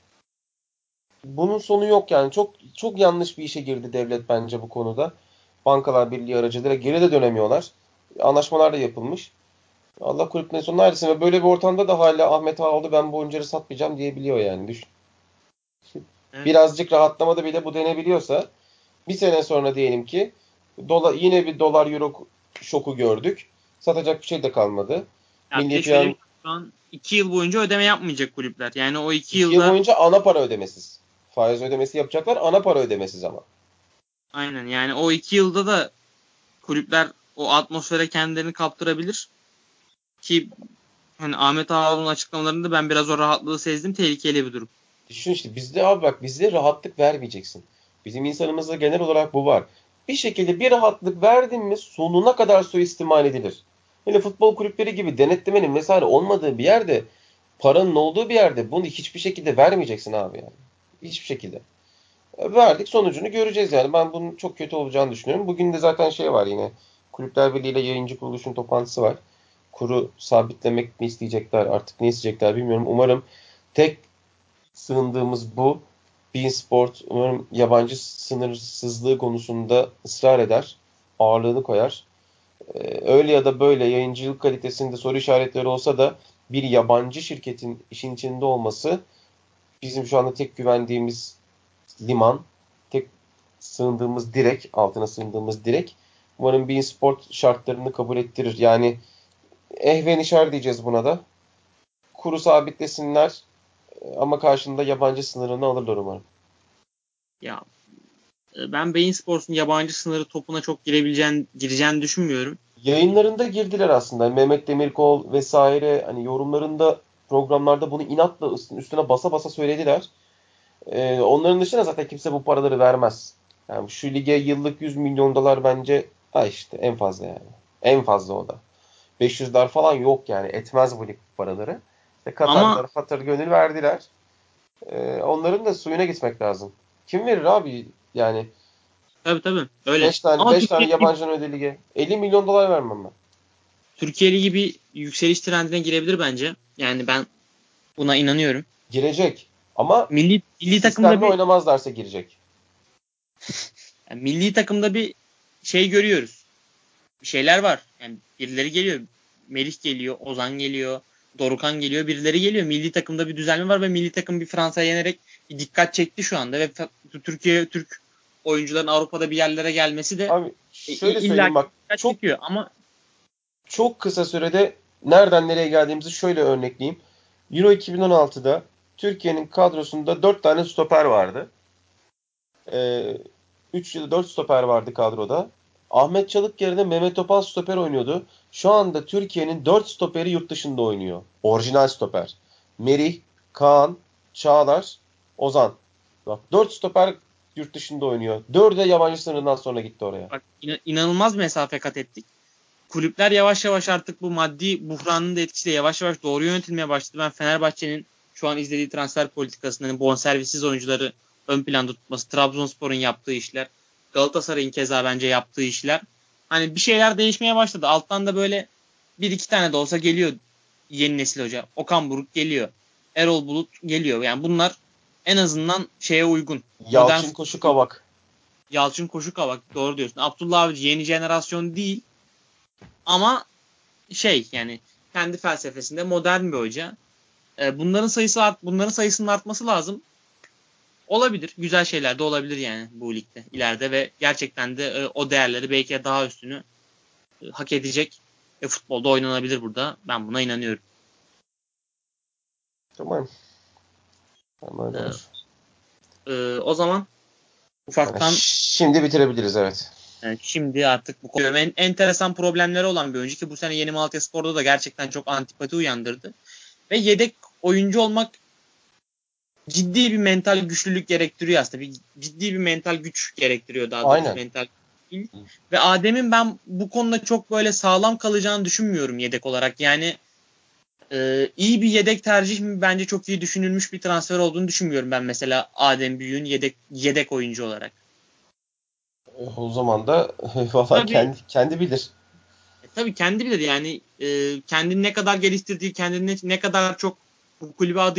Bunun sonu yok yani. Çok çok yanlış bir işe girdi devlet bence bu konuda. Bankalar Birliği aracılığıyla geri de dönemiyorlar. Anlaşmalar da yapılmış. Allah kulüplerin sonu neredesin ve böyle bir ortamda da hala Ahmet Ağaoğlu ben bu oyuncuları satmayacağım diyebiliyor yani. Düşün. Evet. Birazcık rahatlamada bile bu denebiliyorsa bir sene sonra diyelim ki yine bir dolar euro şoku gördük. Satacak bir şey de kalmadı. Ya bir Milli de şöyle bir Piyango şey, şu an 2 yıl boyunca ödeme yapmayacak kulüpler. Yani o 2 2 yıl yılda boyunca ana para ödemesiz. Faiz ödemesi yapacaklar ana para ödemesiz ama. aynen yani o 2 yılda da kulüpler o atmosfere kendilerini kaptırabilir ki hani Ahmet Ağaoğlu'nun açıklamalarında ben biraz o rahatlığı sezdim. Tehlikeli bir durum. Düşün işte bizde abi bak bizde rahatlık vermeyeceksin. Bizim insanımızda genel olarak bu var. Bir şekilde bir rahatlık verdin mi sonuna kadar suistimal edilir. Hele futbol kulüpleri gibi denetlemenin vesaire olmadığı bir yerde, paranın olduğu bir yerde bunu hiçbir şekilde vermeyeceksin abi yani. Hiçbir şekilde. Verdik sonucunu göreceğiz yani. Ben bunun çok kötü olacağını düşünüyorum. Bugün de zaten şey var yine. Kulüpler Birliği ile yayıncı kuruluşun toplantısı var. Kuru sabitlemek mi isteyecekler artık ne isteyecekler bilmiyorum. Umarım tek sığındığımız bu. Bein Sport umarım yabancı sınırsızlığı konusunda ısrar eder. Ağırlığını koyar. Öyle ya da böyle yayıncılık kalitesinde soru işaretleri olsa da bir yabancı şirketin işin içinde olması bizim şu anda tek güvendiğimiz liman, tek sığındığımız direk, altına sığındığımız direk. Umarım Bein Sport şartlarını kabul ettirir. Yani ehvenişer diyeceğiz buna da. kuru sabitlesinler ama karşında yabancı sınırını alırlar umarım. Ya ben Bein Sports'un yabancı sınırı topuna çok gireceğini düşünmüyorum. Yayınlarında girdiler aslında. Mehmet Demirkol vesaire hani yorumlarında programlarda bunu inatla üstüne basa basa söylediler. Onların dışında zaten kimse bu paraları vermez. Yani şu lige yıllık 100 milyon dolar bence işte en fazla yani. En fazla o da. 500'ler falan yok yani. Etmez bu lig paraları. İşte Ama Katarlar gönül verdiler. Onların da suyuna gitmek lazım. Kim verir abi? Yani tabii öyle. 5 tane Ama 5 tane yabancının ödeli lige. 50 milyon dolar vermem ben. Türkiye Ligi bir yükseliş trendine girebilir bence. Yani ben buna inanıyorum. Girecek. Ama Milli takımda sistemli bir oynamazlarsa girecek. yani milli takımda bir şey görüyoruz. Bir şeyler var. Yani birileri geliyor. Melih geliyor, Ozan geliyor, Dorukhan geliyor, birileri geliyor. Milli takımda bir düzenleme var ve milli takım bir Fransa'ya yenerek bir dikkat çekti şu anda ve Türk oyuncuların Avrupa'da bir yerlere gelmesi de Abi şöyle illa söyleyeyim bak. dikkat Çok çekiyor ama çok kısa sürede nereden nereye geldiğimizi şöyle örnekleyeyim. Euro 2016'da Türkiye'nin kadrosunda 4 tane stoper vardı. 3 ya da 4 stoper vardı kadroda. Ahmet Çalık yerine Mehmet Topal stoper oynuyordu. Şu anda Türkiye'nin 4 stoperi yurt dışında oynuyor. Orijinal stoper. Merih, Kaan, Çağlar, Ozan. Bak 4 stoper yurt dışında oynuyor. 4'ü de yabancı sınırından sonra gitti oraya. bak inanılmaz bir mesafe kat ettik. Kulüpler yavaş yavaş artık bu maddi buhranın da etkisiyle yavaş yavaş doğru yönetilmeye başladı. Ben Fenerbahçe'nin şu an izlediği transfer politikasının hani bonservissiz oyuncuları ön planda tutması, Trabzonspor'un yaptığı işler, Galatasaray'ın keza bence yaptığı işler. Hani bir şeyler değişmeye başladı. Alttan da böyle bir iki tane de olsa geliyor yeni nesil hoca. Okan Buruk geliyor. Erol Bulut geliyor. Yani bunlar en azından şeye uygun. Modern Yalçın Koşu Kavak. Yalçın Koşukavak doğru diyorsun. Abdullah Avcı yeni jenerasyon değil ama yani kendi felsefesinde modern bir hoca. Bunların sayısının artması lazım. Olabilir. Güzel şeyler de olabilir yani bu ligde ileride ve gerçekten de o değerleri belki de daha üstünü hak edecek ve futbolda oynanabilir burada. Ben buna inanıyorum. Tamam. Tamam öyle E, olur. O zaman Yani ufaktan şimdi bitirebiliriz evet. şimdi artık bu konu enteresan problemleri olan bir oyuncu ki bu sene Yeni Malatyaspor'da da gerçekten çok antipati uyandırdı. Ve yedek oyuncu olmak ciddi bir mental güçlülük gerektiriyor aslında. Ciddi bir mental güç gerektiriyor daha doğrusu Aynen. mental değil. Ve Adem'in ben bu konuda çok böyle sağlam kalacağını düşünmüyorum yedek olarak. Yani iyi bir yedek tercih mi? Bence çok iyi düşünülmüş bir transfer olduğunu düşünmüyorum ben mesela Adem Büyük'ün yedek oyuncu olarak. O zaman da valla Tabii kendi bilir. tabii kendi bilir yani kendini ne kadar geliştirdiği, kendini ne kadar çok bu kulübe adı